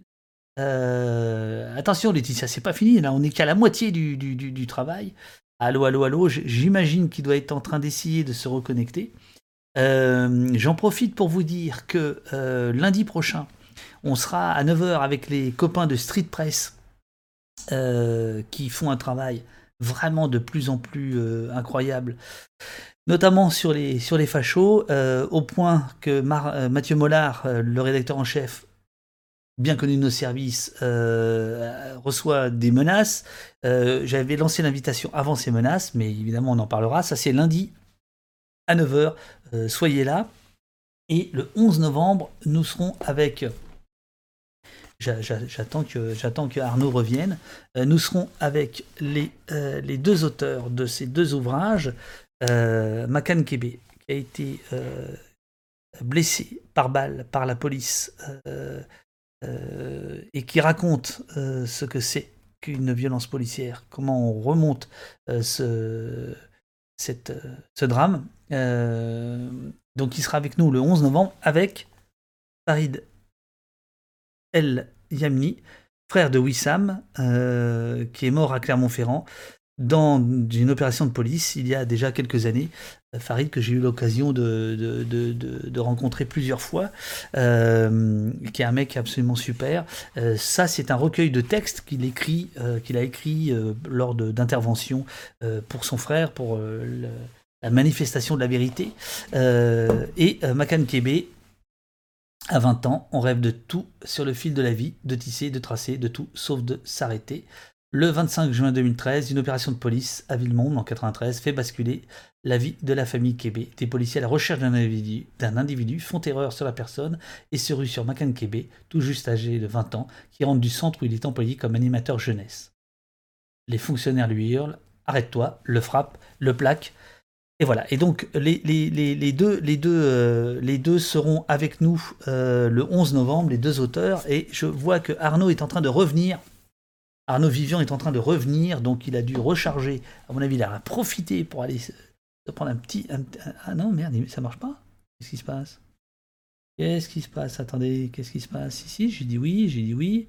Euh, attention, Laetitia, c'est pas fini. Là, on n'est qu'à la moitié du, du, du, du travail. Allô, allô, allô. J'imagine qu'il doit être en train d'essayer de se reconnecter. Euh, J'en profite pour vous dire que euh, lundi prochain, on sera à neuf heures avec les copains de Street Press euh, qui font un travail vraiment de plus en plus euh, incroyable, notamment sur les, sur les fachos, euh, au point que Mar euh, Mathieu Mollard, euh, le rédacteur en chef, bien connu de nos services, euh, reçoit des menaces. Euh, J'avais lancé l'invitation avant ces menaces, mais évidemment on en parlera. Ça c'est lundi à neuf heures. Euh, soyez là. Et le onze novembre, nous serons avec. J'attends que, j'attends que Arnaud revienne. Euh, nous serons avec les, euh, les deux auteurs de ces deux ouvrages. Euh, Makan Kébé, qui a été euh, blessé par balle par la police euh, euh, et qui raconte euh, ce que c'est qu'une violence policière, comment on remonte euh, ce, cette, euh, ce drame. Euh, donc il sera avec nous le onze novembre avec Farid El Yamni, frère de Wissam, euh, qui est mort à Clermont-Ferrand dans une opération de police il y a déjà quelques années. Farid, que j'ai eu l'occasion de, de, de, de, de rencontrer plusieurs fois, euh, qui est un mec absolument super. Euh, ça, c'est un recueil de textes qu'il écrit, euh, qu'il a écrit euh, lors d'interventions euh, pour son frère, pour euh, le, la manifestation de la vérité. Euh, et euh, Makan Kébé, à vingt ans, on rêve de tout sur le fil de la vie, de tisser, de tracer, de tout, sauf de s'arrêter. Le vingt-cinq juin deux mille treize, une opération de police à Villemonde, en quatre-vingt-treize, fait basculer la vie de la famille Kébé. Des policiers à la recherche d'un individu, d'un individu font erreur sur la personne et se ruent sur Makan Kébé, tout juste âgé de vingt ans, qui rentre du centre où il est employé comme animateur jeunesse. Les fonctionnaires lui hurlent « Arrête-toi », le frappent, le plaquent. Et voilà. Et donc les, les, les, les deux, les, deux, euh, les deux seront avec nous euh, le onze novembre, les deux auteurs. Et je vois que Arnaud est en train de revenir. Arnaud Vivian est en train de revenir, donc il a dû recharger. À mon avis, il a profité pour aller se, se prendre un petit. Un, un, ah non, merde, ça marche pas. Qu'est-ce qui se passe? Qu'est-ce qui se passe? Attendez, qu'est-ce qui se passe ici? J'ai dit oui, j'ai dit oui.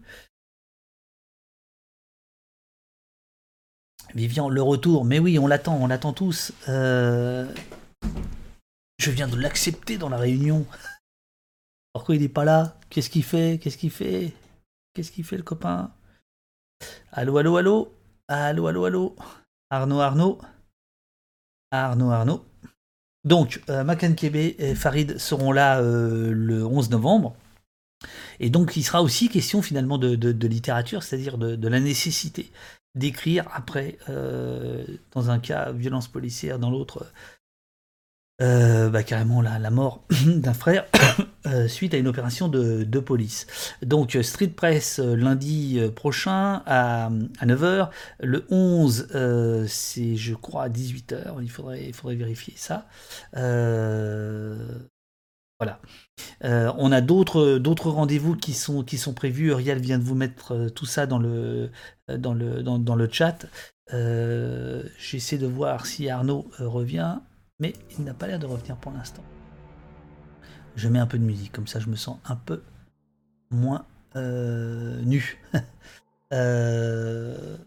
Vivian, le retour. Mais oui, on l'attend, on l'attend tous. Euh... je viens de l'accepter dans la réunion. Pourquoi il n'est pas là? Qu'est-ce qu'il fait? Qu'est-ce qu'il fait? Qu'est-ce qu'il fait, le copain? Allô, allô, allô? Allô, allô, allô? Arnaud, Arnaud? Arnaud, Arnaud? Donc, euh, Makan Kébé et Farid seront là euh, le onze novembre. Et donc, il sera aussi question finalement de, de, de littérature, c'est-à-dire de, de la nécessité d'écrire après, euh, dans un cas, violence policière, dans l'autre, euh, bah, carrément la, la mort d'un frère euh, suite à une opération de, de police. Donc, Street Press euh, lundi prochain à, à neuf heures. Le onze, euh, c'est je crois à dix-huit heures. Il faudrait, il faudrait vérifier ça. Euh, voilà. Euh, on a d'autres, d'autres rendez-vous qui sont, qui sont prévus. Uriel vient de vous mettre euh, tout ça dans le, dans le, dans, dans le chat. Euh, j'essaie de voir si Arnaud euh, revient, mais il n'a pas l'air de revenir pour l'instant. Je mets un peu de musique, comme ça je me sens un peu moins euh, nu. euh...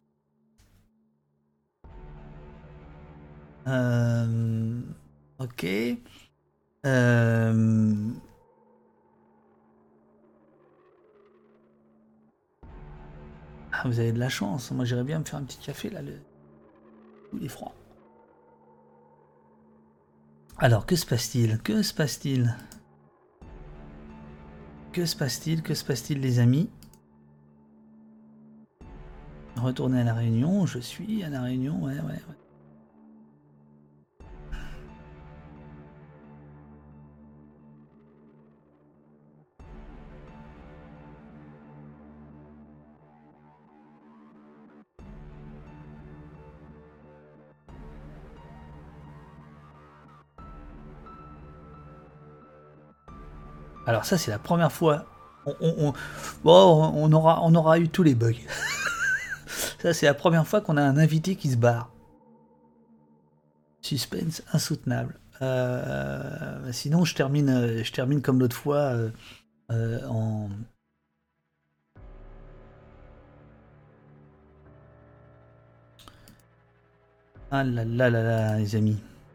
Euh... Ok. Euh... Ah, vous avez de la chance. Moi, j'irais bien me faire un petit café, là. Le... Il est froid. Alors, que se passe-t-il? Que se passe-t-il? Que se passe-t-il? Que se passe-t-il, les amis? Retourner à la Réunion. Je suis à la Réunion. Ouais, ouais, ouais. Alors ça, c'est la première fois. On, on, on, bon, on, aura, on aura eu tous les bugs. Ça, c'est la première fois qu'on a un invité qui se barre. Suspense insoutenable. Euh, sinon, je termine, je termine comme l'autre fois euh, euh, en... Ah là là là là, les amis.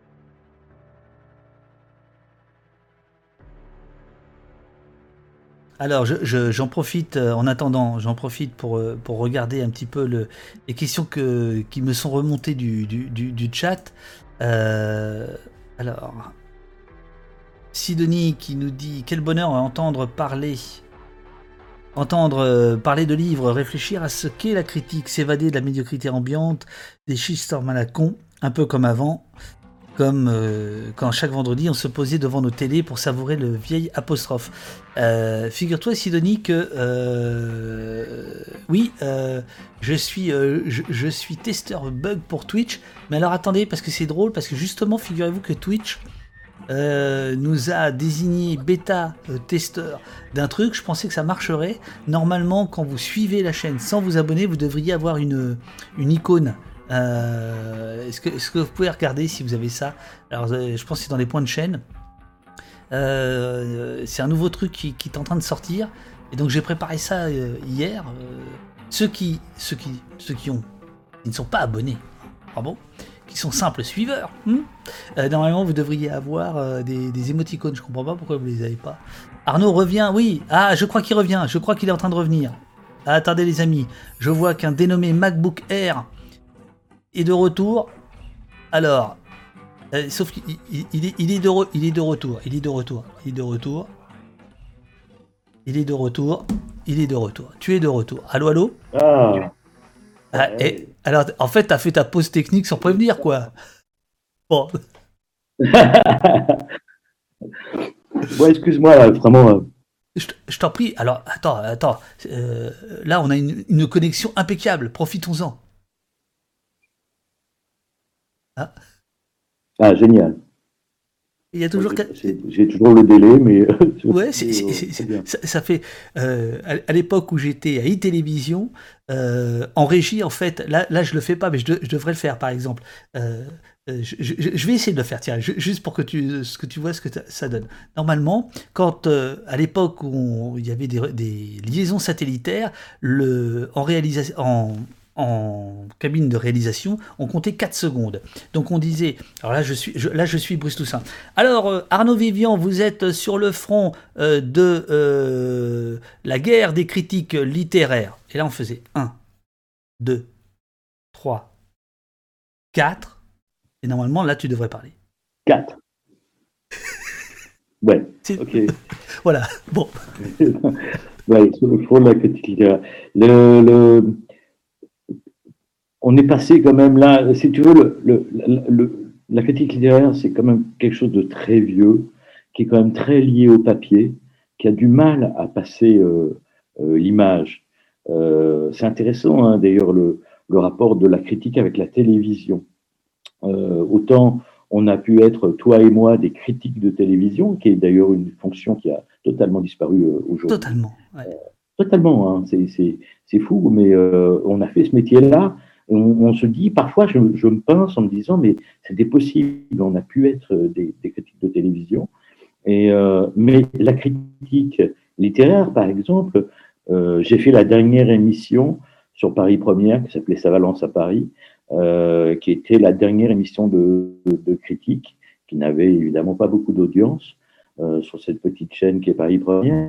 Alors, je, je, j'en profite, euh, en attendant, j'en profite pour, euh, pour regarder un petit peu le, les questions que, qui me sont remontées du, du, du, du chat. Euh, alors, Sidonie qui nous dit « Quel bonheur à entendre parler, entendre euh, parler de livres, réfléchir à ce qu'est la critique, s'évader de la médiocrité ambiante, des shitstorms à la con, un peu comme avant. » Comme euh, quand chaque vendredi on se posait devant nos télés pour savourer le vieil apostrophe. Euh, figure-toi, Sidonie, que euh, oui, euh, je suis, euh, je, je suis testeur bug pour Twitch. Mais alors attendez, parce que c'est drôle, parce que justement, figurez-vous que Twitch euh, nous a désigné bêta euh, testeur d'un truc. Je pensais que ça marcherait. Normalement, quand vous suivez la chaîne sans vous abonner, vous devriez avoir une, une icône. Euh, est-ce que, est-ce que vous pouvez regarder si vous avez ça? Alors, euh, je pense que c'est dans les points de chaîne. Euh, c'est un nouveau truc qui, qui est en train de sortir. Et donc, j'ai préparé ça euh, hier. Euh, ceux qui, ceux qui, ceux qui ont, qui ne sont pas abonnés, bravo, qui sont simples suiveurs. Hmm euh, normalement, vous devriez avoir euh, des, des émoticônes. Je comprends pas pourquoi vous les avez pas. Arnaud revient, oui. Ah, je crois qu'il revient. Je crois qu'il est en train de revenir. Ah, attendez, les amis. Je vois qu'un dénommé MacBook Air est de retour. Alors, euh, sauf qu'il il, il est, il est de re, il est de retour. Il est de retour. Il est de retour. Il est de retour. Il est de retour. Tu es de retour. Allô, allô. Ah. Ah, et, alors, en fait, t'as fait ta pause technique sans prévenir, quoi. Bon. Bon, excuse-moi, là, vraiment. Je, je t'en prie. Alors, attends, attends. Euh, là, on a une, une connexion impeccable. Profitons-en. Ah. Ah, génial. Il y a toujours. Ouais, j'ai, j'ai toujours le délai, mais. Ouais, c'est, c'est, c'est, c'est, ça, ça fait. Euh, à, à l'époque où j'étais à iTélévision, euh, en régie, en fait, là, là, je le fais pas, mais je, de, je devrais le faire, par exemple. Euh, je, je, je vais essayer de le faire, tiens, juste pour que tu, ce que tu vois ce que ça donne. Normalement, quand euh, à l'époque où on, il y avait des, des liaisons satellitaires, le, en réalisation, en en cabine de réalisation, on comptait quatre secondes. Donc on disait, alors là je suis, je, là je suis Bruce Toussaint. Alors euh, Arnaud Vivian, vous êtes sur le front euh, de euh, la guerre des critiques littéraires. Et là on faisait un, deux, trois, quatre. Et normalement là tu devrais parler. quatre. Ouais, C'est... ok. Voilà, bon. Ouais, sur le front de la critique littéraire. Le, le... On est passé quand même là, si tu veux, le, le, le, la critique littéraire, c'est quand même quelque chose de très vieux, qui est quand même très lié au papier, qui a du mal à passer euh, euh, l'image. Euh, c'est intéressant, hein, d'ailleurs, le, le rapport de la critique avec la télévision. Euh, autant on a pu être, toi et moi, des critiques de télévision, qui est d'ailleurs une fonction qui a totalement disparu euh, aujourd'hui. Totalement, ouais. Euh, totalement, hein, c'est, c'est, c'est fou, mais euh, on a fait ce métier-là. On, on se dit, parfois, je, je me pince en me disant, mais c'était possible, on a pu être des, des critiques de télévision. Et, euh, mais la critique littéraire, par exemple, euh, j'ai fait la dernière émission sur Paris Première, qui s'appelait Ça Valence à Paris, euh, qui était la dernière émission de, de, de critique, qui n'avait évidemment pas beaucoup d'audience, euh, sur cette petite chaîne qui est Paris Première.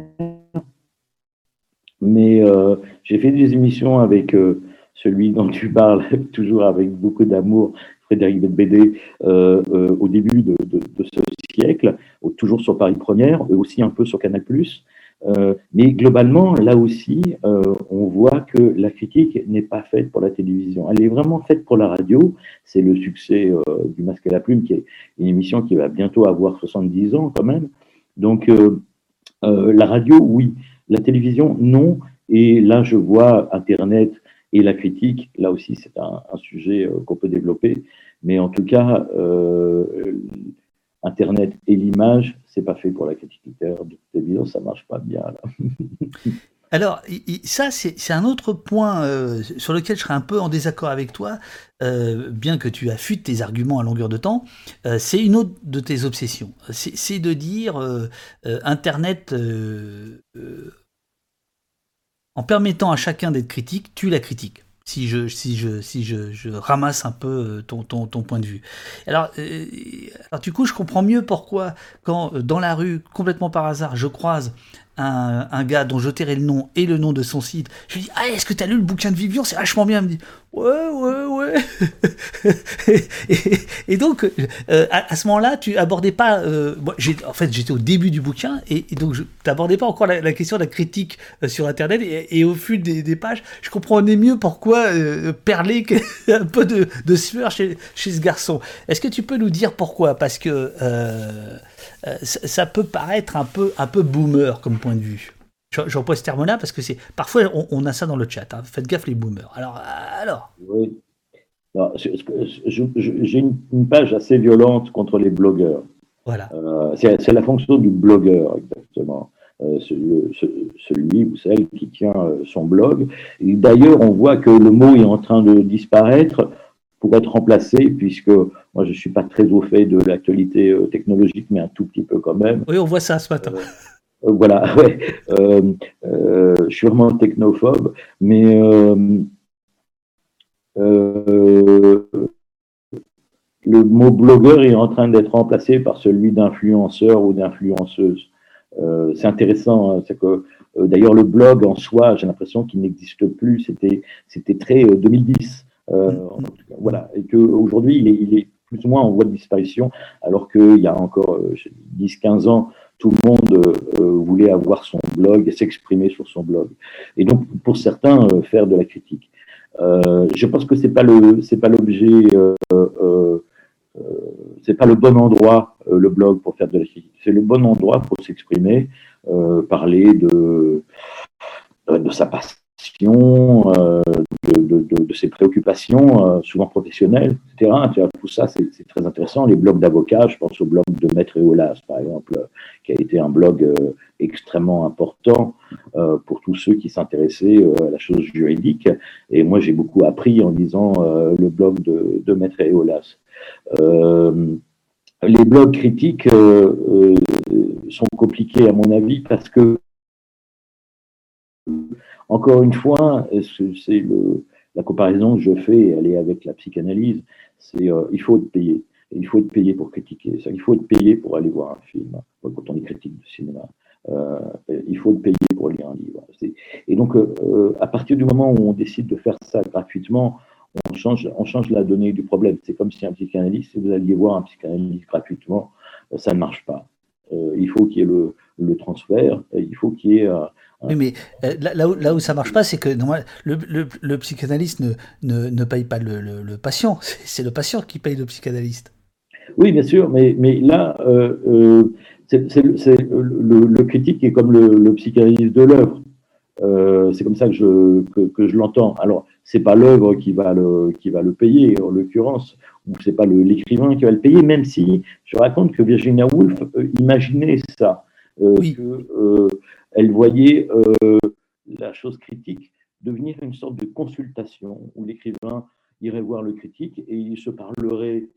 Mais euh, j'ai fait des émissions avec euh, celui dont tu parles, toujours avec beaucoup d'amour, Frédéric Becbédé, euh, euh, au début de, de, de ce siècle, toujours sur Paris Première, et aussi un peu sur Canal plus. Euh, mais globalement, là aussi, euh, on voit que la critique n'est pas faite pour la télévision. Elle est vraiment faite pour la radio. C'est le succès euh, du Masque à la Plume, qui est une émission qui va bientôt avoir soixante-dix ans quand même. Donc, euh, euh, la radio, oui. La télévision, non. Et là, je vois Internet et la critique. Là aussi, c'est un, un sujet euh, qu'on peut développer. Mais en tout cas, euh, Internet et l'image, c'est pas fait pour la critique littéraire de télévision, ça marche pas bien là. Alors, ça, c'est, c'est un autre point euh, sur lequel je serais un peu en désaccord avec toi, euh, bien que tu affûtes tes arguments à longueur de temps. Euh, c'est une autre de tes obsessions. C'est, c'est de dire euh, euh, Internet, euh, euh, en permettant à chacun d'être critique, tue la critique. Si je, si je, si je, je ramasse un peu ton, ton, ton point de vue. Alors, euh, alors, du coup, je comprends mieux pourquoi, quand dans la rue, complètement par hasard, je croise un, un gars dont je tairai le nom et le nom de son site, je lui dis, ah, est-ce que tu as lu le bouquin de Vivian? C'est vachement bien. Il me dit, ouais, ouais, ouais. et, et, et donc, euh, à, à ce moment-là, tu abordais pas. Euh, moi, j'ai, en fait, j'étais au début du bouquin, et, et donc, tu n'abordais pas encore la, la question de la critique euh, sur Internet. Et, et au fil des, des pages, je comprenais mieux pourquoi euh, perler un peu de, de sueur chez, chez ce garçon. Est-ce que tu peux nous dire pourquoi? Parce que euh, euh, ça, ça peut paraître un peu, un peu boomer comme point de vue. J'emploie ce terme-là parce que c'est parfois on, on a ça dans le chat. Hein. Faites gaffe les boomers. Alors, alors. Oui. Alors, je, je, je, j'ai une, une page assez violente contre les blogueurs. Voilà. Euh, c'est, c'est la fonction du blogueur exactement. Euh, celui, celui ou celle qui tient son blog. Et d'ailleurs, on voit que le mot est en train de disparaître pour être remplacé, puisque moi je ne suis pas très au fait de l'actualité technologique, mais un tout petit peu quand même. Oui, on voit ça ce matin. Euh, voilà, ouais. Euh, euh, je suis vraiment technophobe, mais euh, euh, le mot blogueur est en train d'être remplacé par celui d'influenceur ou d'influenceuse. Euh, c'est intéressant, hein, c'est que euh, d'ailleurs le blog en soi, j'ai l'impression qu'il n'existe plus. C'était, c'était très euh, deux mille dix. Euh, mm-hmm. Voilà, et qu'aujourd'hui il est, il est plus ou moins en voie de disparition, alors qu'il y a encore euh, dix quinze ans, tout le monde euh, voulait avoir son blog et s'exprimer sur son blog. Et donc pour certains, euh, faire de la critique. Euh, je pense que c'est pas le, c'est pas l'objet. Euh, euh, Euh, c'est pas le bon endroit, euh, le blog, pour faire de la critique. C'est le bon endroit pour s'exprimer, euh, parler de, de sa passion, euh, de, de, de, de ses préoccupations, euh, souvent professionnelles, et cetera. Tout ça, c'est, c'est très intéressant. Les blogs d'avocats, je pense au blog de Maître Eolas, par exemple, qui a été un blog euh, extrêmement important euh, pour tous ceux qui s'intéressaient euh, à la chose juridique. Et moi, j'ai beaucoup appris en lisant euh, le blog de, de Maître Eolas. Euh, les blogs critiques euh, euh, sont compliqués à mon avis parce que, encore une fois, c'est le, la comparaison que je fais, elle est avec la psychanalyse, c'est euh, il faut être payé. Et il faut être payé pour critiquer ça. Il faut être payé pour aller voir un film, quand on est critique de cinéma. Euh, il faut être payé pour lire un livre. C'est... Et donc, euh, à partir du moment où on décide de faire ça gratuitement, on change, on change la donnée du problème. C'est comme si un psychanalyste, si vous alliez voir un psychanalyste gratuitement, ça ne marche pas. Euh, il faut qu'il y ait le, le transfert, il faut qu'il y ait... Euh, Oui, mais euh, là, là, où, là où ça marche pas, c'est que non, le, le, le psychanalyste ne, ne, ne paye pas le, le, le patient, c'est le patient qui paye le psychanalyste. Oui, bien sûr, mais, mais là, euh, euh, c'est, c'est, c'est le, le critique est comme le, le psychanalyste de l'œuvre. Euh, c'est comme ça que je, que, que je l'entends. Alors, c'est pas l'œuvre qui va le, qui va le payer, en l'occurrence, ou c'est pas le, l'écrivain qui va le payer, même si je raconte que Virginia Woolf euh, imaginait ça, euh, Oui. que euh, elle voyait euh, la chose critique devenir une sorte de consultation où l'écrivain irait voir le critique et il se parlerait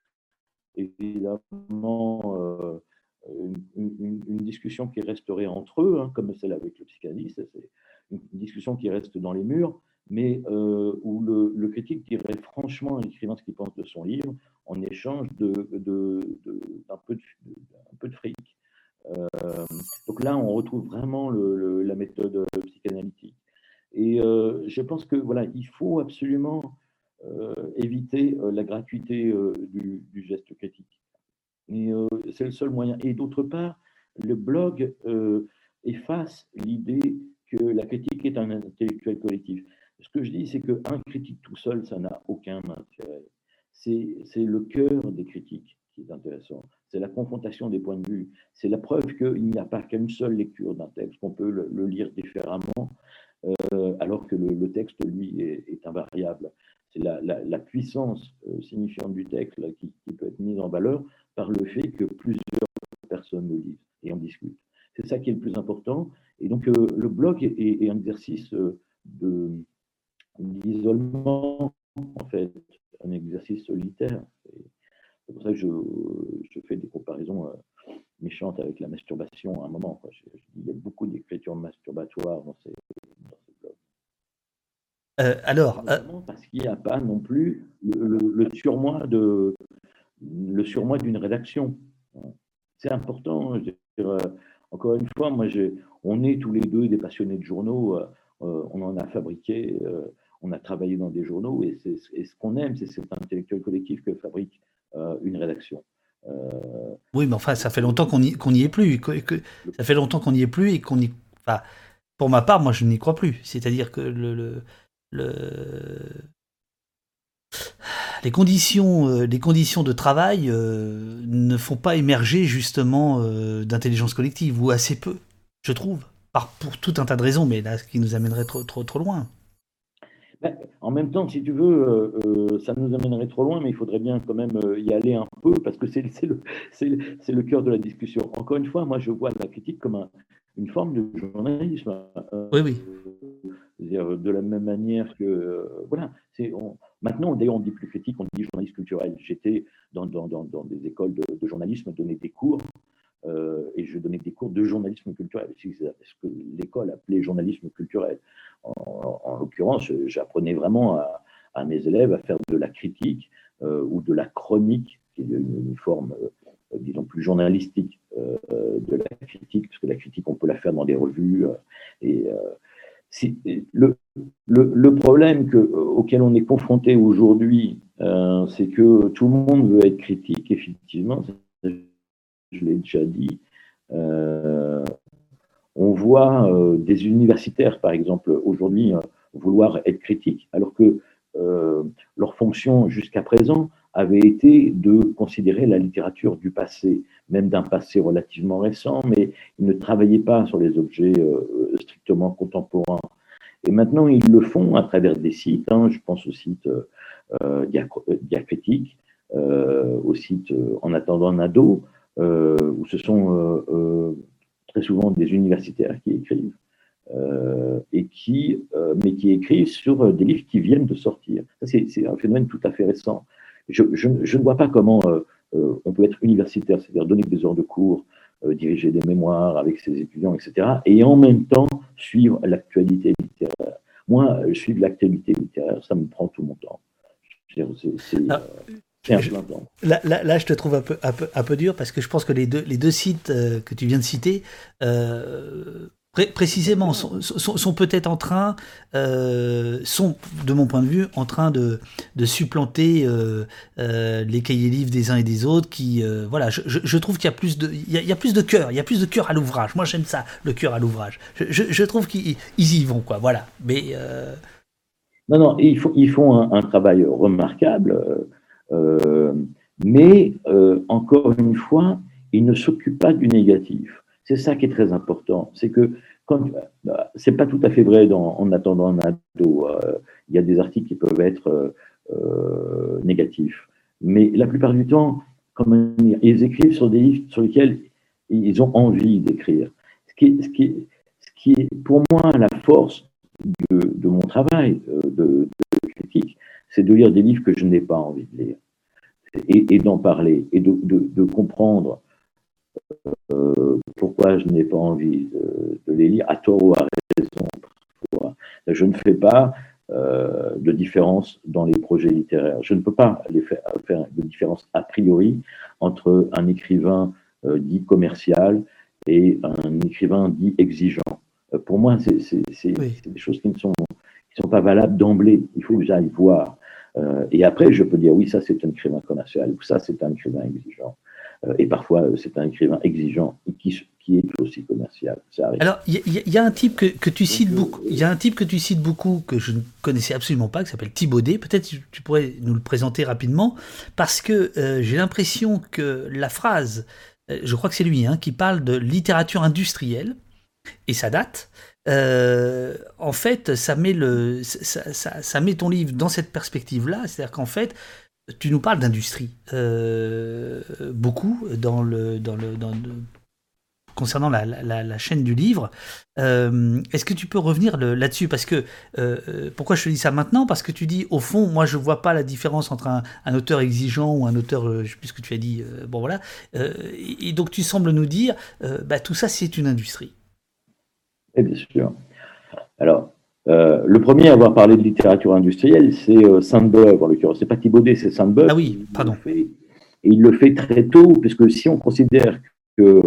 évidemment euh, une, une, une discussion qui resterait entre eux, hein, comme celle avec le psychanalyste, c'est une discussion qui reste dans les murs, mais euh, où le, le critique dirait franchement à l'écrivain ce qu'il pense de son livre en échange de, de, de, d'un, peu de, d'un peu de fric. Euh, donc là, on retrouve vraiment le, le, la méthode psychanalytique. Et euh, je pense que voilà, il faut absolument euh, éviter euh, la gratuité euh, du, du geste critique. Et euh, c'est le seul moyen. Et d'autre part, le blog euh, efface l'idée que la critique est un intellectuel collectif. Ce que je dis, c'est qu'un critique tout seul, ça n'a aucun intérêt. C'est, c'est le cœur des critiques qui est intéressant. C'est la confrontation des points de vue. C'est la preuve qu'il n'y a pas qu'une seule lecture d'un texte, qu'on peut le, le lire différemment, euh, alors que le, le texte, lui, est, est invariable. C'est la, la, la puissance euh, signifiante du texte là, qui, qui peut être mise en valeur par le fait que plusieurs personnes le lisent et en discutent. C'est ça qui est le plus important. Et donc, euh, le blog est, est, est un exercice euh, de, d'isolement, en fait, un exercice solitaire. Et c'est pour ça que je, je fais des comparaisons euh, méchantes avec la masturbation à un moment. Quoi. Je, je, il y a beaucoup d'écritures masturbatoires dans ces, dans ces blogs. Euh, alors, euh... parce qu'il n'y a pas non plus le, le, le surmoi de le surmoi d'une rédaction. C'est important. Je veux dire, euh, encore une fois, moi, j'ai, on est tous les deux des passionnés de journaux. Euh, on en a fabriqué, euh, on a travaillé dans des journaux, et, c'est, et ce qu'on aime, c'est cet intellectuel collectif que fabrique euh, une rédaction. Euh, oui, mais enfin, ça fait longtemps qu'on n'y, qu'on n'y est plus. Que, que, ça fait longtemps qu'on n'y est plus et qu'on y. Enfin, pour ma part, moi, je n'y crois plus. C'est-à-dire que le, le, le les conditions, euh, les conditions de travail euh, ne font pas émerger justement euh, d'intelligence collective, ou assez peu, je trouve, par, pour tout un tas de raisons, mais là, ce qui nous amènerait trop, trop, trop loin. Ben, en même temps, si tu veux, euh, euh, ça nous amènerait trop loin, mais il faudrait bien quand même euh, y aller un peu, parce que c'est, c'est, le, c'est, c'est le cœur de la discussion. Encore une fois, moi, je vois la critique comme un, une forme de journalisme. Euh, oui, oui. Euh, de la même manière que... Euh, voilà. C'est, on, maintenant, d'ailleurs, on ne dit plus critique, on dit journaliste culturel. J'étais dans, dans, dans, dans des écoles de, de journalisme, donner des cours, euh, et je donnais des cours de journalisme culturel. C'est ce que l'école appelait journalisme culturel. En, en, en l'occurrence, j'apprenais vraiment à, à mes élèves à faire de la critique euh, ou de la chronique, qui est une, une forme, euh, disons, plus journalistique euh, de la critique, parce que la critique, on peut la faire dans des revues. Euh, et euh, si, le, le, le problème que, auquel on est confronté aujourd'hui, euh, c'est que tout le monde veut être critique, effectivement, je l'ai déjà dit. Euh, on voit euh, des universitaires, par exemple, aujourd'hui, euh, vouloir être critiques, alors que euh, leur fonction jusqu'à présent avait été de considérer la littérature du passé, même d'un passé relativement récent, mais ils ne travaillaient pas sur les objets euh, strictement contemporains. Et maintenant, ils le font à travers des sites, hein, je pense au site euh, Diacritique, euh, au site euh, En attendant Nado, euh, où ce sont euh, euh, très souvent des universitaires qui écrivent, euh, et qui, euh, mais qui écrivent sur des livres qui viennent de sortir. Ça, c'est, c'est un phénomène tout à fait récent. Je, je, je ne vois pas comment euh, euh, on peut être universitaire, c'est-à-dire donner des heures de cours, euh, diriger des mémoires avec ses étudiants, et cetera, et en même temps suivre l'actualité littéraire. Moi, je suis de l'actualité littéraire, ça me prend tout mon temps. C'est, c'est, Ah, euh, c'est un je- plein temps. là, là, là, je te trouve un peu, un peu, un peu dur parce que je pense que les deux, les deux sites euh, que tu viens de citer, euh, pré- précisément, sont, sont, sont peut-être en train, euh, sont, de mon point de vue, en train de, de supplanter euh, euh, les cahiers livres des uns et des autres. Qui, euh, voilà, je, je, je trouve qu'il y a plus de, il y a, il y a plus de cœur, il y a plus de cœur à l'ouvrage. Moi, j'aime ça, le cœur à l'ouvrage. Je, je, je trouve qu'ils ils y vont, quoi. Voilà. Mais euh, Non, non, ils font, ils font un, un travail remarquable, euh, euh, mais euh, encore une fois, ils ne s'occupent pas du négatif. C'est ça qui est très important. C'est que quand, euh, c'est pas tout à fait vrai dans, en attendant un ado. Euh, il y a des articles qui peuvent être euh, euh, négatifs, mais la plupart du temps, comme ils écrivent sur des livres sur lesquels ils ont envie d'écrire. Ce qui, ce qui, ce qui est pour moi la force de, de mon travail euh, de, de critique, c'est de lire des livres que je n'ai pas envie de lire et, et d'en parler et de, de, de comprendre euh, pourquoi je n'ai pas envie de, de, les lire, à tort ou à raison. Parfois. Je ne fais pas euh, de différence dans les projets littéraires. Je ne peux pas les faire, faire de différence a priori entre un écrivain euh, dit commercial et un écrivain dit exigeant. Euh, pour moi, c'est oui. des choses qui ne sont qui sont pas valables d'emblée. Il faut que j'aille voir. Euh, et après, je peux dire, oui, ça, c'est un écrivain commercial, ou ça, c'est un écrivain exigeant. Euh, et parfois, euh, c'est un écrivain exigeant qui, qui est aussi commercial. Ça arrive. Alors, il y, y, y a un type que, que tu cites Donc, beaucoup. Il euh, y a un type que tu cites beaucoup que je ne connaissais absolument pas, qui s'appelle Thibaudet. Peut-être tu, tu pourrais nous le présenter rapidement, parce que euh, j'ai l'impression que la phrase, euh, je crois que c'est lui, hein, qui parle de littérature industrielle et ça date. Euh, en fait, ça met le, ça, ça, ça met ton livre dans cette perspective-là, c'est-à-dire qu'en fait, tu nous parles d'industrie euh, beaucoup dans le, dans le, dans le concernant la, la, la chaîne du livre. Euh, Est-ce que tu peux revenir le, là-dessus? Parce que, euh, pourquoi je te dis ça maintenant? Parce que tu dis, au fond, moi je vois pas la différence entre un, un auteur exigeant ou un auteur, euh, je sais plus ce que tu as dit, euh, bon voilà. Euh, et, et donc tu sembles nous dire, euh, bah, tout ça c'est une industrie. Et bien sûr. Alors, euh, le premier à avoir parlé de littérature industrielle, c'est euh, Sainte-Beuve, en l'occurrence. C'est pas Thibaudet, c'est Sainte-Beuve. Ah oui, pardon. Il le fait, et il le fait très tôt, puisque si on considère que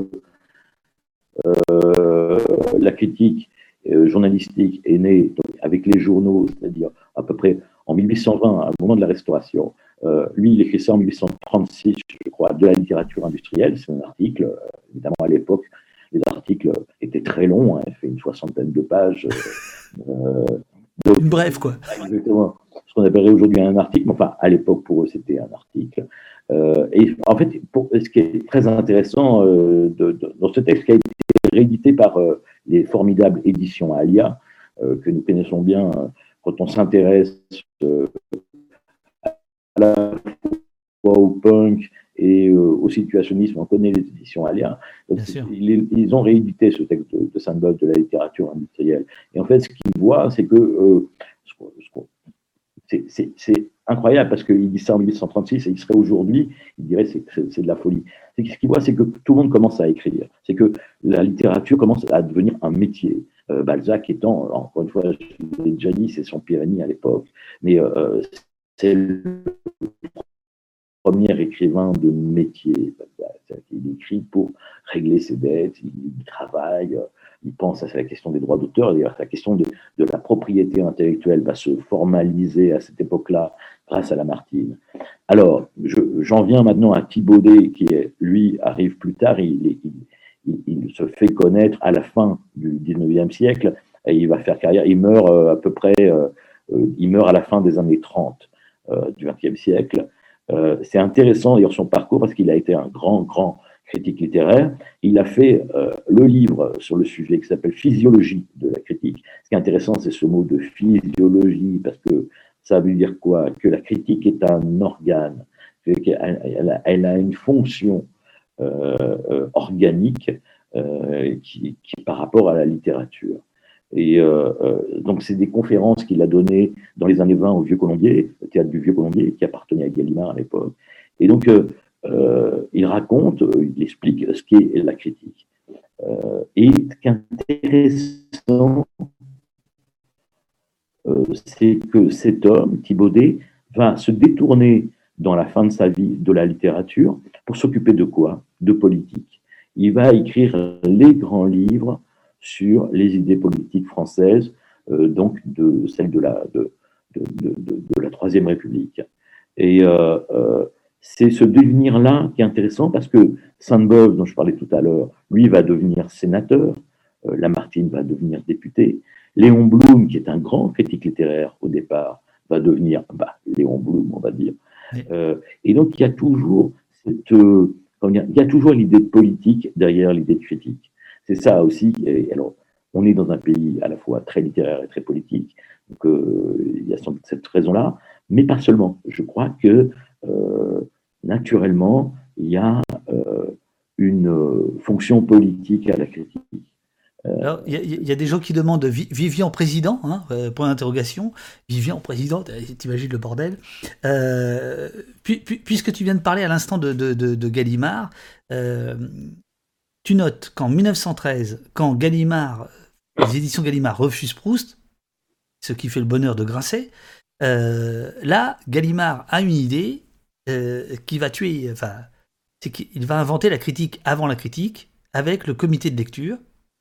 euh, la critique euh, journalistique est née donc, avec les journaux, c'est-à-dire à peu près en mille huit cent vingt, au moment de la Restauration. Euh, lui, il écrit ça en mille huit cent trente-six, je crois, de la littérature industrielle. C'est un article, euh, évidemment, à l'époque, les articles étaient très longs, hein, il fait une soixantaine de pages. Euh, donc, une brève, quoi. Exactement. Ce qu'on appellerait aujourd'hui un article, mais enfin, à l'époque, pour eux, c'était un article. Euh, et en fait, pour, ce qui est très intéressant euh, de, de, dans ce texte qui a été réédité par euh, les formidables éditions Alia, euh, que nous connaissons bien euh, quand on s'intéresse euh, à la fois au punk et euh, au situationnisme, on connaît les éditions Alia. Donc, ils, ils ont réédité ce texte de, de Sainte-Beuve de la littérature industrielle. Et en fait, ce qu'ils voient, c'est que euh, c'est incroyable parce qu'il dit ça en mille huit cent trente-six et il serait aujourd'hui, il dirait c'est c'est de la folie. Ce qu'il voit, c'est que tout le monde commence à écrire. C'est que la littérature commence à devenir un métier. Euh, Balzac étant, encore une fois, je l'ai déjà dit, c'est son Pyrénées à l'époque, mais euh, c'est le premier écrivain de métier. Il écrit pour régler ses dettes, il travaille, il pense à la question des droits d'auteur, d'ailleurs la question de, de la propriété intellectuelle va se formaliser à cette époque-là grâce à Lamartine. Alors, j'en je, viens maintenant à Thibaudet, qui est, lui arrive plus tard, il, il, il, se fait connaître à la fin du dix-neuvième siècle, et il va faire carrière, il meurt euh, à peu près, euh, il meurt à la fin des années trente euh, du vingtième siècle. Euh, c'est intéressant d'ailleurs son parcours parce qu'il a été un grand, grand critique littéraire. Il a fait euh, le livre sur le sujet qui s'appelle Physiologie de la critique. Ce qui est intéressant, c'est ce mot de physiologie parce que ça veut dire quoi? Que la critique est un organe, qu'elle elle a, elle a une fonction euh, euh, organique euh, qui, qui par rapport à la littérature. Et euh, euh, donc, c'est des conférences qu'il a données dans les années vingt au Vieux-Colombier, le théâtre du Vieux-Colombier, qui appartenait à Gallimard à l'époque. Et donc, euh, euh, il raconte, euh, il explique ce qu'est la critique. Euh, et ce qui est intéressant, euh, c'est que cet homme, Thibaudet, va se détourner dans la fin de sa vie de la littérature pour s'occuper de quoi? De politique. Il va écrire les grands livres sur les idées politiques françaises, euh, donc de celle de la, de, de, de, de, de la Troisième République. Et euh, euh, c'est ce devenir-là qui est intéressant parce que Sainte-Beuve, dont je parlais tout à l'heure, lui va devenir sénateur, euh, Lamartine va devenir député, Léon Blum, qui est un grand critique littéraire au départ, va devenir bah, Léon Blum, on va dire. Oui. Euh, et donc il y a toujours cette, euh, dire, il y a toujours l'idée de politique derrière l'idée de critique. C'est ça aussi. Et alors, on est dans un pays à la fois très littéraire et très politique, donc euh, il y a sans doute cette raison-là, mais pas seulement. Je crois que euh, naturellement, il y a euh, une euh, fonction politique à la critique. Alors, il y, y a des gens qui demandent Vivian président, hein, euh, point d'interrogation. Vivian président, t'imagines le bordel. Euh, puis, puis, puisque tu viens de parler à l'instant de, de, de, de Gallimard, euh, tu notes qu'en mille neuf cent treize, quand Gallimard, les éditions Gallimard refusent Proust, ce qui fait le bonheur de Grasset, euh, là, Gallimard a une idée euh, qui va tuer, enfin, c'est qu'il va inventer la critique avant la critique avec le comité de lecture.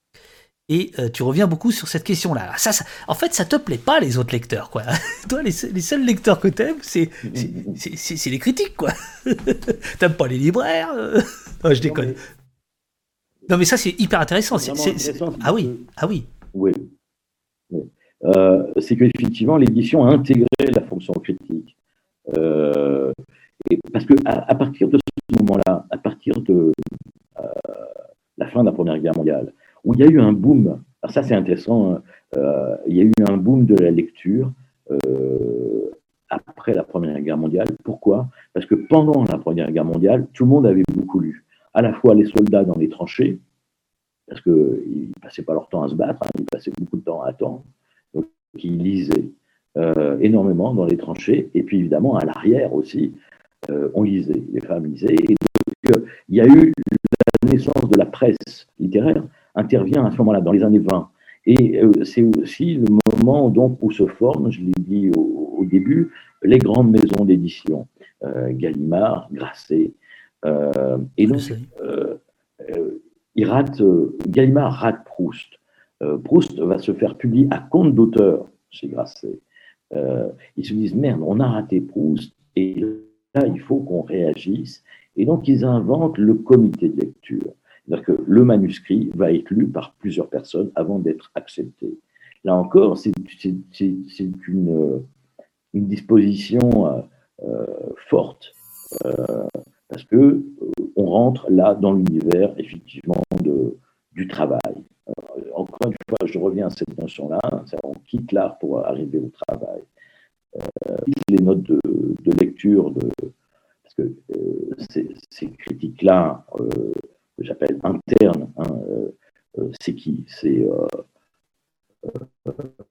Et euh, tu reviens beaucoup sur cette question-là. Ça, ça, en fait, ça te plaît pas, les autres lecteurs, quoi. Toi, les, les seuls lecteurs que t'aimes, c'est, c'est, c'est, c'est, c'est les critiques, quoi. T'aimes pas les libraires euh... Non, je déconne. Non mais, non, mais ça, c'est hyper intéressant. C'est, c'est, intéressant c'est... Ah oui, ah oui. Oui. oui. Euh, c'est qu'effectivement, l'édition a intégré la fonction critique. Euh, et parce que à, à partir de ce moment-là, à partir de euh, la fin de la Première Guerre mondiale, où il y a eu un boom, alors ça c'est intéressant, euh, il y a eu un boom de la lecture euh, après la Première Guerre mondiale. Pourquoi? Parce que pendant la Première Guerre mondiale, tout le monde avait beaucoup lu. À la fois les soldats dans les tranchées, parce qu'ils ne passaient pas leur temps à se battre, hein, ils passaient beaucoup de temps à attendre, donc ils lisaient euh, énormément dans les tranchées, et puis évidemment à l'arrière aussi, euh, on lisait, les femmes lisaient, et donc euh, il y a eu la naissance de la presse littéraire, intervient à ce moment-là, dans les années vingt. Et euh, c'est aussi le moment donc, où se forment, je l'ai dit au, au début, les grandes maisons d'édition, euh, Gallimard, Grasset. Euh, et donc, euh, euh, il rate, euh, Gallimard rate Proust. Euh, Proust va se faire publier à compte d'auteur chez Grasset. Euh, ils se disent, merde, on a raté Proust, et là, il faut qu'on réagisse. Et donc, ils inventent le comité de lecture. C'est-à-dire que le manuscrit va être lu par plusieurs personnes avant d'être accepté. Là encore, c'est, c'est, c'est, c'est une, une disposition euh, forte euh, parce que euh, on rentre là dans l'univers effectivement de, du travail. Alors, encore une fois, je reviens à cette notion-là, on quitte l'art pour arriver au travail. Euh, les notes de, de lecture, de, parce que euh, ces, ces critiques-là, euh, que j'appelle interne, hein, euh, c'est qui? C'est euh, euh,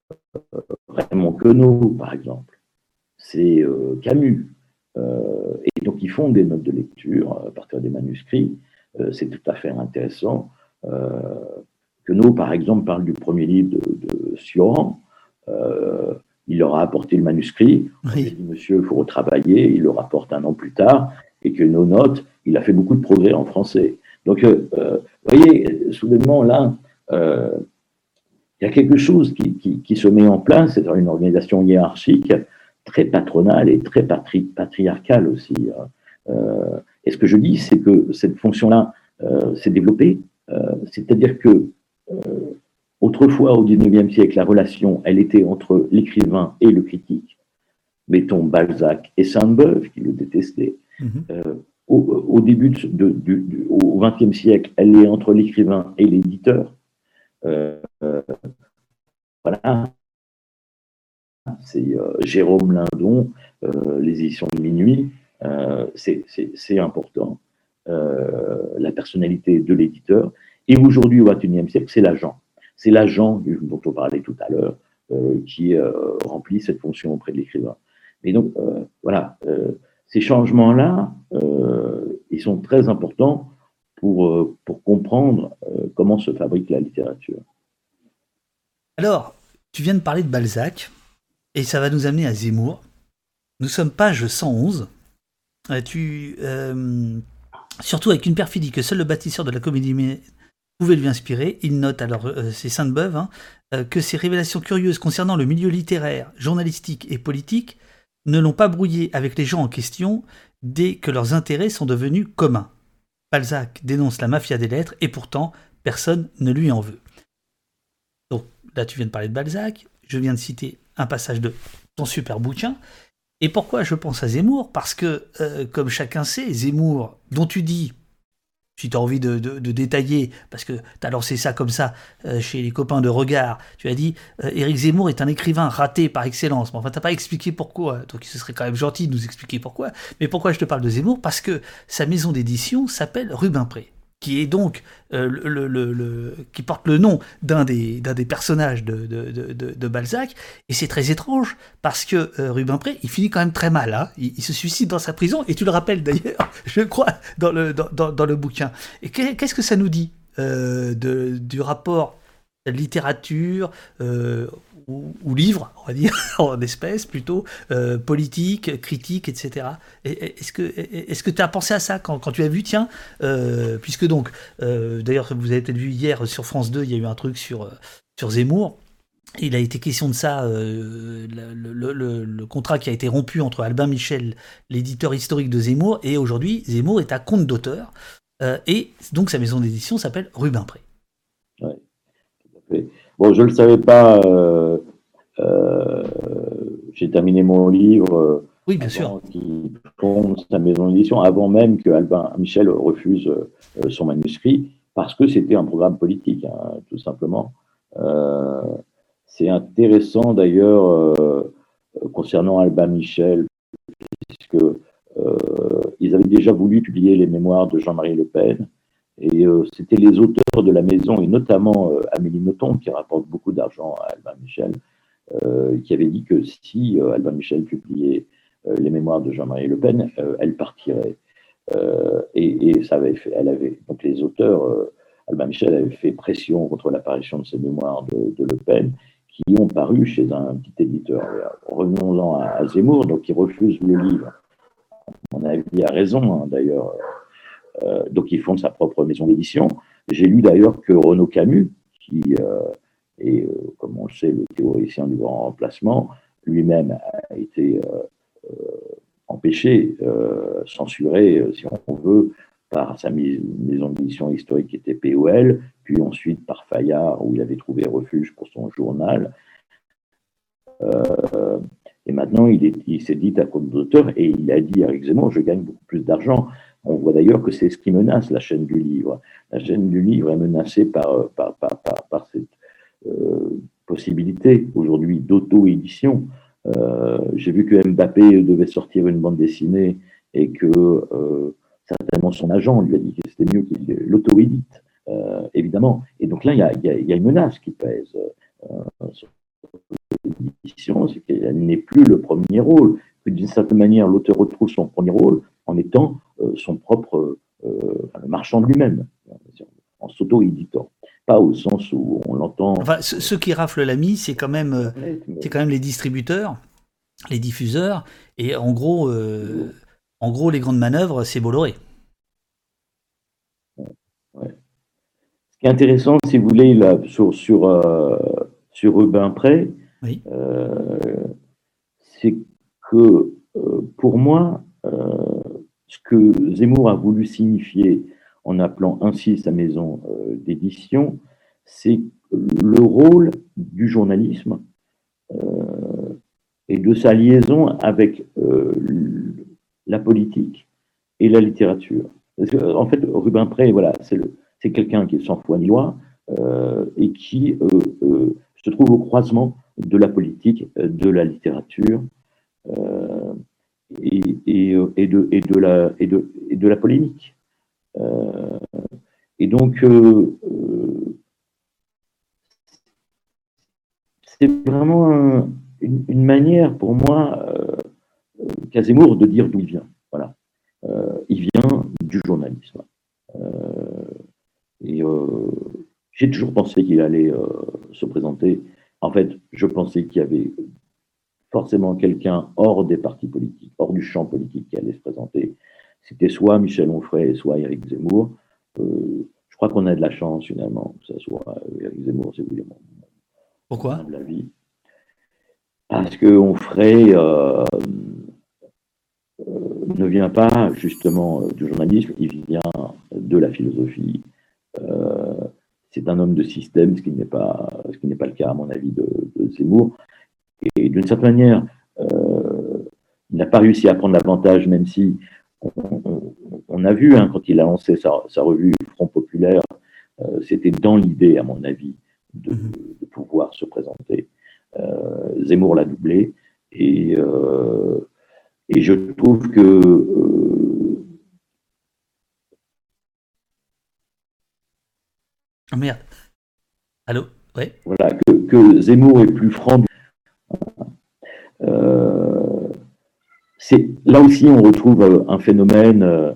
Raymond Queneau, par exemple. C'est euh, Camus. Euh, et donc, ils font des notes de lecture à partir des manuscrits. Euh, c'est tout à fait intéressant. Euh, Queneau, par exemple, parle du premier livre de, de Sioran. Euh, il leur a apporté le manuscrit. Oui. Il a dit, monsieur, il faut retravailler. Il le rapporte un an plus tard. Et Queneau note, il a fait beaucoup de progrès en français. Donc, euh, euh, vous voyez, soudainement, là, euh, il y a quelque chose qui, qui, qui se met en place, c'est une organisation hiérarchique très patronale et très patri patriarcale aussi. Euh, et ce que je dis, c'est que cette fonction-là euh, s'est développée, euh, c'est-à-dire que euh, autrefois, au dix-neuvième siècle, la relation, elle était entre l'écrivain et le critique. Mettons Balzac et Sainte-Beuve, qui le détestaient. Mm-hmm. euh, Au, au début de, de, du, du, au vingtième siècle, elle est entre l'écrivain et l'éditeur. Euh, euh, voilà. C'est euh, Jérôme Lindon, euh, les éditions de Minuit. Euh, c'est, c'est, c'est important. Euh, la personnalité de l'éditeur. Et aujourd'hui, au vingt et unième siècle, c'est l'agent. C'est l'agent dont on parlait tout à l'heure euh, qui euh, remplit cette fonction auprès de l'écrivain. Et donc, euh, voilà. Euh, Ces changements-là, euh, ils sont très importants pour, euh, pour comprendre euh, comment se fabrique la littérature. Alors, tu viens de parler de Balzac. Et ça va nous amener à Zemmour. Nous sommes page cent onze. Euh, tu, euh, surtout avec une perfidie que seul le bâtisseur de la comédie pouvait lui inspirer. Il note, alors euh, c'est Sainte-Beuve, hein, euh, que ces révélations curieuses concernant le milieu littéraire, journalistique et politique ne l'ont pas brouillé avec les gens en question dès que leurs intérêts sont devenus communs. Balzac dénonce la mafia des lettres et pourtant personne ne lui en veut. Donc là tu viens de parler de Balzac, je viens de citer un passage de ton super bouquin. Et pourquoi je pense à Zemmour? Parce que, euh, comme chacun sait, Zemmour, dont tu dis, si tu as envie de, de, de détailler, parce que tu as lancé ça comme ça euh, chez les copains de Regard, tu as dit euh, Éric Zemmour est un écrivain raté par excellence. Mais enfin, tu n'as pas expliqué pourquoi. Donc, ce serait quand même gentil de nous expliquer pourquoi. Mais pourquoi je te parle de Zemmour? Parce que sa maison d'édition s'appelle Rubempré, qui est donc euh, le, le, le, le- qui porte le nom d'un des, d'un des personnages de, de, de, de- de Balzac. Et c'est très étrange parce que euh, Rubempré, il finit quand même très mal. Hein. Il, il se suicide dans sa prison et tu le rappelles d'ailleurs, je crois, dans le, dans, dans, dans le bouquin. Et qu'est- qu'est-ce que ça nous dit euh, de, du rapport de la littérature euh, ou, ou livre, on va dire, en espèce plutôt, euh, politique, critique, et cetera. Et- et- Est-ce que est-ce que tu as pensé à ça quand, quand tu as vu, tiens, euh, puisque donc, euh, d'ailleurs, vous avez peut-être vu hier sur France deux, il y a eu un truc sur, euh, sur Zemmour. Il a été question de ça, euh, le, le- le- le contrat qui a été rompu entre Albin Michel, l'éditeur historique de Zemmour, et aujourd'hui, Zemmour est à compte d'auteur. Euh, et donc sa maison d'édition s'appelle Rubempré. Ouais, tout à fait. Bon, je ne le savais pas. euh, euh, j'ai terminé mon livre euh, Oui, bien sûr. avant qu'il fonde sa maison d'édition, avant même que Albin Michel refuse euh, son manuscrit, parce que c'était un programme politique, hein, tout simplement. Euh, c'est intéressant d'ailleurs euh, concernant Albin Michel, puisque euh, ils avaient déjà voulu publier les mémoires de Jean-Marie Le Pen. Et euh, c'était les auteurs de la maison, et notamment euh, Amélie Nothomb, qui rapporte beaucoup d'argent à Albin Michel, euh, qui avait dit que si euh, Albin Michel publiait euh, les mémoires de Jean-Marie Le Pen, euh, elle partirait. Euh, et, et ça avait fait, elle avait, donc les auteurs, euh, Albin Michel avait fait pression contre l'apparition de ces mémoires de, de Le Pen, qui ont paru chez un petit éditeur. Revenons-en à, à Zemmour, donc il refuse le livre. À mon avis, a raison, hein, d'ailleurs. Euh, donc il fonde sa propre maison d'édition. J'ai lu d'ailleurs que Renaud Camus, qui euh, est, euh, comme on le sait, le théoricien du grand remplacement, lui-même a été euh, euh, empêché, euh, censuré, euh, si on veut, par sa maison d'édition historique qui était P O L, puis ensuite par Fayard, où il avait trouvé refuge pour son journal. Euh, et maintenant, il, est, il s'est dit à compte d'auteur, et il a dit à Éric Zemmour, je gagne beaucoup plus d'argent. On voit d'ailleurs que c'est ce qui menace la chaîne du livre. La chaîne du livre est menacée par, par, par, par, par cette euh, possibilité aujourd'hui d'auto-édition. Euh, j'ai vu que Mbappé devait sortir une bande dessinée et que euh, certainement son agent lui a dit que c'était mieux qu'il l'auto-édite, euh, évidemment. Et donc là, il y a, y a, y a une menace qui pèse euh, sur l'édition, c'est qu'elle n'est plus le premier rôle, que d'une certaine manière, l'auteur retrouve son premier rôle en étant euh, son propre euh, enfin, le marchand de lui-même, en s'auto-éditant. Pas au sens où on l'entend. Enfin, ce- ceux qui raflent la mise, c'est quand même, euh, c'est quand même les distributeurs, les diffuseurs, et en gros, euh, en gros, les grandes manœuvres, c'est Bolloré. Ouais. Ce qui est intéressant, si vous voulez, là, sur, sur, euh, sur Rubempré, Oui. euh, c'est que euh, pour moi, euh, ce que Zemmour a voulu signifier en appelant ainsi sa maison euh, d'édition, c'est le rôle du journalisme euh, et de sa liaison avec euh, la politique et la littérature. Parce que, en fait, Rubempré, voilà, c'est, le, c'est quelqu'un qui est sans foi ni loi euh, et qui euh, euh, se trouve au croisement de la politique, de la littérature euh, et, et, et, de, et, de la, et, de, et de la polémique. Euh, et donc, euh, euh, c'est vraiment un, une, une, manière pour moi, euh, qu'a Zemmour de dire d'où il vient. Voilà. Euh, il vient du journalisme. Euh, et euh, j'ai toujours pensé qu'il allait euh, se présenter. En fait, je pensais qu'il y avait forcément quelqu'un hors des partis politiques, hors du champ politique qui allait se présenter. C'était soit Michel Onfray, soit Éric Zemmour. Euh, je crois qu'on a de la chance finalement que ce soit Éric Zemmour, si vous voulez mon, Pourquoi? mon avis. Parce que Onfray euh, euh, ne vient pas justement du journalisme, il vient de la philosophie. Euh, c'est un homme de système, ce qui n'est pas, ce qui n'est pas le cas à mon avis de, de Zemmour. Et d'une certaine manière, euh, il n'a pas réussi à prendre l'avantage, même si on, on, on a vu, hein, quand il a lancé sa, sa revue Front Populaire, euh, c'était dans l'idée, à mon avis, de, de pouvoir se présenter. Euh, Zemmour l'a doublé, et, euh, et je trouve que... Euh... Oh merde. Allô? Ouais. Voilà, que, que Zemmour est plus franc. Euh, c'est, là aussi, on retrouve un phénomène euh,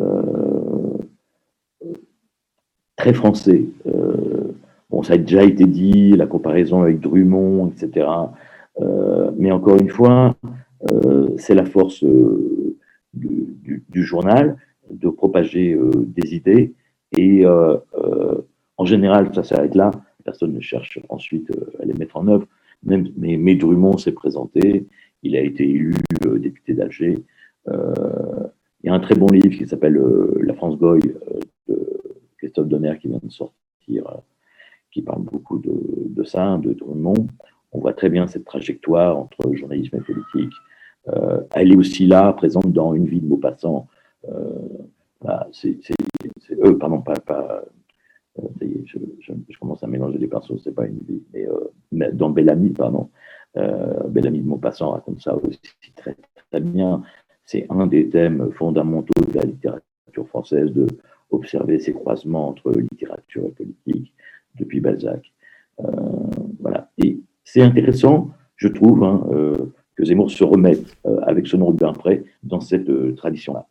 très français. Euh, bon, ça a déjà été dit, la comparaison avec Drummond, et cetera. Euh, mais encore une fois, euh, c'est la force euh, du, du, du journal de propager euh, des idées. Et euh, euh, en général, ça s'arrête là. Personne ne cherche ensuite euh, à les mettre en œuvre. Même, mais, mais Drummond s'est présenté. Il a été élu euh, député d'Alger. Euh, il y a un très bon livre qui s'appelle euh, La France Goy euh, de Christophe Donner qui vient de sortir, euh, qui parle beaucoup de, de ça, de Drummond. On voit très bien cette trajectoire entre journalisme et politique. Euh, elle est aussi là, présente dans Une vie de Maupassant. Euh, bah, c'est, c'est, c'est, euh, pardon, pas, pas euh, je, je, je commence à mélanger les pinceaux, c'est pas Une vie, mais, euh, mais dans Bel-Ami, pardon. Euh, Bel-Ami de Maupassant raconte ça aussi très, très bien. C'est un des thèmes fondamentaux de la littérature française, de observer ces croisements entre littérature et politique depuis Balzac. Euh, voilà. Et c'est intéressant, je trouve, hein, euh, que Zemmour se remette euh, avec son nom Rubin Pré dans cette euh, tradition-là.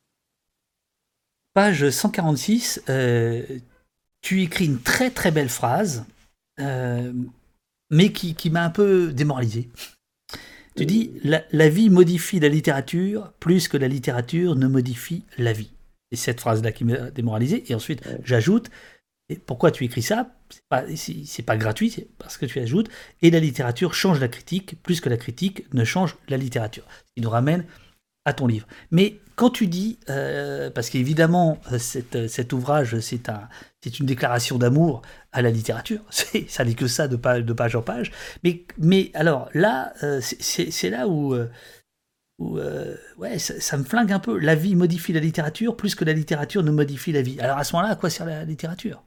Page cent quarante-six, euh, tu écris une très très belle phrase, euh, mais qui, qui m'a un peu démoralisé. Tu dis la, la vie modifie la littérature plus que la littérature ne modifie la vie. C'est cette phrase-là qui m'a démoralisé. Et ensuite, ouais. j'ajoute, et pourquoi tu écris ça? C'est pas, c'est, c'est pas gratuit, c'est parce que tu ajoutes, et la littérature change la critique plus que la critique ne change la littérature. Ce qui nous ramène à ton livre. Mais quand tu dis, euh, parce qu'évidemment, cette, cet ouvrage, c'est, un, c'est une déclaration d'amour à la littérature, c'est, ça n'est que ça de page, de page en page, mais, mais alors là, euh, c'est, c'est, c'est là où, euh, où euh, ouais, ça, ça me flingue un peu. La vie modifie la littérature plus que la littérature ne modifie la vie. Alors à ce moment-là, à quoi sert la littérature,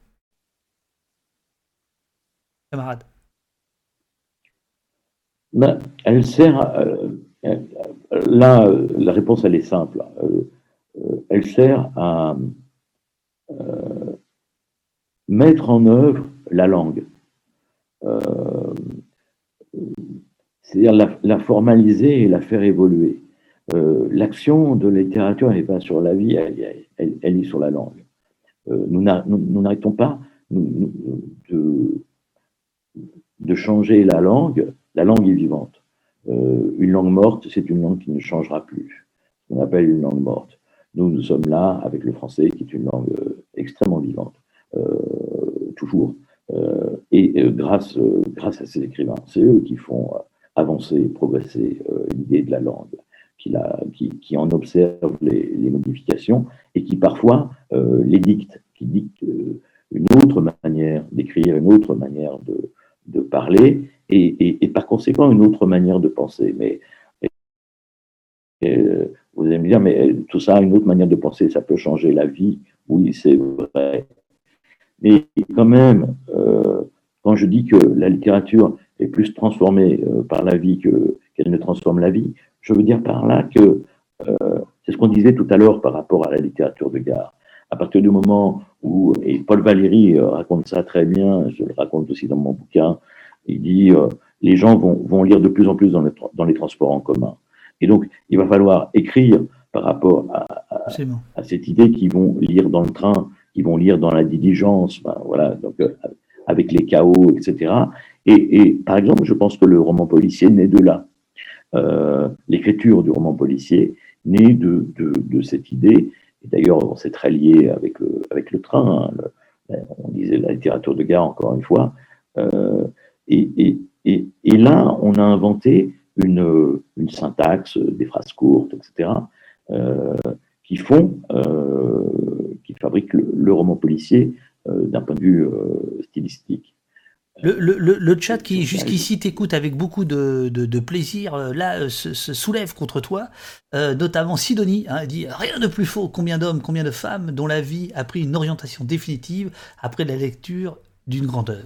camarade? Ben, elle sert... Euh... Là, la réponse, elle est simple. Elle sert à euh, mettre en œuvre la langue. Euh, c'est-à-dire la, la formaliser et la faire évoluer. Euh, l'action de la littérature n'est pas sur la vie, elle, elle, elle est sur la langue. Euh, nous, nous, nous n'arrêtons pas nous, de, de changer la langue. La langue est vivante. Euh, une langue morte, c'est une langue qui ne changera plus. On appelle une langue morte. Nous, nous sommes là avec le français, qui est une langue euh, extrêmement vivante, euh, toujours. Euh, et euh, grâce, euh, grâce à ces écrivains, c'est eux qui font euh, avancer, progresser euh, l'idée de la langue, qui, la, qui, qui en observent les, les modifications et qui parfois euh, les dictent, qui dictent euh, une autre manière d'écrire, une autre manière de, de parler. Et, et, et par conséquent, une autre manière de penser. Mais et, et, vous allez me dire, mais tout ça, une autre manière de penser, ça peut changer la vie. Oui, c'est vrai. Mais quand même, euh, quand je dis que la littérature est plus transformée euh, par la vie que, qu'elle ne transforme la vie, je veux dire par là que, euh, c'est ce qu'on disait tout à l'heure par rapport à la littérature de gare. À partir du moment où, et Paul Valéry euh, raconte ça très bien, je le raconte aussi dans mon bouquin, il dit euh, les gens vont, vont lire de plus en plus dans, le, dans les transports en commun. Et donc, il va falloir écrire par rapport à, à, à cette idée qu'ils vont lire dans le train, qu'ils vont lire dans la diligence, enfin, voilà, donc, euh, avec les chaos, et cetera. Et, et par exemple, je pense que le roman policier naît de là. euh, l'écriture du roman policier naît de, de, de cette idée. Et d'ailleurs, c'est très lié avec le, avec le train. Hein, le, on disait la littérature de gare, encore une fois. Euh, et, et, et, et là, on a inventé une, une syntaxe, des phrases courtes, et cetera, euh, qui font, euh, qui fabriquent le, le roman policier euh, d'un point de vue euh, stylistique. Le, le, le, le chat qui jusqu'ici t'écoute avec beaucoup de, de, de plaisir, euh, là, euh, se, se soulève contre toi, euh, notamment Sidonie, hein, dit « Rien de plus faux, combien d'hommes, combien de femmes dont la vie a pris une orientation définitive après la lecture d'une grande œuvre. »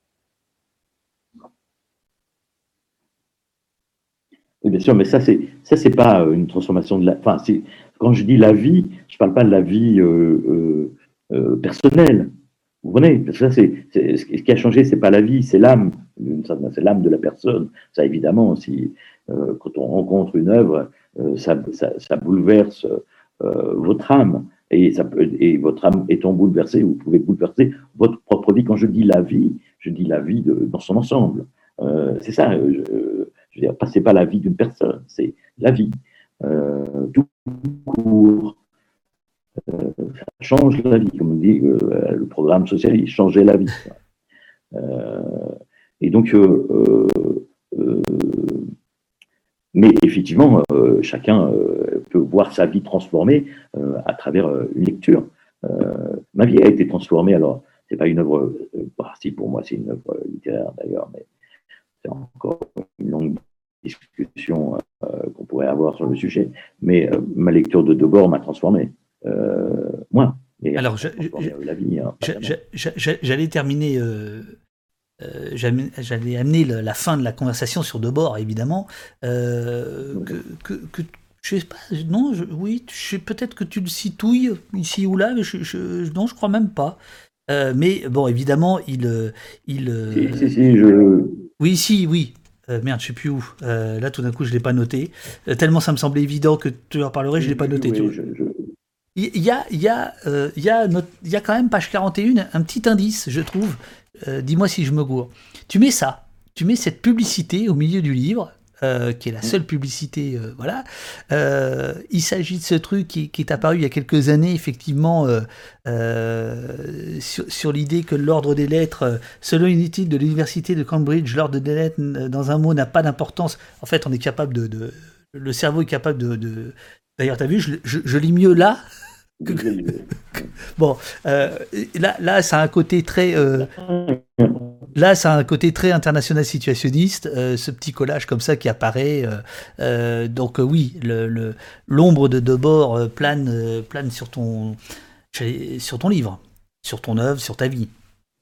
Oui, bien sûr, mais ça, c'est ça, c'est pas une transformation de la. Enfin, c'est quand je dis la vie, je parle pas de la vie euh, euh, euh, personnelle. Vous comprenez? Parce que ça, c'est, c'est ce qui a changé, c'est pas la vie, c'est l'âme. C'est l'âme de la personne. Ça, évidemment, si euh, quand on rencontre une œuvre, euh, ça, ça, ça bouleverse euh, votre âme. Et, ça peut, et votre âme étant bouleversée, vous pouvez bouleverser votre propre vie. Quand je dis la vie, je dis la vie de, dans son ensemble. Euh, c'est ça. Je, je veux dire, c'est pas la vie d'une personne, c'est la vie. Euh, tout court, euh, ça change la vie, comme on dit, euh, le programme socialiste, changer la vie. Euh, et donc, euh, euh, mais effectivement, euh, chacun euh, peut voir sa vie transformée euh, à travers euh, une lecture. Euh, ma vie a été transformée, alors, c'est pas une œuvre, euh, bah, si pour moi c'est une œuvre littéraire d'ailleurs, mais c'est encore une longue discussion euh, qu'on pourrait avoir sur le sujet. Mais euh, ma lecture de Debord m'a transformé. Euh, moi. Et Alors, je, transformé je, la vie. Hein, je, je, je, j'allais terminer. Euh, euh, j'allais amener la, la fin de la conversation sur Debord, évidemment. Euh, oui. que, que, que je sais pas. Non, je, oui. Je sais peut-être que tu le citouilles ici ou là, mais je, je, non, je crois même pas. Euh, mais bon, évidemment, il, il. Si, si, si, je. Oui, si, oui. Euh, merde, je sais plus où. Euh, là, tout d'un coup, je l'ai pas noté. Euh, tellement ça me semblait évident que tu en parlerais, je l'ai pas noté. Oui, tu vois. Je, je... Il y a, il y a, euh, il y a, notre, il y a quand même page quarante et un, un petit indice, je trouve. Euh, dis-moi si je me gourre. Tu mets ça, tu mets cette publicité au milieu du livre, euh, qui est la seule publicité, euh, voilà. Euh, il s'agit de ce truc qui, qui est apparu il y a quelques années, effectivement, euh, euh, sur, sur l'idée que l'ordre des lettres, selon une étude de l'université de Cambridge, l'ordre des lettres dans un mot n'a pas d'importance. En fait, on est capable de, de le cerveau est capable de, de... D'ailleurs, t'as vu, je, je, je lis mieux là. Que... bon, euh, là, là, ça a un côté très. Euh... Là, ça a un côté très international situationniste, euh, ce petit collage comme ça qui apparaît. Euh, euh, donc euh, oui, le, le, l'ombre de Debord euh, plane, euh, plane sur ton, sur ton livre, sur ton œuvre, sur ta vie.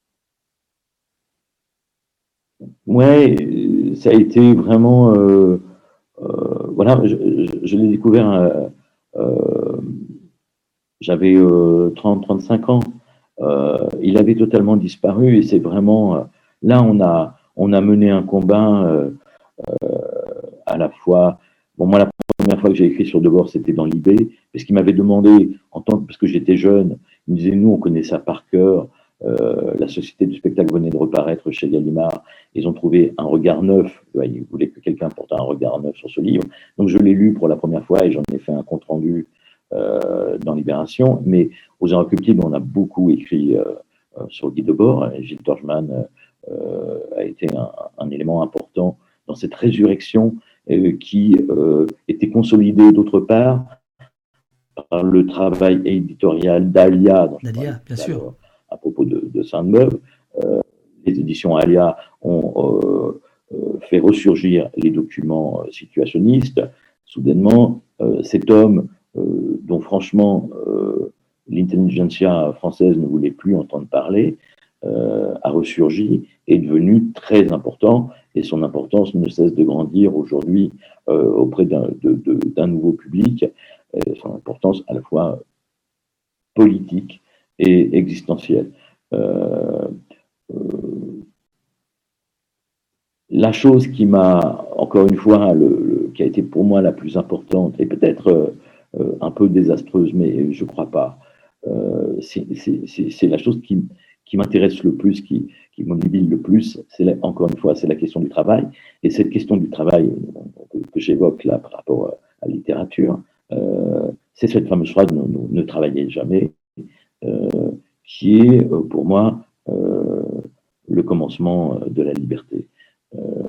Ouais, ça a été vraiment. Euh, euh, voilà, je, je, je l'ai découvert. Euh, euh, j'avais euh, trente, trente-cinq ans. Euh, il avait totalement disparu et c'est vraiment. Euh, là, on a, on a mené un combat euh, euh, à la fois. Bon, moi, la première fois que j'ai écrit sur Debord, c'était dans l'I B, parce qu'il m'avait demandé, en tant que, parce que j'étais jeune, il me disait, nous, on connaît ça par cœur. Euh, la Société du spectacle venait de reparaître chez Gallimard. Ils ont trouvé un regard neuf. Ils voulaient que quelqu'un porte un regard neuf sur ce livre. Donc, je l'ai lu pour la première fois et j'en ai fait un compte-rendu euh, dans Libération. Mais aux Inrecuptibles, on a beaucoup écrit euh, sur Guy Debord. Et Gilles Torgman euh, a été un, un élément important dans cette résurrection euh, qui euh, était consolidée d'autre part par le travail éditorial d'Alia. D'Alia, bien sûr. Alors, à propos de, de Sainte-Beuve, euh, les éditions Alia ont euh, euh, fait ressurgir les documents euh, situationnistes. Soudainement, euh, cet homme, euh, dont franchement euh, l'intelligentsia française ne voulait plus entendre parler, euh, a ressurgi, est devenu très important, et son importance ne cesse de grandir aujourd'hui euh, auprès d'un, de, de, d'un nouveau public, et son importance à la fois politique et existentielle. Euh, euh, la chose qui m'a, encore une fois, le, le, qui a été pour moi la plus importante, et peut-être euh, un peu désastreuse, mais je ne crois pas, euh, c'est, c'est, c'est, c'est la chose qui, qui m'intéresse le plus, qui, qui m'obnubile le plus, c'est la, encore une fois, c'est la question du travail. Et cette question du travail que, que que j'évoque là par rapport à, à la littérature, euh, c'est cette fameuse phrase ne, ne, ne travaillez jamais, euh, qui est euh, pour moi euh, le commencement de la liberté. Euh,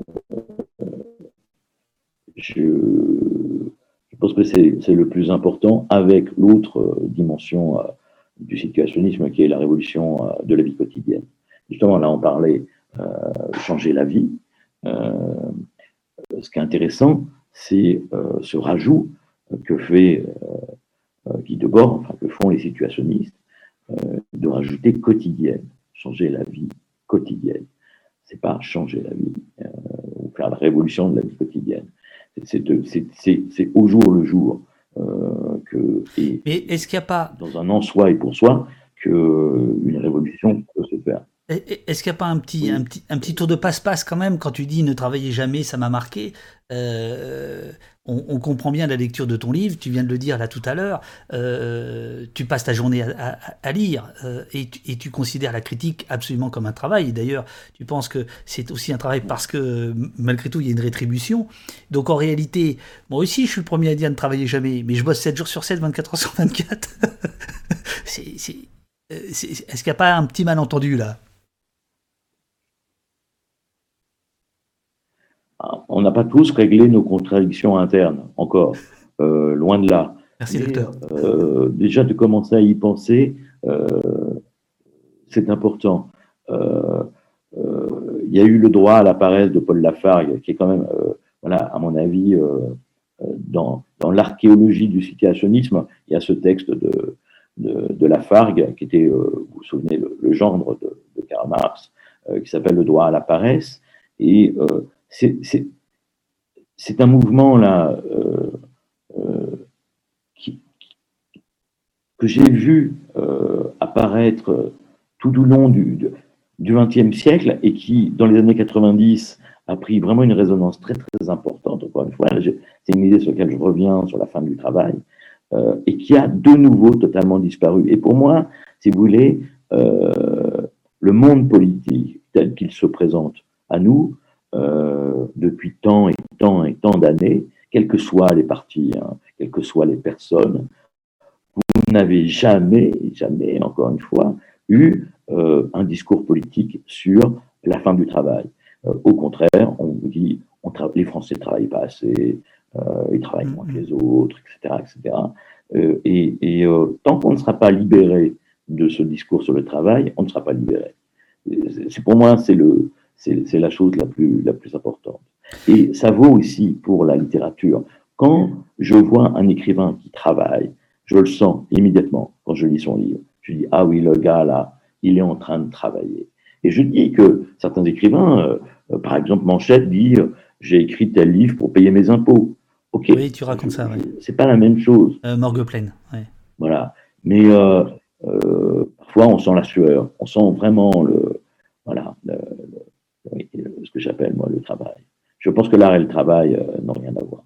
je, je pense que c'est le plus important avec l'autre dimension euh, du situationnisme qui est la révolution euh, de la vie quotidienne. Justement, là, on parlait euh, changer la vie. Euh, ce qui est intéressant, c'est euh, ce rajout que fait euh, Guy Debord, enfin que font les situationnistes, euh, de rajouter quotidienne, changer la vie quotidienne. C'est pas changer la vie euh, ou faire la révolution de la vie quotidienne. C'est au jour le jour euh, que et, Mais est-ce qu'il n'y a pas dans un en soi et pour soi qu'une révolution peut se faire. Est-ce qu'il n'y a pas un petit, Oui. un, petit, un petit tour de passe-passe quand même quand tu dis ne travaillez jamais, ça m'a marqué. Euh, on, on comprend bien la lecture de ton livre, tu viens de le dire là tout à l'heure, euh, tu passes ta journée à, à, à lire euh, et, tu, et tu considères la critique absolument comme un travail. Et d'ailleurs, tu penses que c'est aussi un travail parce que malgré tout, il y a une rétribution. Donc en réalité, moi aussi, je suis le premier à dire ne travaillez jamais, mais je bosse sept jours sur sept, vingt-quatre heures sur vingt-quatre. c'est, c'est, c'est, est-ce qu'il n'y a pas un petit malentendu là ? On n'a pas tous réglé nos contradictions internes, encore, euh, loin de là. Merci, Mais, docteur. Euh, déjà, de commencer à y penser, euh, c'est important. Euh, euh, il y a eu le droit à la paresse de Paul Lafargue, qui est quand même, euh, voilà, à mon avis, euh, dans, dans l'archéologie du situationnisme, il y a ce texte de, de, de Lafargue, qui était, euh, vous vous souvenez, le, le gendre de, de Karl Marx, euh, qui s'appelle Le droit à la paresse. Et euh, c'est un mouvement là euh, euh, qui, que j'ai vu euh, apparaître tout au long du, du vingtième siècle et qui, dans les années quatre-vingt-dix, a pris vraiment une résonance très très importante. Encore une fois, c'est une idée sur laquelle je reviens sur la fin du travail euh, et qui a de nouveau totalement disparu. Et pour moi, si vous voulez, euh, le monde politique tel qu'il se présente à nous, Euh, depuis tant et tant et tant d'années, quels que soient les partis, hein, quelles que soient les personnes, vous n'avez jamais, jamais, encore une fois, eu euh, un discours politique sur la fin du travail. Euh, au contraire, on vous dit, on les Français ne travaillent pas assez, euh, ils travaillent moins que les autres, et cetera, et cetera. Euh, et et euh, tant qu'on ne sera pas libéré de ce discours sur le travail, on ne sera pas libéré. C'est pour moi, c'est le c'est la chose la plus, la plus importante. Et ça vaut aussi pour la littérature. Quand je vois un écrivain qui travaille, je le sens immédiatement quand je lis son livre. Je dis, ah oui, le gars là, il est en train de travailler. Et je dis que certains écrivains, euh, par exemple Manchette dit, euh, j'ai écrit tel livre pour payer mes impôts. Ok. Oui, tu racontes je, ça, oui. C'est pas la même chose. Euh, Morgue pleine, oui. Voilà. Mais euh, euh, parfois, on sent la sueur. On sent vraiment le, voilà, le, Oui, ce que j'appelle, moi, le travail. Je pense que l'art et le travail euh, n'ont rien à voir.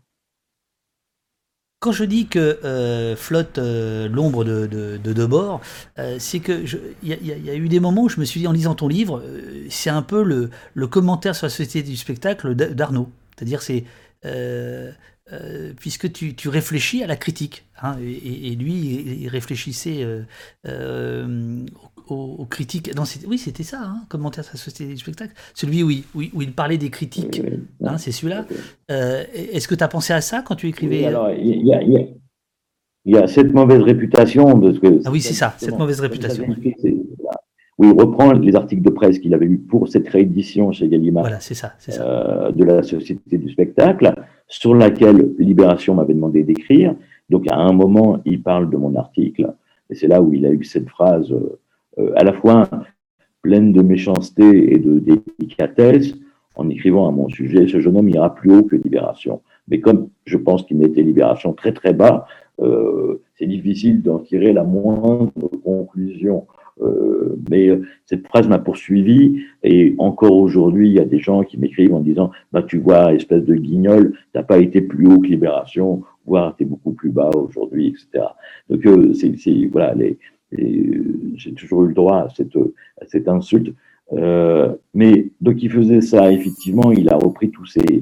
Quand je dis que euh, flotte euh, l'ombre de, de, de Debord, euh, c'est que il y, y, y a eu des moments où je me suis dit, en lisant ton livre, euh, c'est un peu le, le commentaire sur la société du spectacle d'Arnaud. C'est-à-dire, c'est... Euh, Euh, puisque tu, tu réfléchis à la critique, hein, et, et lui, il réfléchissait euh, euh, aux, aux critiques. Non, oui, c'était ça, hein, commentaire sur la société du spectacle. Celui où il, où il parlait des critiques, oui, oui, hein, c'est celui-là. Euh, Est-ce que tu as pensé à ça quand tu écrivais? Oui, alors, il y, y, y, y a cette mauvaise réputation. Parce que ah oui, c'est ça, cette mauvaise réputation. Oui, il reprend les articles de presse qu'il avait eus pour cette réédition chez Gallimard, voilà, c'est ça, c'est ça. Euh, de la Société du spectacle, sur laquelle Libération m'avait demandé d'écrire. Donc, à un moment, il parle de mon article, et c'est là où il a eu cette phrase euh, à la fois pleine de méchanceté et de délicatesse, en écrivant à mon sujet, ce jeune homme ira plus haut que Libération. Mais comme je pense qu'il mettait Libération très très bas, euh, c'est difficile d'en tirer la moindre conclusion. Euh, mais cette phrase m'a poursuivi, et encore aujourd'hui, il y a des gens qui m'écrivent en disant bah, tu vois, espèce de guignol, t'as pas été plus haut que Libération, voire t'es beaucoup plus bas aujourd'hui, et cetera. Donc, euh, c'est, c'est, voilà, les, les, j'ai toujours eu le droit à cette, à cette insulte. Euh, mais donc, il faisait ça, effectivement, il a repris tous ces,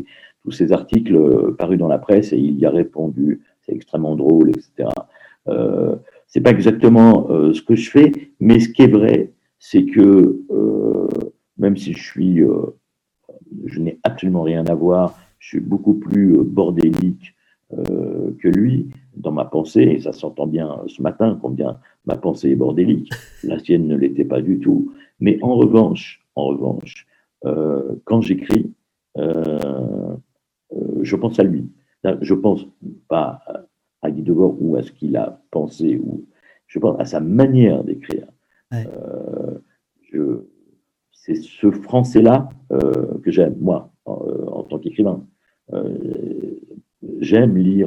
tous ces articles euh, parus dans la presse et il y a répondu, c'est extrêmement drôle, et cetera. Euh, c'est pas exactement euh, ce que je fais, mais ce qui est vrai, c'est que euh, même si je suis, euh, je n'ai absolument rien à voir, je suis beaucoup plus euh, bordélique euh, que lui dans ma pensée, et ça s'entend bien ce matin combien ma pensée est bordélique. La sienne ne l'était pas du tout. Mais en revanche, en revanche, euh, quand j'écris, euh, euh, je pense à lui. Je pense pas à Guy Debord ou à ce qu'il a pensé, ou je pense à sa manière d'écrire. Ouais. Euh, je, c'est ce français-là euh, que j'aime, moi, en, en tant qu'écrivain. Euh, j'aime lire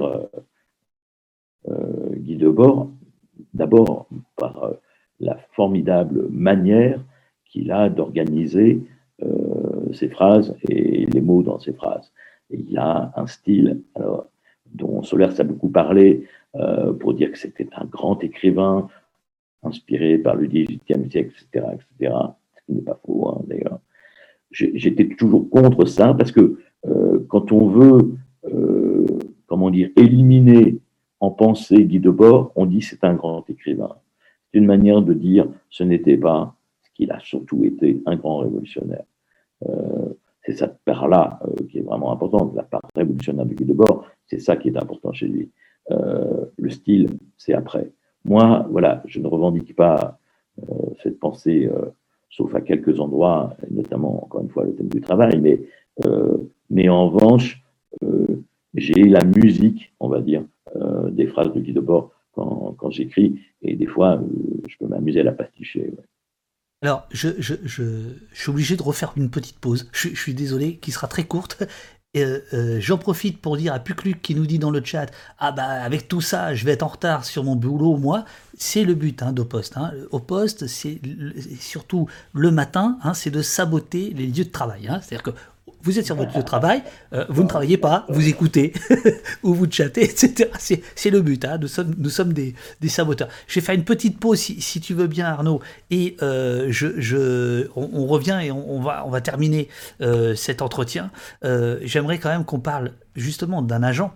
euh, Guy Debord, d'abord par euh, la formidable manière qu'il a d'organiser euh, ses phrases et les mots dans ses phrases. Et il a un style, alors, dont Solers a beaucoup parlé, euh, pour dire que c'était un grand écrivain, inspiré par le dix-huitième siècle, et cetera, et cetera. Ce qui n'est pas faux, hein, d'ailleurs. J'étais toujours contre ça, parce que euh, quand on veut, euh, comment dire, éliminer en pensée Guy Debord, on dit c'est un grand écrivain. C'est une manière de dire ce n'était pas ce qu'il a surtout été, un grand révolutionnaire. Euh, c'est cette part-là euh, qui est vraiment importante, la part révolutionnaire de Guy Debord, c'est ça qui est important chez lui. Euh, le style, c'est après. Moi, voilà, je ne revendique pas euh, cette pensée, euh, sauf à quelques endroits, notamment, encore une fois, le thème du travail, mais, euh, mais en revanche, euh, j'ai la musique, on va dire, euh, des phrases de Guy Debord quand, quand j'écris, et des fois, euh, je peux m'amuser à la pasticher. Ouais. Alors, je, je, je, je suis obligé de refaire une petite pause. Je, je suis désolé, qui sera très courte. Euh, euh, j'en profite pour dire à Pucluc qui nous dit dans le chat, ah bah avec tout ça, je vais être en retard sur mon boulot, moi. C'est le but hein, d'Au Poste. Hein. Au Poste, c'est surtout le matin, hein, c'est de saboter les lieux de travail. Hein. C'est-à-dire que vous êtes sur votre lieu de travail, euh, vous ne travaillez pas, vous écoutez, ou vous chattez, et cetera. C'est, c'est le but, hein. nous sommes, nous sommes des, des saboteurs. Je vais faire une petite pause, si, si tu veux bien, Arnaud, et euh, je, je, on, on revient et on, on, va, on va terminer euh, cet entretien. Euh, j'aimerais quand même qu'on parle justement d'un agent,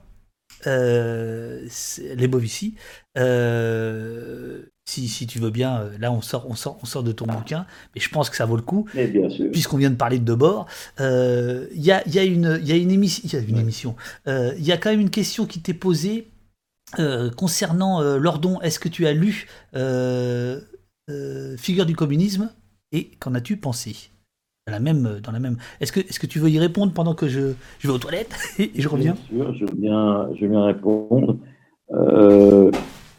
euh, Lebovici. Euh, si, si tu veux bien, là on sort, on, sort, on sort de ton bouquin, mais je pense que ça vaut le coup, Mais bien sûr. puisqu'on vient de parler de Debord. Il euh, y, a, y, a une, y a une, émission, y a une ouais. émission, il euh, y a quand même une question qui t'est posée euh, concernant euh, Lordon. Est-ce que tu as lu euh, euh, Figure du communisme et qu'en as-tu pensé dans la même, dans la même. Est-ce que, est-ce que tu veux y répondre pendant que je, je vais aux toilettes et je reviens? Bien sûr, je veux bien, je veux bien répondre. Euh,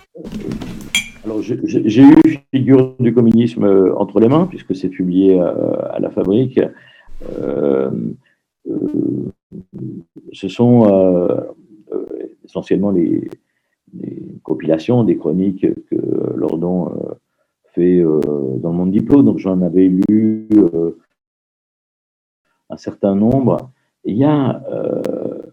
alors, j'ai, j'ai eu Figure du communisme entre les mains, puisque c'est publié à, à la Fabrique. Euh, euh, ce sont euh, euh, essentiellement les, les compilations, des chroniques que Lordon euh, fait euh, dans le monde diplôme. Donc, j'en avais lu euh, un certain nombre. Et il y a. Euh,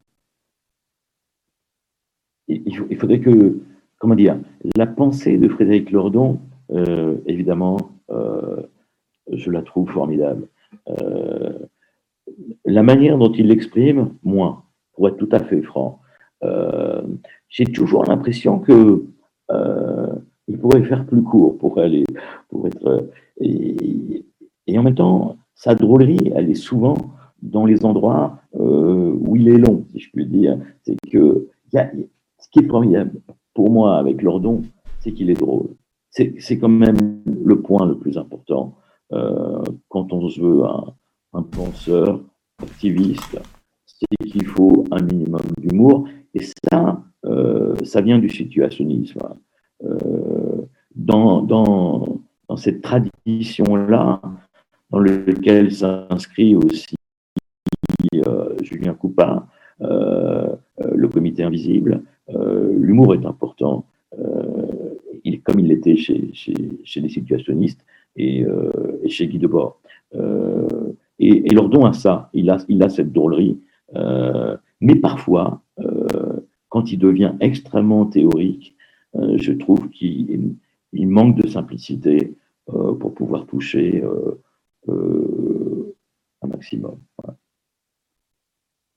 il, il faudrait que. Comment dire? La pensée de Frédéric Lordon, euh, évidemment, euh, je la trouve formidable. Euh, la manière dont il l'exprime, moins, pour être tout à fait franc. Euh, j'ai toujours l'impression que euh, il pourrait faire plus court pour aller, pour être. Et, et en même temps, sa drôlerie, elle est souvent dans les endroits euh, où il est long, si je puis dire. C'est que y a, ce qui est formidable pour moi avec Lordon, c'est qu'il est drôle. C'est, c'est quand même le point le plus important euh, quand on se veut un, un penseur activiste, c'est qu'il faut un minimum d'humour. Et ça, euh, ça vient du situationnisme. Euh, dans, dans, dans cette tradition-là, dans laquelle s'inscrit aussi euh, Julien Coupat, euh, euh, le comité invisible, euh, l'humour est important, euh, il, comme il l'était chez, chez, chez les situationnistes et, euh, et chez Guy Debord. Euh, et, et Lordon a ça, il a, il a cette drôlerie, euh, mais parfois, euh, quand il devient extrêmement théorique, euh, je trouve qu'il il manque de simplicité euh, pour pouvoir toucher euh, euh, un maximum. Voilà.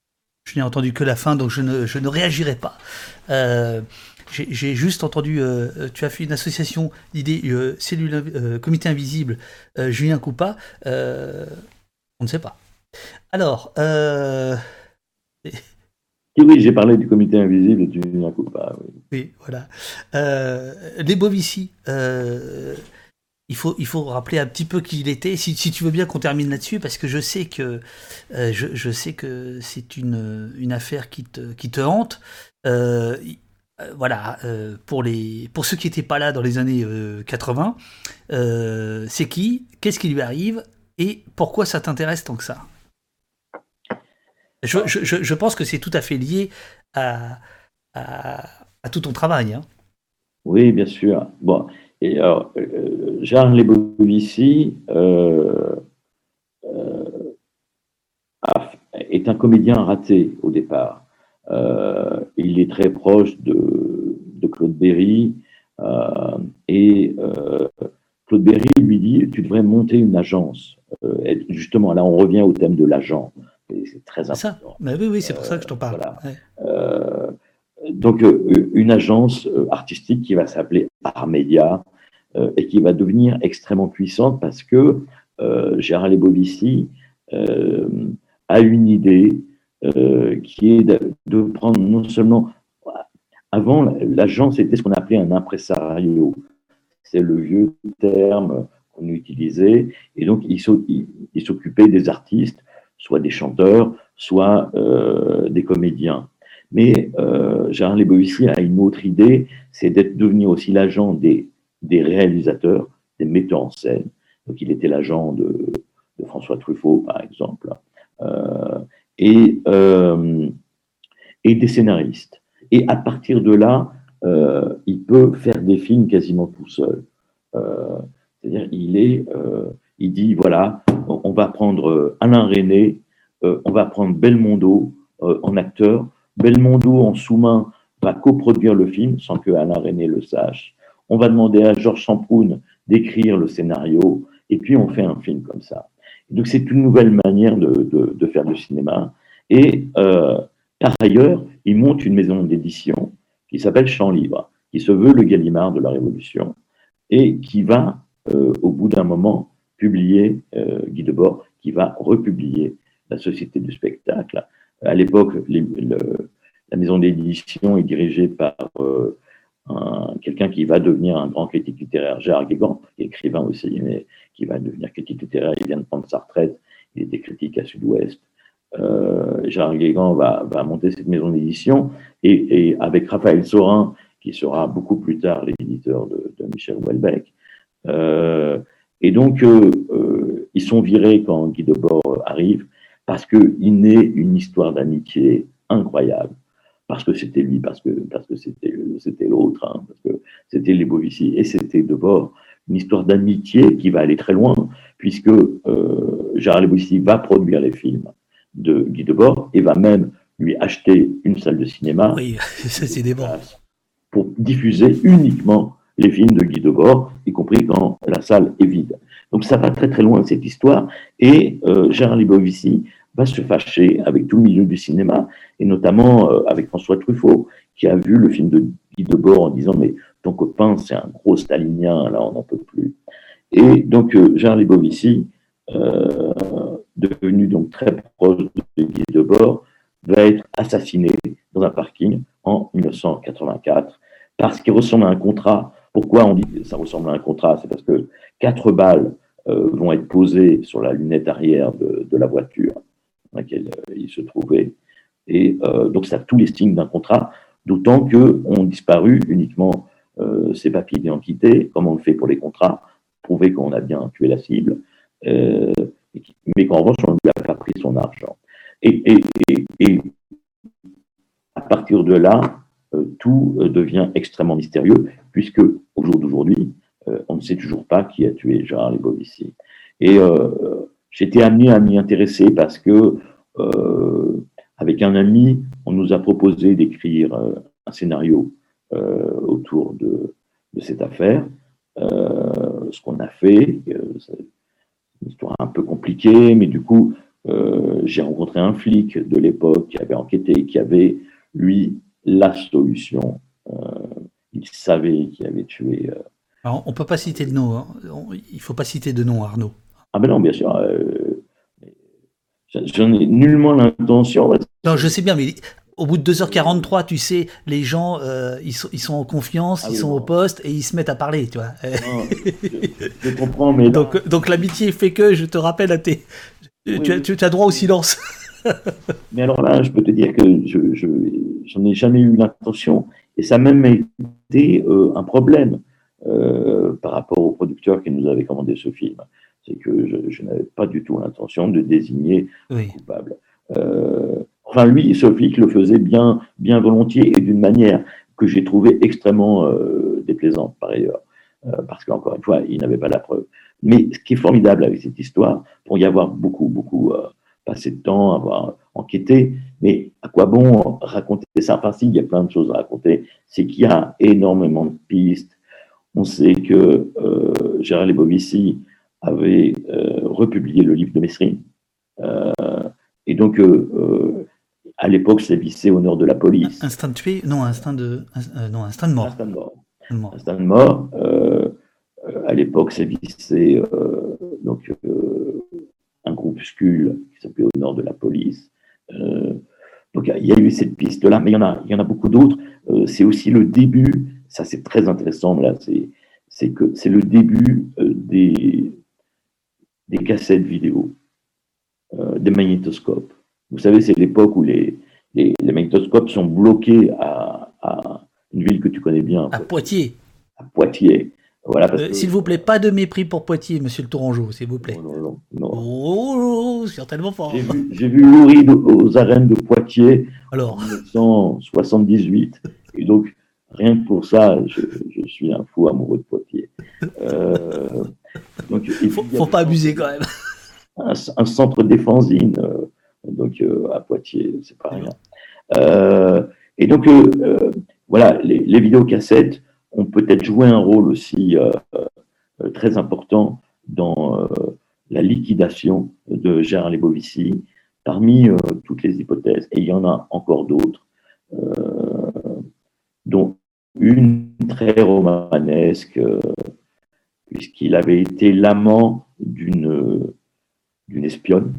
je n'ai entendu que la fin, donc je ne, je ne réagirai pas. Euh, j'ai, j'ai juste entendu, euh, tu as fait une association d'idées, euh, cellule, euh, comité invisible, euh, Julien Coupa, euh, on ne sait pas. Alors, euh... oui, oui, j'ai parlé du comité invisible de Julien Coupa. Oui, oui, voilà. Euh, les Bovici, euh, il faut, il faut rappeler un petit peu qui il était. Si, si tu veux bien qu'on termine là-dessus, parce que je sais que, euh, je, je sais que c'est une, une affaire qui te, qui te hante. Euh, euh, voilà, euh, pour, les, pour ceux qui n'étaient pas là dans les années euh, quatre-vingts, euh, c'est qui, qu'est-ce qui lui arrive et pourquoi ça t'intéresse tant que ça? Je, je, je, je pense que c'est tout à fait lié à, à, à tout ton travail. Hein. oui, bien sûr. Bon, et alors, euh, Gérard Lebovici euh, euh, a- est un comédien raté au départ. Euh, il est très proche de, de Claude Berry euh, et euh, Claude Berry lui dit tu devrais monter une agence. Euh, et justement, là, on revient au thème de l'agent. Et c'est très C'est ça. important. Mais oui, oui, c'est pour ça Euh, que je t'en parle. voilà. Ouais. Euh, donc, euh, une agence euh, artistique qui va s'appeler Armédia euh, et qui va devenir extrêmement puissante parce que euh, Gérard Lebovici euh, a une idée euh, qui est de, de prendre non seulement. Avant, l'agence était ce qu'on appelait un impresario. C'est le vieux terme qu'on utilisait. Et donc, il s'occupait des artistes, soit des chanteurs, soit euh, des comédiens. Mais euh, Gérard Lebovici a une autre idée, c'est d'être devenir aussi l'agent des, des réalisateurs, des metteurs en scène. Donc, il était l'agent de, de François Truffaut, par exemple, euh, et, euh, et des scénaristes. Et à partir de là, euh, il peut faire des films quasiment tout seul. Euh, c'est-à-dire, il est, euh, il dit voilà, on, on va prendre Alain Resnais, euh, on va prendre Belmondo euh, en acteur. Belmondo en sous-main va coproduire le film sans que Alain Resnais le sache. On va demander à Georges Samproun d'écrire le scénario et puis on fait un film comme ça. Donc c'est une nouvelle manière de, de, de faire du cinéma. Et euh, par ailleurs, il monte une maison d'édition qui s'appelle Champ Libre, qui se veut le Gallimard de la Révolution et qui va, euh, au bout d'un moment, publier euh, Guy Debord, qui va republier La Société du spectacle. À l'époque, les, le, la maison d'édition est dirigée par euh, quelqu'un qui va devenir un grand critique littéraire, Gérard Guégan, qui est écrivain aussi, mais qui va devenir critique littéraire. Il vient de prendre sa retraite, il était critique à Sud-Ouest. Euh, Gérard Guégan va, va monter cette maison d'édition et, et avec Raphaël Sorin, qui sera beaucoup plus tard l'éditeur de, de Michel Houellebecq. Euh, et donc, euh, euh, ils sont virés quand Guy Debord arrive parce qu'il naît une histoire d'amitié incroyable. Parce que c'était lui, parce que, parce que c'était, c'était l'autre, hein, parce que c'était Lebovici et c'était Debord. Une histoire d'amitié qui va aller très loin, puisque euh, Gérard Lebovici va produire les films de Guy Debord et va même lui acheter une salle de cinéma. Oui, ça c'est des bons. Pour diffuser uniquement les films de Guy Debord, y compris quand la salle est vide. Donc ça va très très loin cette histoire, et euh, Gérard Lebovici va se fâcher avec tout le milieu du cinéma, et notamment euh, avec François Truffaut, qui a vu le film de Guy Debord en disant « mais ton copain c'est un gros stalinien, là on n'en peut plus ». Et donc euh, Gérard Lebovici, euh, devenu donc très proche de Guy Debord, va être assassiné dans un parking en mille neuf cent quatre-vingt-quatre, parce qu'il ressemble à un contrat. Pourquoi on dit que ça ressemble à un contrat? C'est parce que quatre balles euh, vont être posées sur la lunette arrière de, de la voiture dans laquelle euh, il se trouvait. Et euh, donc, ça a tous les signes d'un contrat, d'autant qu'ont disparu uniquement euh, ses papiers d'identité, comme on le fait pour les contrats, prouver qu'on a bien tué la cible, euh, mais qu'en revanche, on ne lui a pas pris son argent. Et, et, et, et à partir de là, euh, tout euh, devient extrêmement mystérieux, puisque au jour d'aujourd'hui, euh, on ne sait toujours pas qui a tué Gérard Lebovici. Et euh, j'étais amené à m'y intéresser parce que, euh, avec un ami, on nous a proposé d'écrire euh, un scénario euh, autour de, de cette affaire. Euh, ce qu'on a fait, euh, c'est une histoire un peu compliquée, mais du coup, Euh, j'ai rencontré un flic de l'époque qui avait enquêté, qui avait, lui, la solution. Euh, il savait qu'il avait tué. Euh... Alors, on peut pas citer de nom, hein. On, il faut pas citer de nom, Arnaud. Ah ben non, bien sûr. Euh, j'en ai nullement l'intention. Non, je sais bien, mais au bout de deux heures quarante-trois, tu sais, les gens, euh, ils, sont, ils sont en confiance, ah ils oui, sont non. au poste et ils se mettent à parler, tu vois. Non, je, je comprends, mais... Donc, là... donc l'amitié fait que, je te rappelle, à tes... oui, tu, oui. tu, tu as droit au silence. Mais alors là, je peux te dire que je, je, j'en ai jamais eu l'intention et ça a même été euh, un problème euh, par rapport au producteur qui nous avait commandé ce film. C'est que je, je n'avais pas du tout l'intention de désigner oui. le coupable. Euh, enfin, lui, ce flic le faisait bien, bien volontiers et d'une manière que j'ai trouvée extrêmement euh, déplaisante par ailleurs, euh, parce qu'encore une fois, il n'avait pas la preuve. Mais ce qui est formidable avec cette histoire, pour y avoir beaucoup, beaucoup euh, passé de temps, avoir enquêté, mais à quoi bon raconter ça? Enfin, si, il y a plein de choses à raconter, c'est qu'il y a énormément de pistes. On sait que euh, Gérard Lebovici avait euh, republié le livre de Messrine. Euh, et donc, euh, euh, à l'époque, c'est vissé au nord de la police. Instinct de tuer? Non, instinct de, euh, non, instinct de mort. Instinct de mort. Instinct de mort. Euh, à l'époque, c'est vissé euh, donc, euh, un groupuscule qui s'appelait au nord de la police. Euh, donc, il y a eu cette piste-là, mais il y en a, il y en a beaucoup d'autres. Euh, c'est aussi le début, ça c'est très intéressant, là, c'est, c'est que c'est le début euh, des, des cassettes vidéo, euh, des magnétoscopes. Vous savez, c'est l'époque où les, les, les magnétoscopes sont bloqués à, à une ville que tu connais bien. À Poitiers. À Poitiers. Voilà, parce euh, que... S'il vous plaît, pas de mépris pour Poitiers, monsieur le Tourangeau, s'il vous plaît. Non, non, non. Oh, certainement fort. J'ai vu, j'ai vu Louride aux arènes de Poitiers Alors. en dix-neuf cent soixante-dix-huit. Et donc, rien que pour ça, je, je suis un fou amoureux de Poitiers. Euh, donc, il faut, faut pas abuser quand même. Un, un centre défensine, euh, donc euh, à Poitiers, c'est pas rien. Euh, et donc, euh, euh, voilà, les, les vidéocassettes ont peut-être joué un rôle aussi euh, euh, très important dans euh, la liquidation de Gérard Lebovici, parmi euh, toutes les hypothèses. Et il y en a encore d'autres, euh, dont une très romanesque, euh, puisqu'il avait été l'amant d'une, d'une espionne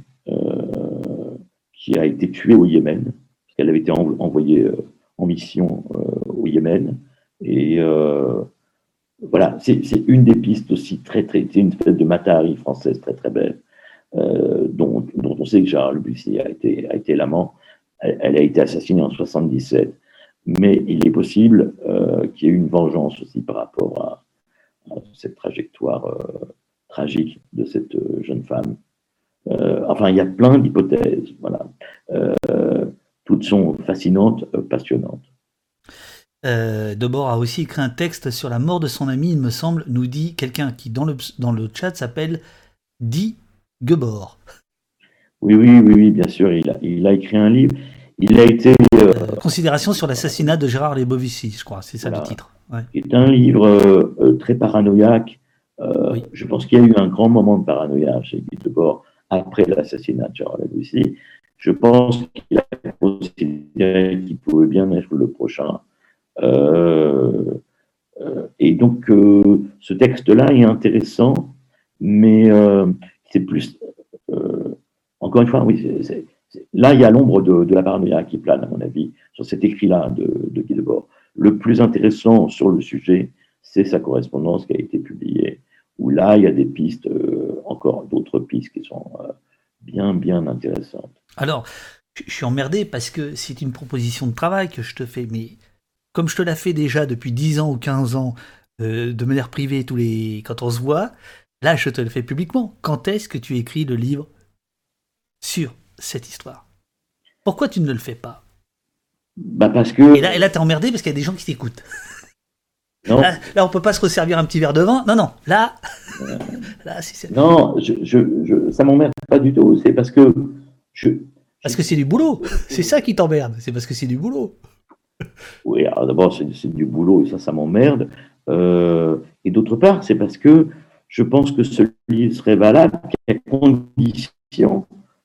euh, qui a été tuée au Yémen, parce qu'elle avait été en, envoyée euh, en mission euh, au Yémen. Et euh, voilà, c'est, c'est une des pistes aussi très, très, c'est une espèce de Matahari française très, très belle, euh, dont, dont on sait que Gérard Lebovici a été, a été l'amant. Elle, elle a été assassinée en soixante-dix-sept, mais il est possible euh, qu'il y ait eu une vengeance aussi par rapport à, à cette trajectoire euh, tragique de cette euh, jeune femme. Euh, enfin, il y a plein d'hypothèses, voilà. Euh, toutes sont fascinantes, euh, passionnantes. Euh, Debord a aussi écrit un texte sur la mort de son ami, il me semble, nous dit quelqu'un qui dans le, dans le chat s'appelle Di Gebor. Oui, oui, oui, oui, bien sûr, il a, il a écrit un livre. Il a été... Euh, euh, Considération sur l'assassinat de Gérard Lebovici, je crois, c'est ça voilà. Le titre. Ouais. C'est un livre euh, très paranoïaque. Euh, oui. Je pense qu'il y a eu un grand moment de paranoïa chez Guy Debord après l'assassinat de Gérard Lebovici. Je pense qu'il a considéré qu'il pouvait bien être le prochain. Euh, euh, et donc, euh, ce texte-là est intéressant, mais euh, c'est plus... Euh, encore une fois, oui, c'est, c'est, c'est, là, il y a l'ombre de, de la paranoïa qui plane, à mon avis, sur cet écrit-là de, de Guy Debord. Le plus intéressant sur le sujet, c'est sa correspondance qui a été publiée, où là, il y a des pistes, euh, encore d'autres pistes qui sont euh, bien, bien intéressantes. Alors, je suis emmerdé parce que c'est une proposition de travail que je te fais, mais comme je te la fais déjà depuis dix ans ou quinze ans, euh, de manière privée, tous les... quand on se voit, là, je te le fais publiquement. Quand est-ce que tu écris le livre sur cette histoire? Pourquoi tu ne le fais pas? Bah parce que... Et là, et là t'es emmerdé parce qu'il y a des gens qui t'écoutent. Non. Là, là, on peut pas se resservir un petit verre de vin. Non, non, là... Euh... là si c'est... Non, je, je, je, ça m'emmerde pas du tout. C'est parce que... Je... Parce que c'est du boulot. C'est ça qui t'emmerde. C'est parce que c'est du boulot. Oui, alors d'abord, c'est, c'est du boulot et ça, ça m'emmerde. Euh, et d'autre part, c'est parce que je pense que ce livre serait valable qu'à condition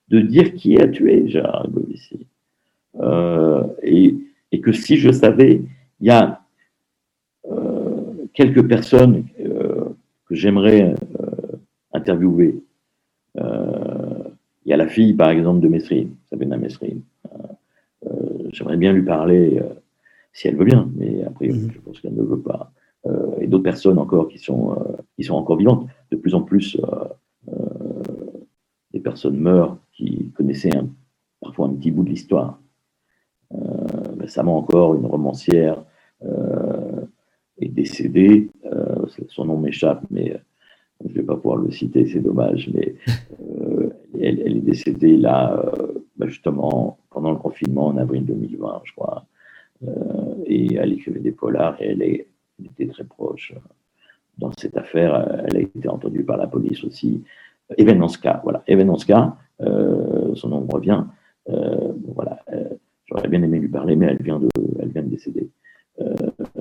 de dire qui a tué Gérard Lebovici. Euh, et, et que si je savais, il y a euh, quelques personnes euh, que j'aimerais euh, interviewer. Euh, il y a la fille, par exemple, de Mesrine, Sabena Mesrine. Euh, j'aimerais bien lui parler, euh, si elle veut bien, mais après, Mhm. je pense qu'elle ne veut pas. Euh, et d'autres personnes encore qui sont, euh, qui sont encore vivantes. De plus en plus, euh, euh, des personnes meurent qui connaissaient un, parfois un petit bout de l'histoire. Euh, récemment encore, une romancière euh, est décédée. Euh, son nom m'échappe, mais euh, je ne vais pas pouvoir le citer, c'est dommage. Mais euh, elle, elle, est décédée là, euh, bah justement, pendant le confinement en avril deux mille vingt, je crois. Euh, et elle écrivait des polars et elle, est, elle était très proche dans cette affaire. Elle a été entendue par la police aussi. Even Anska, voilà, Even Anska, euh, son nom revient. Euh, voilà, euh, j'aurais bien aimé lui parler, mais elle vient de, elle vient de décéder. Euh,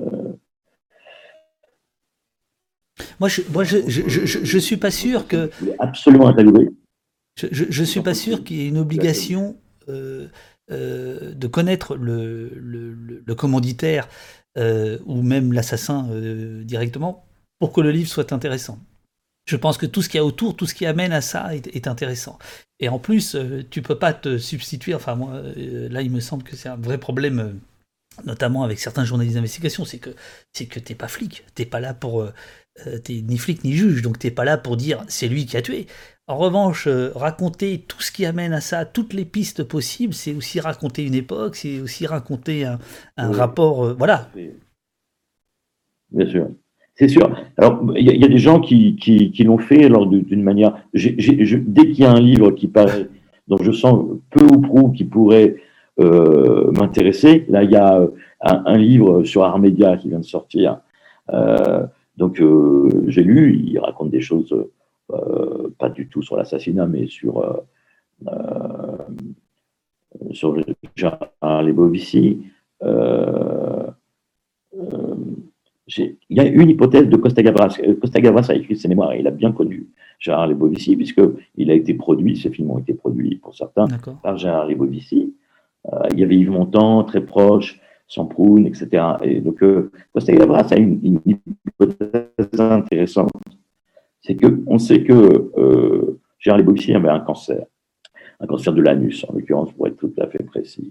Moi, je, moi, je, je, je, je, je suis pas sûr que. Je voulais absolument interviewer. Je, je, je suis pas sûr qu'il y ait une obligation euh, euh, de connaître le, le, le, le commanditaire euh, ou même l'assassin euh, directement pour que le livre soit intéressant. Je pense que tout ce qu'il y a autour, tout ce qui amène à ça est, est intéressant. Et en plus, euh, tu peux pas te substituer. Enfin, moi, euh, là, il me semble que c'est un vrai problème, euh, notamment avec certains journalistes d'investigation, c'est que c'est que t'es pas flic, t'es pas là pour, euh, t'es ni flic ni juge, donc t'es pas là pour dire c'est lui qui a tué. En revanche, euh, raconter tout ce qui amène à ça, toutes les pistes possibles, c'est aussi raconter une époque, c'est aussi raconter un, un Oui, rapport, euh, voilà. bien sûr. C'est sûr. Alors, il y, y, a des gens qui, qui, qui l'ont fait alors d'une manière. J'ai, j'ai, je, dès qu'il y a un livre qui paraît, dont je sens peu ou prou qui pourrait euh, m'intéresser, là, il y a un, un livre sur Armédia qui vient de sortir. Euh, donc, euh, j'ai lu, il raconte des choses, euh, pas du tout sur l'assassinat, mais sur, euh, euh, sur Gérard Lebovici. Euh, euh, il y a une hypothèse de Costa Gavras. Costa Gavras a écrit ses mémoires et il a bien connu Gérard Lebovici, puisqu'il a été produit, ces films ont été produits pour certains D'accord. par Gérard Lebovici. Euh, il y avait Yves Montand, très proche, Samproun, et cetera. Et donc, euh, Costa Gavras a une, une hypothèse intéressante. C'est qu'on sait que euh, Gérard Lebovici avait un cancer, un cancer de l'anus, en l'occurrence, pour être tout à fait précis.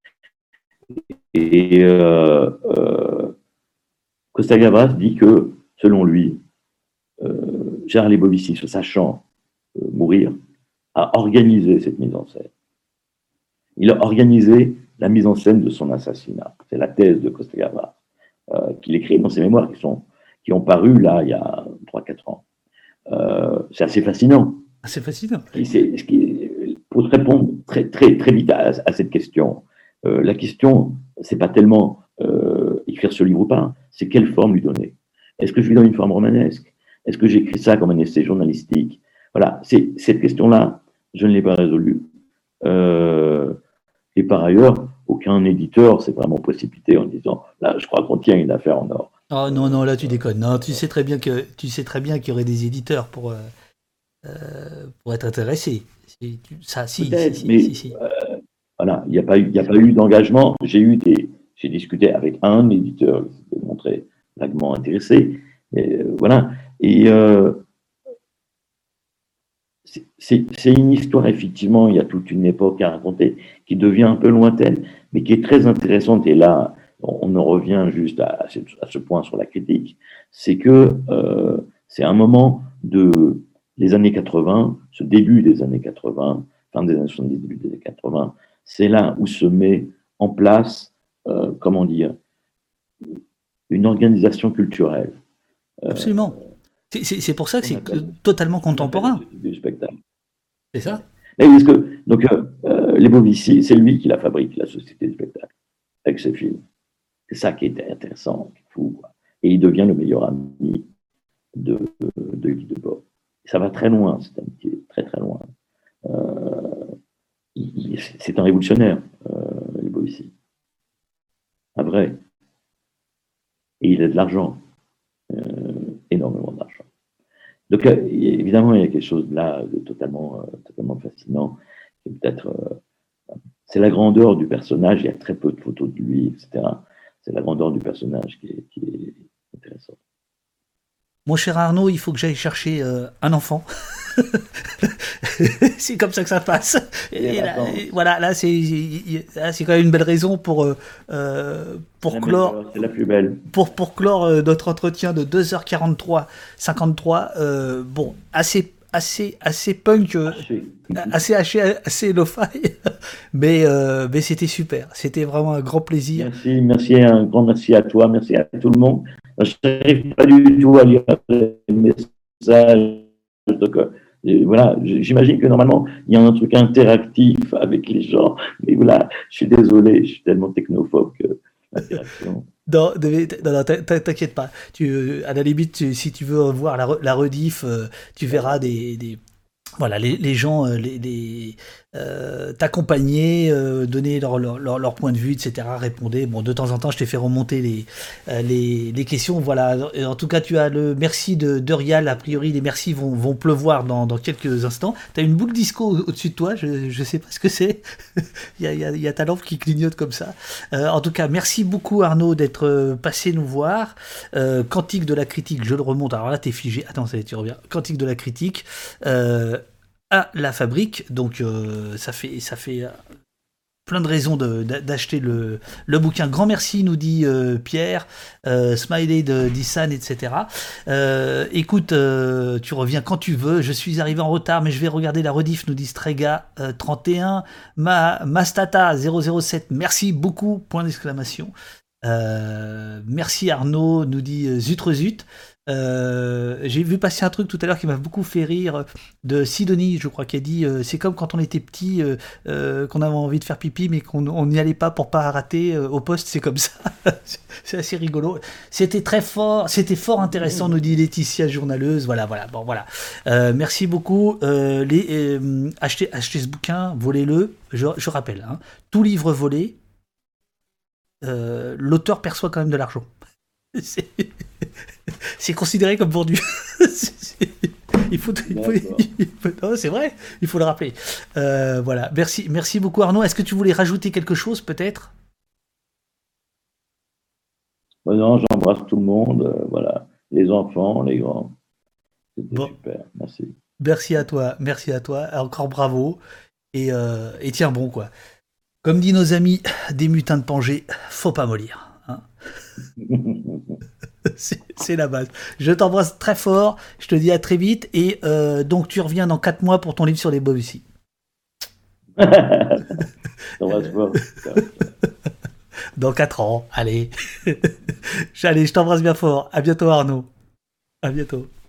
Et euh, euh, Costa Gavras dit que, selon lui, euh, Gérard Lebovici, se sachant euh, mourir, a organisé cette mise en scène. Il a organisé la mise en scène de son assassinat. C'est la thèse de Costa Gavras, euh, qu'il écrit dans ses mémoires qui, sont, qui ont paru là il y a trois quatre ans. Euh, c'est assez fascinant. Ah, c'est fascinant. Et c'est, ce qui, pour te répondre très, très, très vite à, à cette question, euh, la question, c'est pas tellement euh, écrire ce livre ou pas, c'est quelle forme lui donner. Est-ce que je lui donne une forme romanesque? Est-ce que j'écris ça comme un essai journalistique? Voilà, c'est, cette question-là, je ne l'ai pas résolue. Euh, et par ailleurs, aucun éditeur s'est vraiment précipité en disant là, je crois qu'on tient une affaire en or. Oh non, non, là tu déconnes. Non, tu sais très bien que tu sais très bien qu'il y aurait des éditeurs pour, euh, euh, pour être intéressés. C'est- tu- Ça, si, si, Peut-être, si, mais si, si. euh, voilà, il n'y a pas eu, il y a pas eu d'engagement. J'ai eu des, j'ai discuté avec un éditeur qui s'était montré vaguement intéressé. Et, euh, voilà. Et euh, c'est c'est- c'est une histoire, effectivement, il y a toute une époque à raconter qui devient un peu lointaine, mais qui est très intéressante. Et là, on, on en revient juste à, à ce, à ce point sur la critique, c'est que euh, c'est un moment de des années quatre-vingts, ce début des années quatre-vingts, fin des années soixante-dix, début des années quatre-vingts, c'est là où se met en place, euh, comment dire, une organisation culturelle. Euh, Absolument. C'est c'est- c'est pour ça que qu'on c'est que appelle, totalement qu'on appelle ce contemporain. type de spectacle. C'est ça? Et parce que, donc, euh, euh, les Bovici, c'est lui qui la fabrique, la société de spectacle, avec ses films. C'est ça qui est intéressant, qui est fou. Quoi. Et il devient le meilleur ami de, de Guy Debord. Ça va très loin, cette amitié, très très loin. Euh, il, c'est un révolutionnaire, euh, les Bovici. Un vrai. Et il a de l'argent, euh, énormément d'argent. Donc, euh, évidemment, il y a quelque chose là de totalement, euh, totalement fascinant. c'est peut-être, euh, c'est la grandeur du personnage. Il y a très peu de photos de lui, et cetera. C'est la grandeur du personnage qui est, qui est intéressante. Mon cher Arnaud, il faut que j'aille chercher euh, un enfant. C'est comme ça que ça passe. Et là, et voilà, là c'est, là c'est quand même une belle raison pour euh, pour clore. C'est la plus belle. Pour pour clore euh, notre entretien de deux heures quarante-trois cinquante-trois. Euh, bon, assez assez assez punk, euh, assez haché, assez lo-fi, mais euh, mais c'était super. C'était vraiment un grand plaisir. Merci, merci, un grand merci à toi, merci à tout le monde. Je n'arrive pas du tout à lire les messages. Donc, euh, voilà, j'imagine que normalement, il y a un truc interactif avec les gens. Mais voilà, je suis désolé, je suis tellement technophobe que l'interaction. Non, non, non, t'inquiète pas. Tu, à la limite, tu, si tu veux voir la, la rediff, euh, tu verras des, des voilà, les, les gens, les, les euh, t'accompagner, euh, donner leur, leur, leur, leur point de vue, et cetera. Répondez. Bon, de temps en temps, je t'ai fait remonter les, euh, les, les questions. Voilà. En tout cas, tu as le merci de, de Rial. A priori, les merci vont, vont pleuvoir dans, dans quelques instants. Tu as une boucle disco au-dessus de toi. Je ne sais pas ce que c'est. il, y a, il, y a, il y a ta lampe qui clignote comme ça. Euh, en tout cas, merci beaucoup, Arnaud, d'être passé nous voir. Euh, Cantique de la critique, je le remonte. Alors là, t'es figé. Attends, ça y est, tu reviens. Cantique de la critique. Euh, à la fabrique, donc euh, ça fait ça fait euh, plein de raisons de, d'acheter le, le bouquin. Grand merci, nous dit euh, Pierre, euh, Smiley de d'Issan, et cetera. Euh, écoute, euh, tu reviens quand tu veux. Je suis arrivé en retard, mais je vais regarder la rediff, nous dit Strega euh, trente et un. Ma, Mastata zéro zéro sept, merci beaucoup, point d'exclamation. Euh, merci Arnaud, nous dit euh, Zutre Zut. Euh, j'ai vu passer un truc tout à l'heure qui m'a beaucoup fait rire, de Sidonie, je crois, qui a dit euh, c'est comme quand on était petit, euh, euh, qu'on avait envie de faire pipi mais qu'on n'y allait pas pour pas rater euh, au poste, c'est comme ça. C'est assez rigolo. C'était très fort, c'était fort intéressant, nous dit Laetitia, journaleuse. Voilà, voilà, bon, voilà. Euh, merci beaucoup. Euh, les, euh, achetez, achetez ce bouquin, volez-le. Je, je rappelle, hein, tout livre volé, euh, l'auteur perçoit quand même de l'argent. C'est... c'est considéré comme vendu. il faut, il faut, il faut non, c'est vrai, il faut le rappeler. Euh, voilà, merci, merci beaucoup Arnaud. Est-ce que tu voulais rajouter quelque chose peut-être? Ben non, j'embrasse tout le monde, euh, voilà, les enfants, les grands. C'était bon. Super, merci. Merci à toi, merci à toi. Encore bravo et, euh, et tiens bon quoi. Comme dit nos amis des mutins de Pangée, faut pas mollir. Hein. c'est, c'est la base. Je t'embrasse très fort. Je te dis à très vite. Et euh, donc, tu reviens dans quatre mois pour ton livre sur les Bob ici. Dans quatre ans. Allez. Allez, je t'embrasse bien fort. À bientôt, Arnaud. À bientôt.